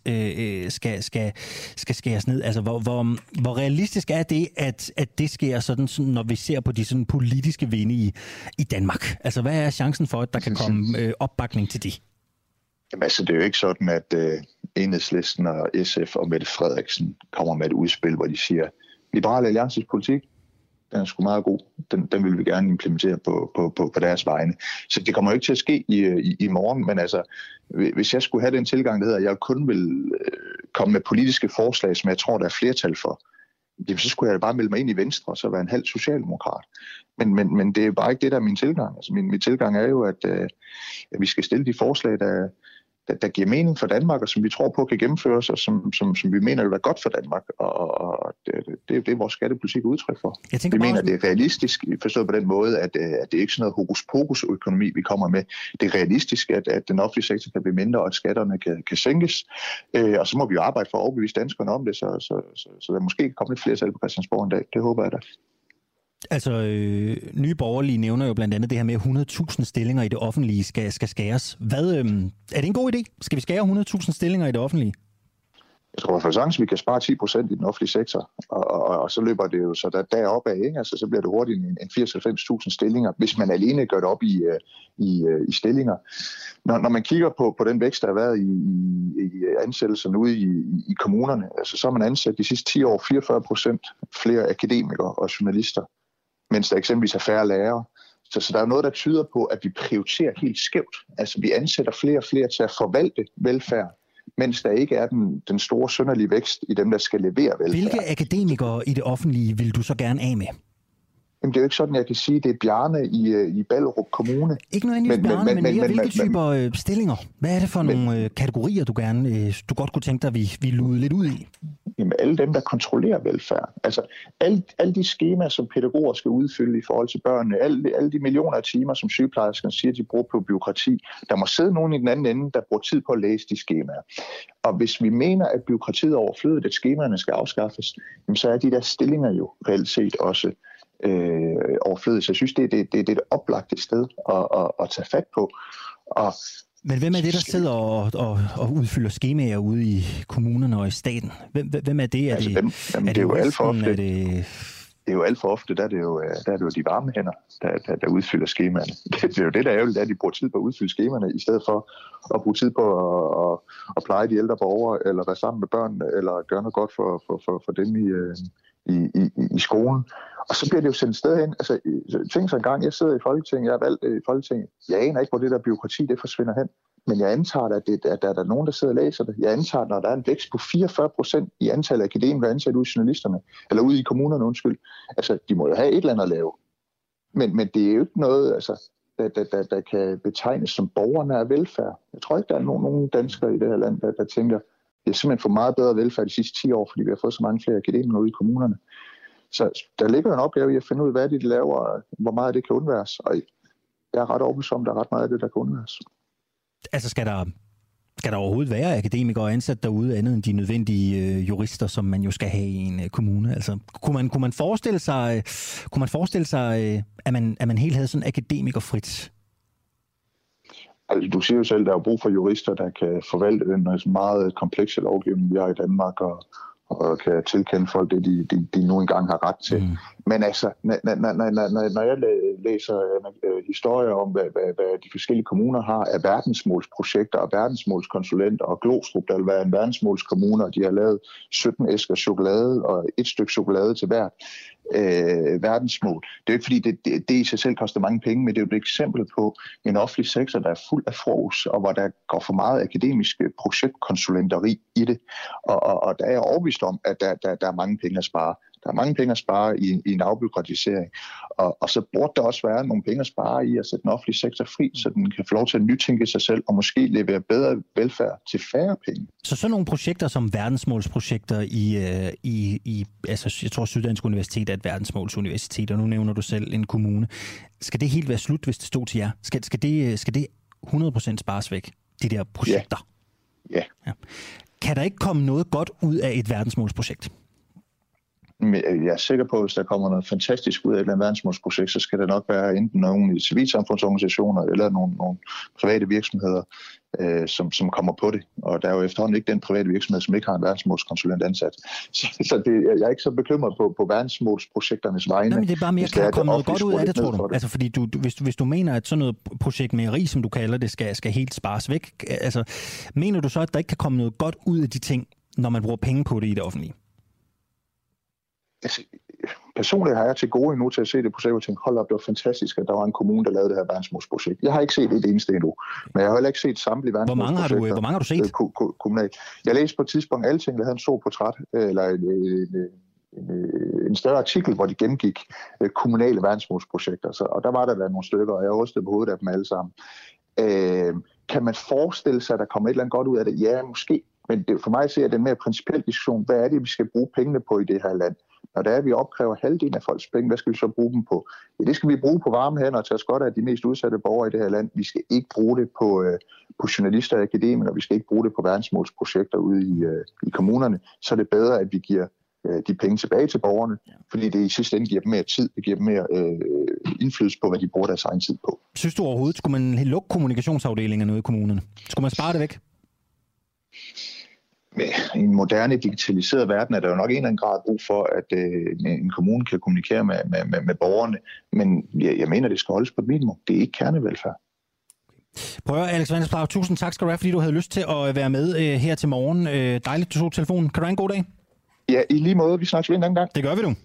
skal skæres ned. Altså, hvor realistisk er det, at det sker sådan, når vi ser på de sådan politiske vinde i Danmark? Altså, hvad er chancen for, at der kan komme opbakning til det? Jamen altså, det er jo ikke sådan, at Enhedslisten og SF og Mette Frederiksen kommer med et udspil, hvor de siger, Liberal Alliances politik, den er sgu meget god. Den vil vi gerne implementere på deres vegne. Så det kommer jo ikke til at ske i morgen, men altså, hvis jeg skulle have den tilgang, der hedder, at jeg kun vil komme med politiske forslag, som jeg tror, der er flertal for, så skulle jeg bare melde mig ind i Venstre, og så være en halv socialdemokrat. Men det er bare ikke det, der er min tilgang. Altså, min tilgang er jo, at vi skal stille de forslag, der giver mening for Danmark, og som vi tror på kan gennemføres, og som vi mener vil være godt for Danmark. Og det er vores skattepolitik udtryk for. Vi mener, det er realistisk, forstået på den måde, at det er ikke sådan noget hokus-pokus-økonomi, vi kommer med. Det er realistisk, at den offentlige sektor kan blive mindre, og at skatterne kan sænkes. Og så må vi jo arbejde for at overbevise danskerne om det, så der måske kan komme lidt flere selv på Christiansborg en dag. Det håber jeg da. Altså, Nye Borgerlige nævner jo blandt andet det her med, at 100.000 stillinger i det offentlige skal skæres. Er det en god idé? Skal vi skære 100.000 stillinger i det offentlige? Jeg tror for sagtens, vi kan spare 10% i den offentlige sektor, og så løber det jo så deroppe af, ikke? Altså, så bliver det hurtigt en 80-90.000 stillinger, hvis man alene gør det op i stillinger. Når man kigger på den vækst, der har været i ansættelserne ude i kommunerne, altså, så har man ansat de sidste 10 år 44% flere akademikere og journalister, mens der eksempelvis er færre lærere. Så der er noget, der tyder på, at vi prioriterer helt skævt. Altså, vi ansætter flere og flere til at forvalte velfærd, mens der ikke er den store synderlige vækst i dem, der skal levere velfærd. Hvilke akademikere i det offentlige vil du så gerne af med? Jamen, det er jo ikke sådan, jeg kan sige, det er Bjarne i Ballerup Kommune. Ikke nødvendigvis Bjarne, men mere hvilke typer stillinger? Hvad er det for nogle kategorier, du godt kunne tænke dig, vi luede lidt ud i? Jamen, alle dem, der kontrollerer velfærd. Altså alle de skemaer, som pædagoger skal udfylde i forhold til børnene, alle de millioner af timer, som sygeplejerskerne siger, de bruger på byråkrati. Der må sidde nogen i den anden ende, der bruger tid på at læse de skemaer. Og hvis vi mener, at byråkratiet er overflødigt, at skemaerne skal afskaffes, så er de der stillinger jo reelt set også overflødigt. Så jeg synes, det er et oplagte sted at tage fat på. Men hvem er det, der sidder og udfylder skemaer ude i kommunerne og i staten? Hvem er det? Det er jo alt for ofte. Det er jo alt for ofte, der er det jo de varme hænder, der udfylder skemaerne. Det er jo det, der er ærgerligt, at de bruger tid på at udfylde skemaerne, i stedet for at bruge tid på at pleje de ældre borgere, eller være sammen med børn, eller gøre noget godt for dem i skolen. Og så bliver det jo sendt sted hen. Altså, tænk så en gang, jeg sidder i Folketinget, jeg er valgt i Folketinget. Jeg aner ikke, hvor det der byråkrati, det forsvinder hen. Men jeg antager, at der er nogen, der sidder og læser det. Jeg antager, når der er en vækst på 44% i antallet af akademikere ansat ude i journalisterne, eller ude i kommunerne, undskyld. Altså, de må jo have et eller andet at lave. Men det er jo ikke noget, altså, der kan betegnes som borgernær velfærd. Jeg tror ikke, der er nogen danskere i det her land, der tænker, det er simpelthen for meget bedre velfærd de sidste 10 år, fordi vi har fået så mange flere akademikere ude i kommunerne. Så der ligger en opgave i at finde ud af, hvad de laver, og hvor meget det kan undværes. Og jeg er ret overbevist om, at der er ret meget af det, der kan undværes. Altså skal der overhovedet være akademikere ansat derude, andet end de nødvendige jurister, som man jo skal have i en kommune? Altså, kunne man forestille sig, at man helt havde sådan akademikerfrit? Altså, du siger jo selv, at der er brug for jurister, der kan forvalte den meget komplekse lovgivning, vi har i Danmark, og kan tilkende folk det, de nu engang har ret til. Men altså, når jeg læser historier om, hvad de forskellige kommuner har af verdensmålsprojekter og verdensmålskonsulenter, og Glostrup, der vil være en verdensmålskommune, og de har lavet 17 æsker chokolade og et stykke chokolade til hvert verdensmål. Det er jo ikke, fordi det i sig selv koster mange penge, men det er jo et eksempel på en offentlig sektor, der er fuld af frås, og hvor der går for meget akademisk projektkonsulenteri i det. Og der er jeg overbevist om, at der er mange penge at spare. Der er mange penge at spare i en afbureaukratisering. Og så burde der også være nogle penge at spare i at sætte den offentlige sektor fri, så den kan få lov til at nytænke sig selv og måske levere bedre velfærd til færre penge. Så sådan nogle projekter som verdensmålsprojekter altså jeg tror Syddansk Universitet er et verdensmålsuniversitet, og nu nævner du selv en kommune. Skal det helt være slut, hvis det stod til jer? Skal det 100% spares væk, de der projekter? Ja. Kan der ikke komme noget godt ud af et verdensmålsprojekt? Jeg er sikker på, at hvis der kommer noget fantastisk ud af et eller andet verdensmålsprojekt, så skal der nok være enten nogle civilsamfundsorganisationer eller nogle private virksomheder, som kommer på det. Og der er jo efterhånden ikke den private virksomhed, som ikke har en verdensmålskonsulent ansat. Så jeg er ikke så bekymret på verdensmålsprojekternes vegne. Nej, men det er bare mere, kan der komme noget godt ud af det, tror du? Altså, fordi hvis du mener, at sådan noget projektmageri, som du kalder det, skal helt spares væk, altså, mener du så, at der ikke kan komme noget godt ud af de ting, når man bruger penge på det i det offentlige? Altså, personligt har jeg til gode endnu til at se det projekt og tænke, hold op, det var fantastisk, at der var en kommune, der lavede det her verdensmålsprojekt. Jeg har ikke set det eneste endnu, men jeg har heller ikke set samtlige verdensmålsprojekter. Hvor mange har du set? Kommunalt. Jeg læste på et tidspunkt Alting, der havde en stor portræt, eller en større artikel, hvor de gennemgik kommunale verdensmålsprojekter, og der var der nogle stykker, og jeg rystede på hovedet af dem alle sammen. Kan man forestille sig, at der kommer et eller andet godt ud af det? Ja, måske. Men for mig ser jeg den mere principielle diskussion. Hvad er det, vi skal bruge pengene på i det her land? Når det er, at vi opkræver halvdelen af folks penge, hvad skal vi så bruge dem på? Ja, det skal vi bruge på varme hænder og tage os godt af de mest udsatte borgere i det her land. Vi skal ikke bruge det på journalister og akademikere, vi skal ikke bruge det på verdensmålsprojekter ude i kommunerne. Så er det bedre, at vi giver de penge tilbage til borgerne, fordi det i sidste ende giver dem mere tid, det giver dem mere indflydelse på, hvad de bruger deres egen tid på. Synes du overhovedet, skulle man lukke kommunikationsafdelingerne ude i kommunerne? Skulle man spare det væk? I en moderne, digitaliseret verden er der jo nok en eller anden grad brug for, at en kommune kan kommunikere med borgerne. Men jeg mener, det skal holdes på et minimum. Det er ikke kernevelfærd. Prøv at høre, Alex Vanopslagh, tusind tak skal du have, fordi du havde lyst til at være med her til morgen. Dejligt, du tog telefonen. Kan du have en god dag? Ja, i lige måde. Vi snakkes ved en anden gang. Det gør vi nu.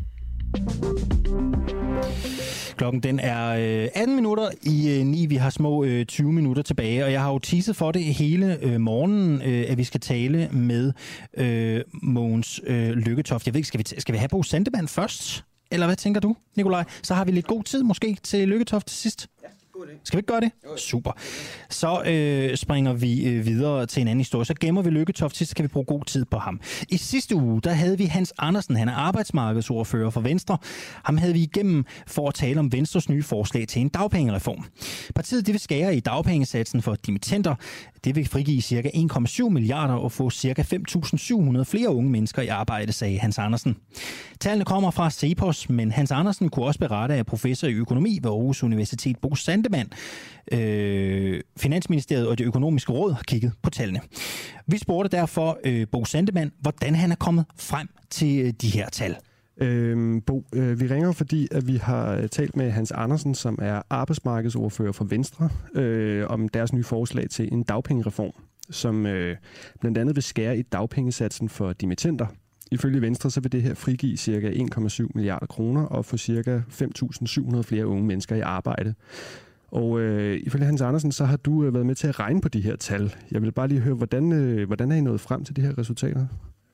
Klokken den er 18 minutter i 9. Vi har små 20 minutter tilbage, og jeg har jo teaset for det hele morgenen, at vi skal tale med Mogens Lykketoft. Jeg ved ikke, skal vi have Bo Sandemann først? Eller hvad tænker du, Nikolaj? Så har vi lidt god tid måske til Lykketoft til sidst. Skal vi ikke gøre det? Super. Så springer vi videre til en anden historie. Så gemmer vi Lykketoft, så kan vi bruge god tid på ham. I sidste uge, der havde vi Hans Andersen. Han er arbejdsmarkedsordfører for Venstre. Ham havde vi igennem for at tale om Venstres nye forslag til en dagpengereform. Partiet vil skære i dagpengesatsen for dimittenter. Det vil frigive ca. 1,7 milliarder og få ca. 5.700 flere unge mennesker i arbejde, sagde Hans Andersen. Tallene kommer fra CEPOS, men Hans Andersen kunne også berette af professor i økonomi ved Aarhus Universitet, Bo Sandemann. Finansministeriet og det økonomiske råd har kigget på tallene. Vi spurgte derfor Bo Sandemann, hvordan han er kommet frem til de her tal. Bo, vi ringer fordi, at vi har talt med Hans Andersen, som er arbejdsmarkedsordfører for Venstre, om deres nye forslag til en dagpengereform, som blandt andet vil skære i dagpengesatsen for dimittenter. Ifølge Venstre så vil det her frigive ca. 1,7 milliarder kroner og få ca. 5.700 flere unge mennesker i arbejde. Og ifølge Hans Andersen, så har du været med til at regne på de her tal. Jeg vil bare lige høre, hvordan er I nået frem til de her resultater?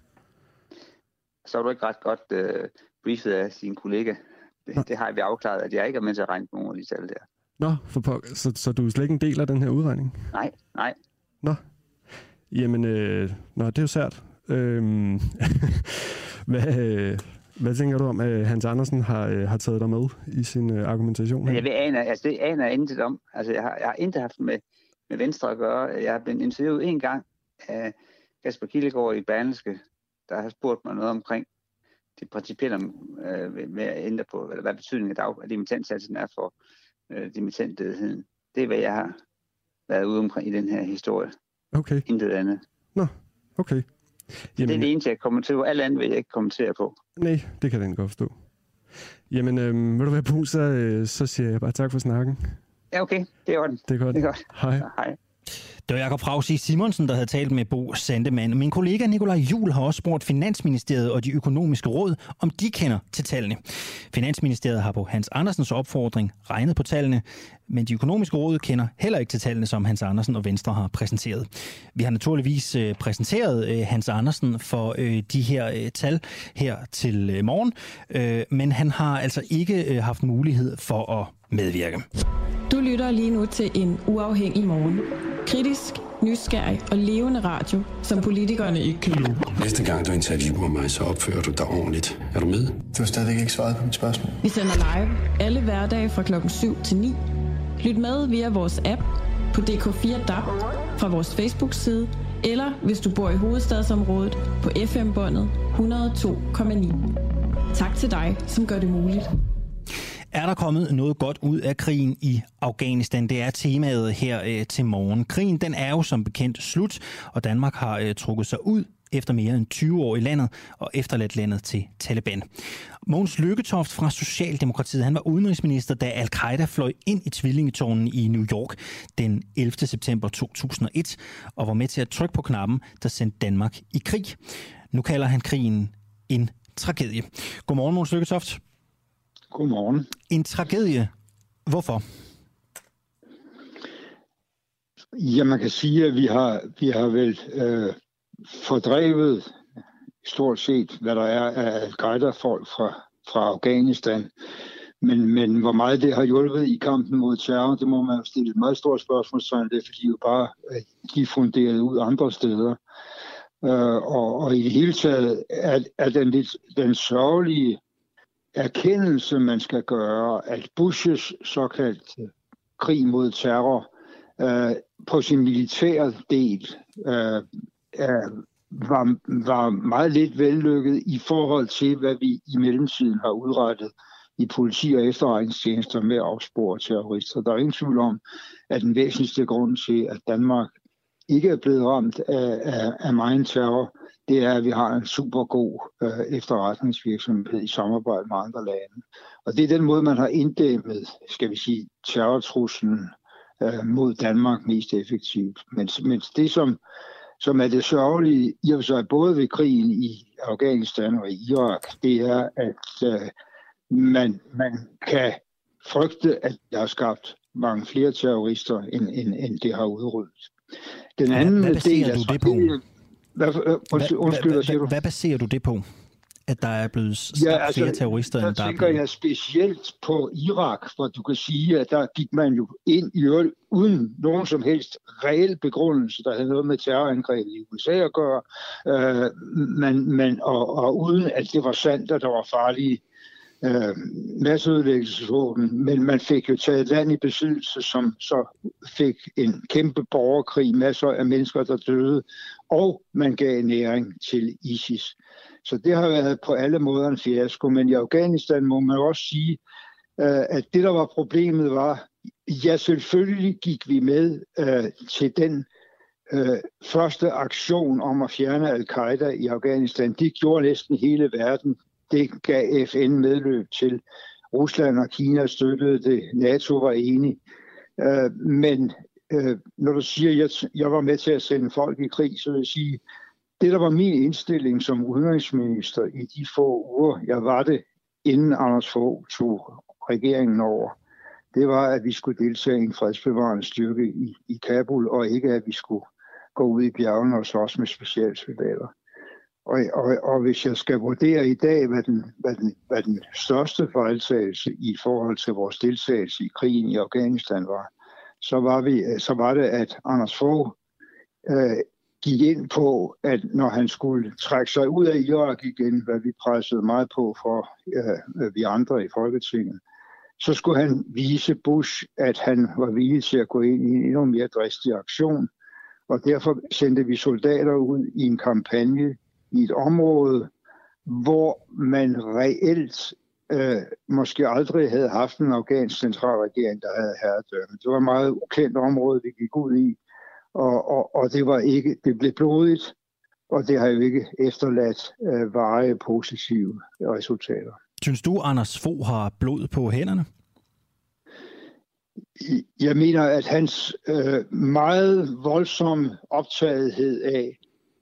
Så er du ikke ret godt briefet af sin kollega. Det har vi afklaret, at jeg ikke er med til at regne på nogle af de tal der. Nå, så du er slet ikke en del af den her udregning? Nej. Nå, jamen, det er jo sært. Hvad tænker du om, at Hans Andersen har taget dig med i sin argumentation? Det aner jeg intet om. Altså, jeg har intet haft med Venstre at gøre. Jeg har blevet interviewet en gang af Kasper Kildegård i Berlingske, der har spurgt mig noget omkring det principielle med at ændre på, eller hvad betydningen af dimittentsatsen er for dimittentledigheden. Det er, hvad jeg har været ude omkring i den her historie. Okay. Intet andet. Nå, okay. Jamen, det er det eneste, jeg kommenterer på. Alt andet vil jeg ikke kommentere på. Nej, det kan jeg godt forstå. Jamen, vil du være på, så siger jeg bare tak for snakken. Ja, okay. Det er orden. Det er godt. Hej. Hej. Det var Jakob Frausi Simonsen, der havde talt med Bo Sandemann. Min kollega Nikolaj Juhl har også spurgt Finansministeriet og de økonomiske råd, om de kender til tallene. Finansministeriet har på Hans Andersens opfordring regnet på tallene, men de økonomiske råd kender heller ikke til tallene, som Hans Andersen og Venstre har præsenteret. Vi har naturligvis præsenteret Hans Andersen for de her tal her til morgen, men han har altså ikke haft mulighed for at medvirke. Du lytter lige nu til en uafhængig morgen. Kritisk, nysgerrig og levende radio, som politikerne ikke kan lide. Næste gang du interviewer mig, så opfører du dig ordentligt. Er du med? Du har stadigvæk ikke svaret på mit spørgsmål. Vi sender live alle hverdage fra klokken 7 til 9. Lyt med via vores app på DK4 DAB, fra vores Facebook-side, eller hvis du bor i hovedstadsområdet på FM-båndet 102,9. Tak til dig, som gør det muligt. Er der kommet noget godt ud af krigen i Afghanistan? Det er temaet her til morgen. Krigen den er jo som bekendt slut, og Danmark har trukket sig ud efter mere end 20 år i landet og efterladt landet til Taliban. Mogens Lykketoft fra Socialdemokratiet, han var udenrigsminister, da Al-Qaida fløj ind i tvillingetårnen i New York den 11. september 2001 og var med til at trykke på knappen, der sendte Danmark i krig. Nu kalder han krigen en tragedie. Godmorgen, Mogens Lykketoft. Godmorgen. En tragedie. Hvorfor? Ja, man kan sige, at vi har vel fordrevet stort set, hvad der er af Al-Qaida-folk fra Afghanistan. Men hvor meget det har hjulpet i kampen mod terror, det må man jo stille et meget stort spørgsmålstegn ved, fordi jo bare de funderet ud andre steder. Og i det hele taget er den sørgelige erkendelse, man skal gøre, at Bushes såkaldte krig mod terror på sin militære del var meget lidt vellykket i forhold til, hvad vi i mellemtiden har udrettet i politi- og efterretningstjenester med at opspore terrorister. Der er ingen tvivl om, at den væsentligste grund til, at Danmark ikke er blevet ramt af megen terror, det er, at vi har en super god efterretningsvirksomhed i samarbejde med andre lande. Og det er den måde, man har inddæmmet, skal vi sige, terrortruslen mod Danmark mest effektivt. Men det, som er det sørgelige, i og for sig både ved krigen i Afghanistan og i Irak, det er, at man kan frygte, at der har skabt mange flere terrorister, end det har udryddet. Den anden hvad baserer del du det på? Undskyld, hvad siger du? Hvad baserer du det på? at der er blevet skabt flere terrorister, end der er blevet? Der tænker jeg specielt på Irak, hvor du kan sige, at der gik man jo ind i øvrigt uden nogen som helst reel begrundelse, der havde noget med terrorangreb i USA at gøre, og uden at det var sandt, at der var farlige masseødelæggelsesvåben, men man fik jo taget land i besiddelse, som så fik en kæmpe borgerkrig, masser af mennesker, der døde, og man gav næring til ISIS. Så det har været på alle måder en fiasko, men i Afghanistan må man også sige, at det, der var problemet, var, ja, selvfølgelig gik vi med til den første aktion om at fjerne al-Qaida i Afghanistan. Det gjorde næsten hele verden. Det gav FN medløb til. Rusland og Kina støttede det. NATO var enig. Men når du siger, at jeg var med til at sende folk i krig, så vil jeg sige, det der var min indstilling som udenrigsminister i de få uger, jeg var det, inden Anders Fogh tog regeringen over, det var, at vi skulle deltage i en fredsbevarende styrke i Kabul, og ikke at vi skulle gå ud i bjergene og slås med specialsoldater. Og hvis jeg skal vurdere i dag, hvad den største fejltagelse i forhold til vores deltagelse i krigen i Afghanistan var, så var det, at Anders Fogh gik ind på, at når han skulle trække sig ud af Irak igen, hvad vi pressede meget på for vi andre i Folketinget, så skulle han vise Bush, at han var villig til at gå ind i en endnu mere dristig aktion. Og derfor sendte vi soldater ud i en kampagne i et område, hvor man reelt måske aldrig havde haft en afghansk centralregering, der havde herredømme. Det var et meget ukendt område, vi gik ud i, og det blev blodigt, og det har jo ikke efterladt varige positive resultater. Synes du, Anders Fogh har blod på hænderne? Jeg mener, at hans meget voldsomme optagethed af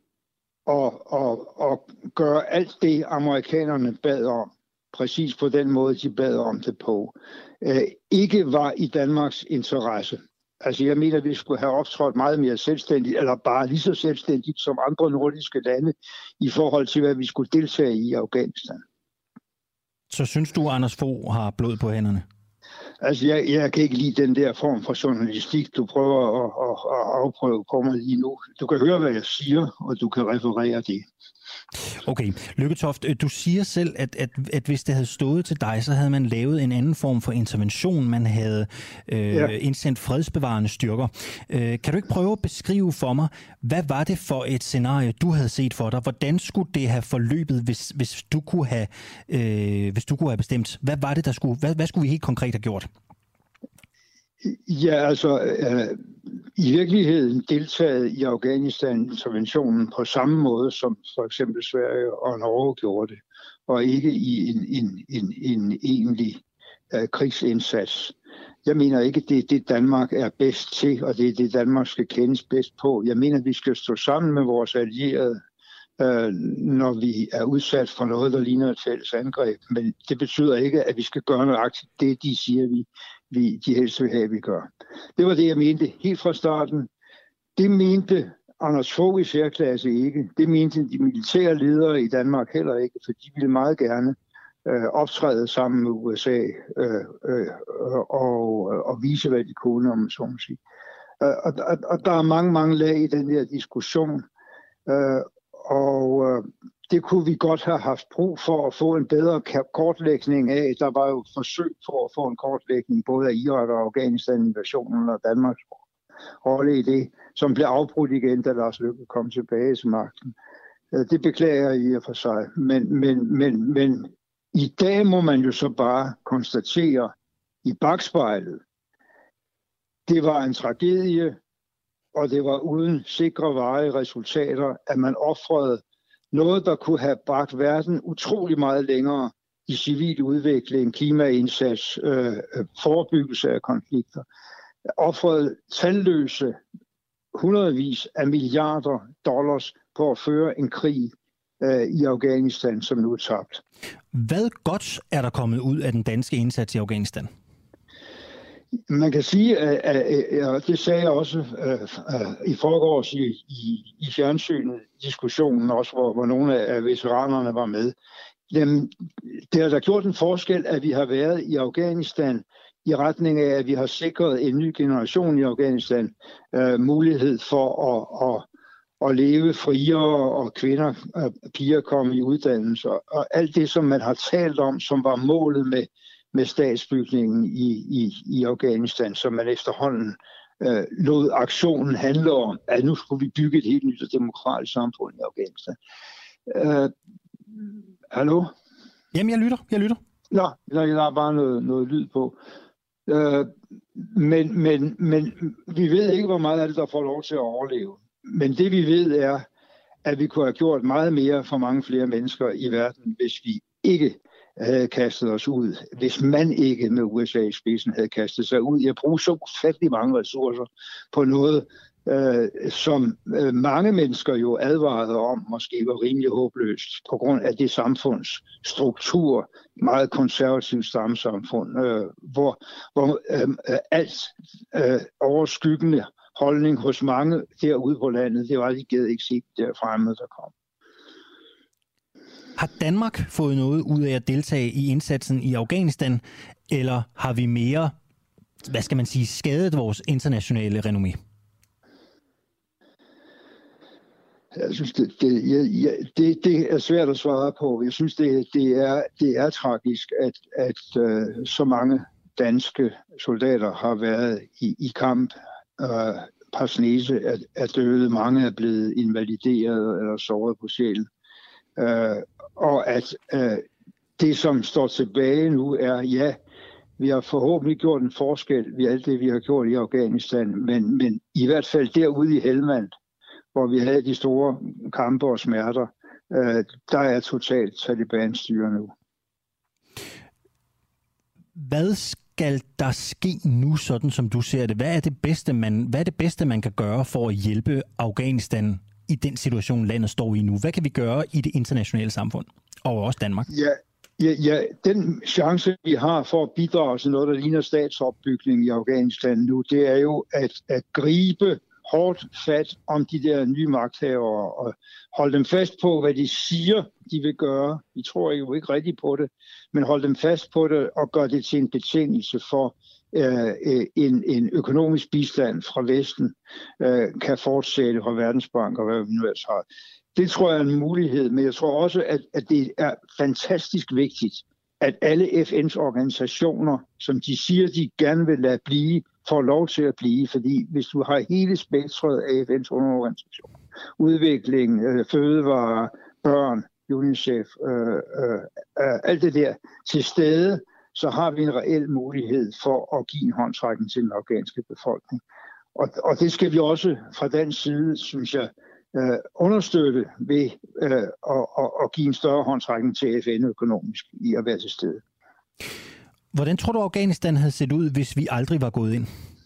at gøre alt det, amerikanerne bad om, præcis på den måde, de bad om det på, ikke var i Danmarks interesse. Altså jeg mener, at vi skulle have optrådt meget mere selvstændigt, eller bare lige så selvstændigt som andre nordiske lande, i forhold til, hvad vi skulle deltage i Afghanistan. Så synes du, Anders Fogh har blod på hænderne? Altså, jeg kan ikke lide den der form for journalistik, du prøver at afprøve på mig lige nu. Du kan høre, hvad jeg siger, og du kan referere det. Okay. Lykketoft, du siger selv, at hvis det havde stået til dig, så havde man lavet en anden form for intervention. Man havde indsendt fredsbevarende styrker. Kan du ikke prøve at beskrive for mig, hvad var det for et scenarie, du havde set for dig? Hvordan skulle det have forløbet, hvis du kunne have bestemt? Hvad var det, hvad skulle vi helt konkret have gjort? Ja, altså i virkeligheden deltaget i Afghanistan-interventionen på samme måde, som for eksempel Sverige og Norge gjorde det, og ikke i en egentlig krigsindsats. Jeg mener ikke, det er det, Danmark er bedst til, og det er det, Danmark skal kendes bedst på. Jeg mener, vi skal stå sammen med vores allierede, når vi er udsat for noget, der ligner et fælles angreb. Men det betyder ikke, at vi skal gøre nøjagtigt det, de siger, de helst vil have, at vi gør. Det var det, jeg mente helt fra starten. Det mente Anders Fogh i særklasse ikke. Det mente de militære ledere i Danmark heller ikke, for de ville meget gerne optræde sammen med USA og vise, hvad de kunne, om så må sige. Og der er mange lag i den her diskussion. Og det kunne vi godt have haft brug for at få en bedre kortlægning af. Der var jo forsøg for at få en kortlægning både af Irak og Afghanistan-invasionen og Danmarks rolle i det, som blev afbrudt igen, da Lars Løkke kom tilbage til magten. Det beklager jeg i og for sig. Men i dag må man jo så bare konstatere i bagspejlet, det var en tragedie, og det var uden sikre varige resultater, at man ofrede noget, der kunne have bragt verden utrolig meget længere i civil udvikling, klimaindsats, forebyggelse af konflikter. Ofrede talløse hundredvis af milliarder dollars på at føre en krig i Afghanistan, som nu er tabt. Hvad godt er der kommet ud af den danske indsats i Afghanistan? Man kan sige, at det sagde jeg også i forgårs i fjernsynet, diskussionen også, hvor nogle af veteranerne var med. Jamen, det har da gjort en forskel, at vi har været i Afghanistan i retning af, at vi har sikret en ny generation i Afghanistan mulighed for at leve friere, og kvinder og piger komme i uddannelse. Og alt det, som man har talt om, som var målet med statsbygningen i Afghanistan, som man efterhånden lod aktionen handle om, at nu skulle vi bygge et helt nyt og demokratisk samfund i Afghanistan. Hallo? Jamen, jeg lytter. Nå, der er bare noget lyd på. Men vi ved ikke, hvor meget af det, der får lov til at overleve. Men det vi ved er, at vi kunne have gjort meget mere for mange flere mennesker i verden, hvis vi ikke havde kastet os ud. Hvis man ikke med USA i spidsen havde kastet sig ud. Jeg bruger så ufattelig mange ressourcer på noget, som mange mennesker jo advarede om, måske var rimelig håbløst, på grund af det samfunds struktur, meget konservativt stammesamfund, hvor alt overskyggende holdning hos mange derude på landet, det var de gad ikke se der fremme, der kom. Har Danmark fået noget ud af at deltage i indsatsen i Afghanistan, eller har vi mere, skadet vores internationale renommé? Jeg synes, det er svært at svare på. Jeg synes, det er tragisk, at så mange danske soldater har været i kamp. Parsnese er døde, mange er blevet invalideret eller såret på sjælen. Og at det, som står tilbage nu, er, ja, vi har forhåbentlig gjort en forskel ved alt det, vi har gjort i Afghanistan, men i hvert fald derude i Helmand, hvor vi havde de store kampe og smerter, der er totalt Taliban-styre nu. Hvad skal der ske nu, sådan som du ser det? Hvad er det bedste, man kan gøre for at hjælpe Afghanistan i den situation, landet står i nu? Hvad kan vi gøre i det internationale samfund, og også Danmark? Ja, den chance, vi har for at bidrage til noget, der ligner statsopbygning i Afghanistan nu, det er jo at gribe hårdt fat om de der nye magthavere og holde dem fast på, hvad de siger, de vil gøre. Vi tror jo ikke rigtigt på det, men holde dem fast på det og gøre det til en betingelse for en økonomisk bistand fra Vesten kan fortsætte fra Verdensbank og hvad vi nu ellers har. Det tror jeg er en mulighed, men jeg tror også, at det er fantastisk vigtigt, at alle FN's organisationer, som de siger, de gerne vil lade blive, får lov til at blive, fordi hvis du har hele spektret af FN's underorganisationer, udvikling, fødevarer, børn, UNICEF, alt det der til stede, så har vi en reel mulighed for at give en håndsrækning til den afghanske befolkning. Og det skal vi også fra den side, synes jeg, understøtte ved at give en større håndsrækning til FN økonomisk i at være til stede. Hvordan tror du, Afghanistan havde set ud, hvis vi aldrig var gået ind?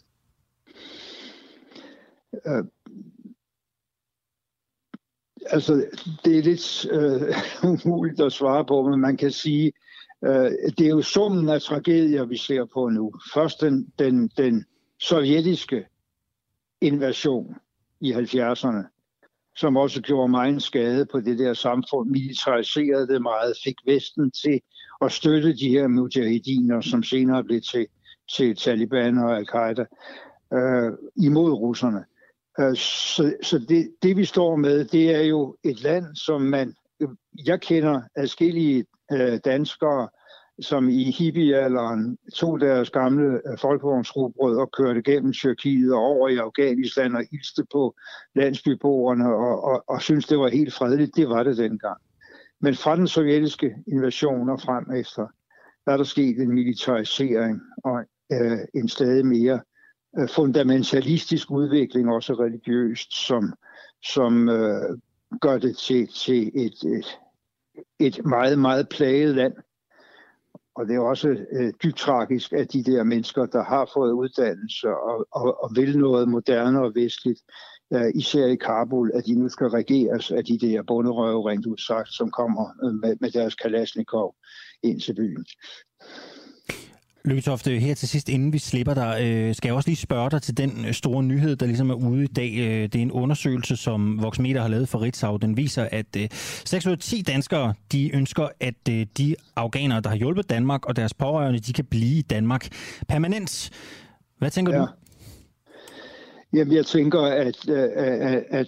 Altså, det er lidt umuligt at svare på, men man kan sige, det er jo summen af tragedier, vi ser på nu. Først den sovjetiske invasion i 70'erne, som også gjorde meget skade på det der samfund, militariserede det meget, fik Vesten til at støtte de her mujahediner, som senere blev til Taliban og Al-Qaida, imod russerne. Så det vi står med, det er jo et land, som jeg kender adskillige danskere, som i hippiealderen tog deres gamle folkevognsrugbrød og kørte gennem Tyrkiet og over i Afghanistan og hilste på landsbyboerne og syntes, det var helt fredeligt. Det var det dengang. Men fra den sovjetiske invasion og frem efter, der er der sket en militarisering og en stadig mere fundamentalistisk udvikling, også religiøst, som gør det til et meget, meget plaget land. Og det er også dybt tragisk, at de der mennesker, der har fået uddannelse og vil noget moderne og vestligt, især i Kabul, at de nu skal regeres af de der bonderøve, rent udsagt, som kommer med deres Kalashnikov ind til byen. Lykketoft, her til sidst, inden vi slipper dig, skal jeg også lige spørge dig til den store nyhed, der ligesom er ude i dag. Det er en undersøgelse, som Voxmeter har lavet for Ritzau. Den viser, at 6 ud af 10 danskere, de ønsker, at de afghanere, der har hjulpet Danmark, og deres pårørende, de kan blive i Danmark permanent. Hvad tænker du? Jamen, jeg tænker, at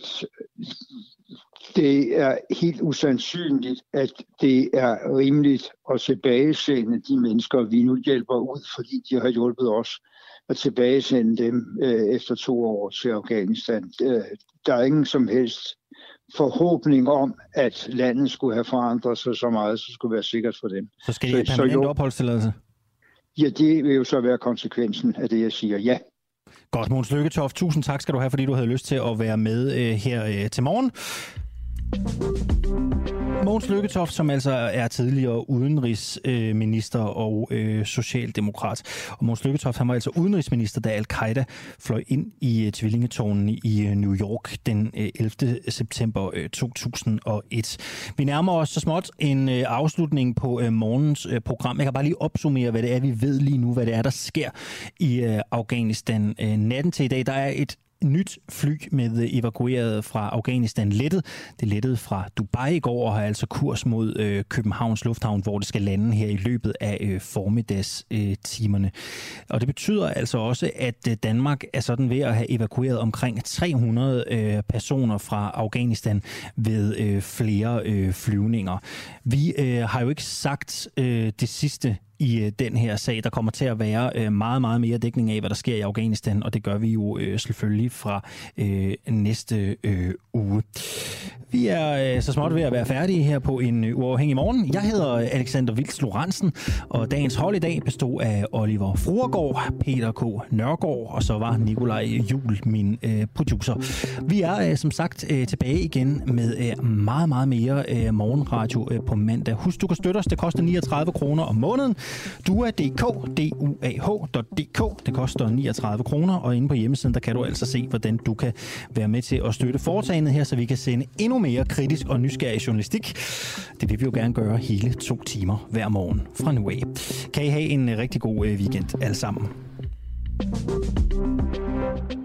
det er helt usandsynligt, at det er rimeligt at tilbagesende de mennesker, vi nu hjælper ud, fordi de har hjulpet os, at tilbagesende dem efter 2 år til Afghanistan. Der er ingen som helst forhåbning om, at landet skulle have forandret sig så meget, så skulle være sikkert for dem. Så skal de have permanent opholdstilladelse? Ja, det vil jo så være konsekvensen af det, jeg siger ja. Godt, Mogens Lykketoft. Tusind tak skal du have, fordi du havde lyst til at være med her til morgen. Mogens Lykketoft, som altså er tidligere udenrigsminister og socialdemokrat. Og Mogens Lykketoft, han var altså udenrigsminister, da Al-Qaida fløj ind i tvillingetårnen i New York den 11. september 2001. Vi nærmer os så småt en afslutning på morgens program. Jeg kan bare lige opsummere, hvad det er, vi ved lige nu, hvad det er, der sker i Afghanistan. Natten til i dag, der er et nyt fly med evakueret fra Afghanistan lettet. Det lettede fra Dubai i går og har altså kurs mod Københavns Lufthavn, hvor det skal lande her i løbet af formiddagstimerne. Og det betyder altså også, at Danmark er sådan ved at have evakueret omkring 300 personer fra Afghanistan ved flere flyvninger. Vi har jo ikke sagt det sidste i den her sag. Der kommer til at være meget, meget mere dækning af, hvad der sker i Afghanistan, og det gør vi jo selvfølgelig fra næste uge. Vi er så småt ved at være færdige her på en uafhængig morgen. Jeg hedder Alexander Vils Lorentzen, og dagens hold i dag bestod af Oliver Fruergaard, Peter K. Nørgaard, og så var Nikolaj Juhl min producer. Vi er som sagt tilbage igen med meget, meget mere morgenradio på mandag. Husk, du kan støtte os. Det koster 39 kroner om måneden. Dua.dk, duah.dk. Det koster 39 kroner, og inde på hjemmesiden, der kan du altså se, hvordan du kan være med til at støtte foretagendet her, så vi kan sende endnu mere kritisk og nysgerrig journalistik. Det vil vi jo gerne gøre hele 2 timer hver morgen fra nu af. Kan I have en rigtig god weekend alle sammen.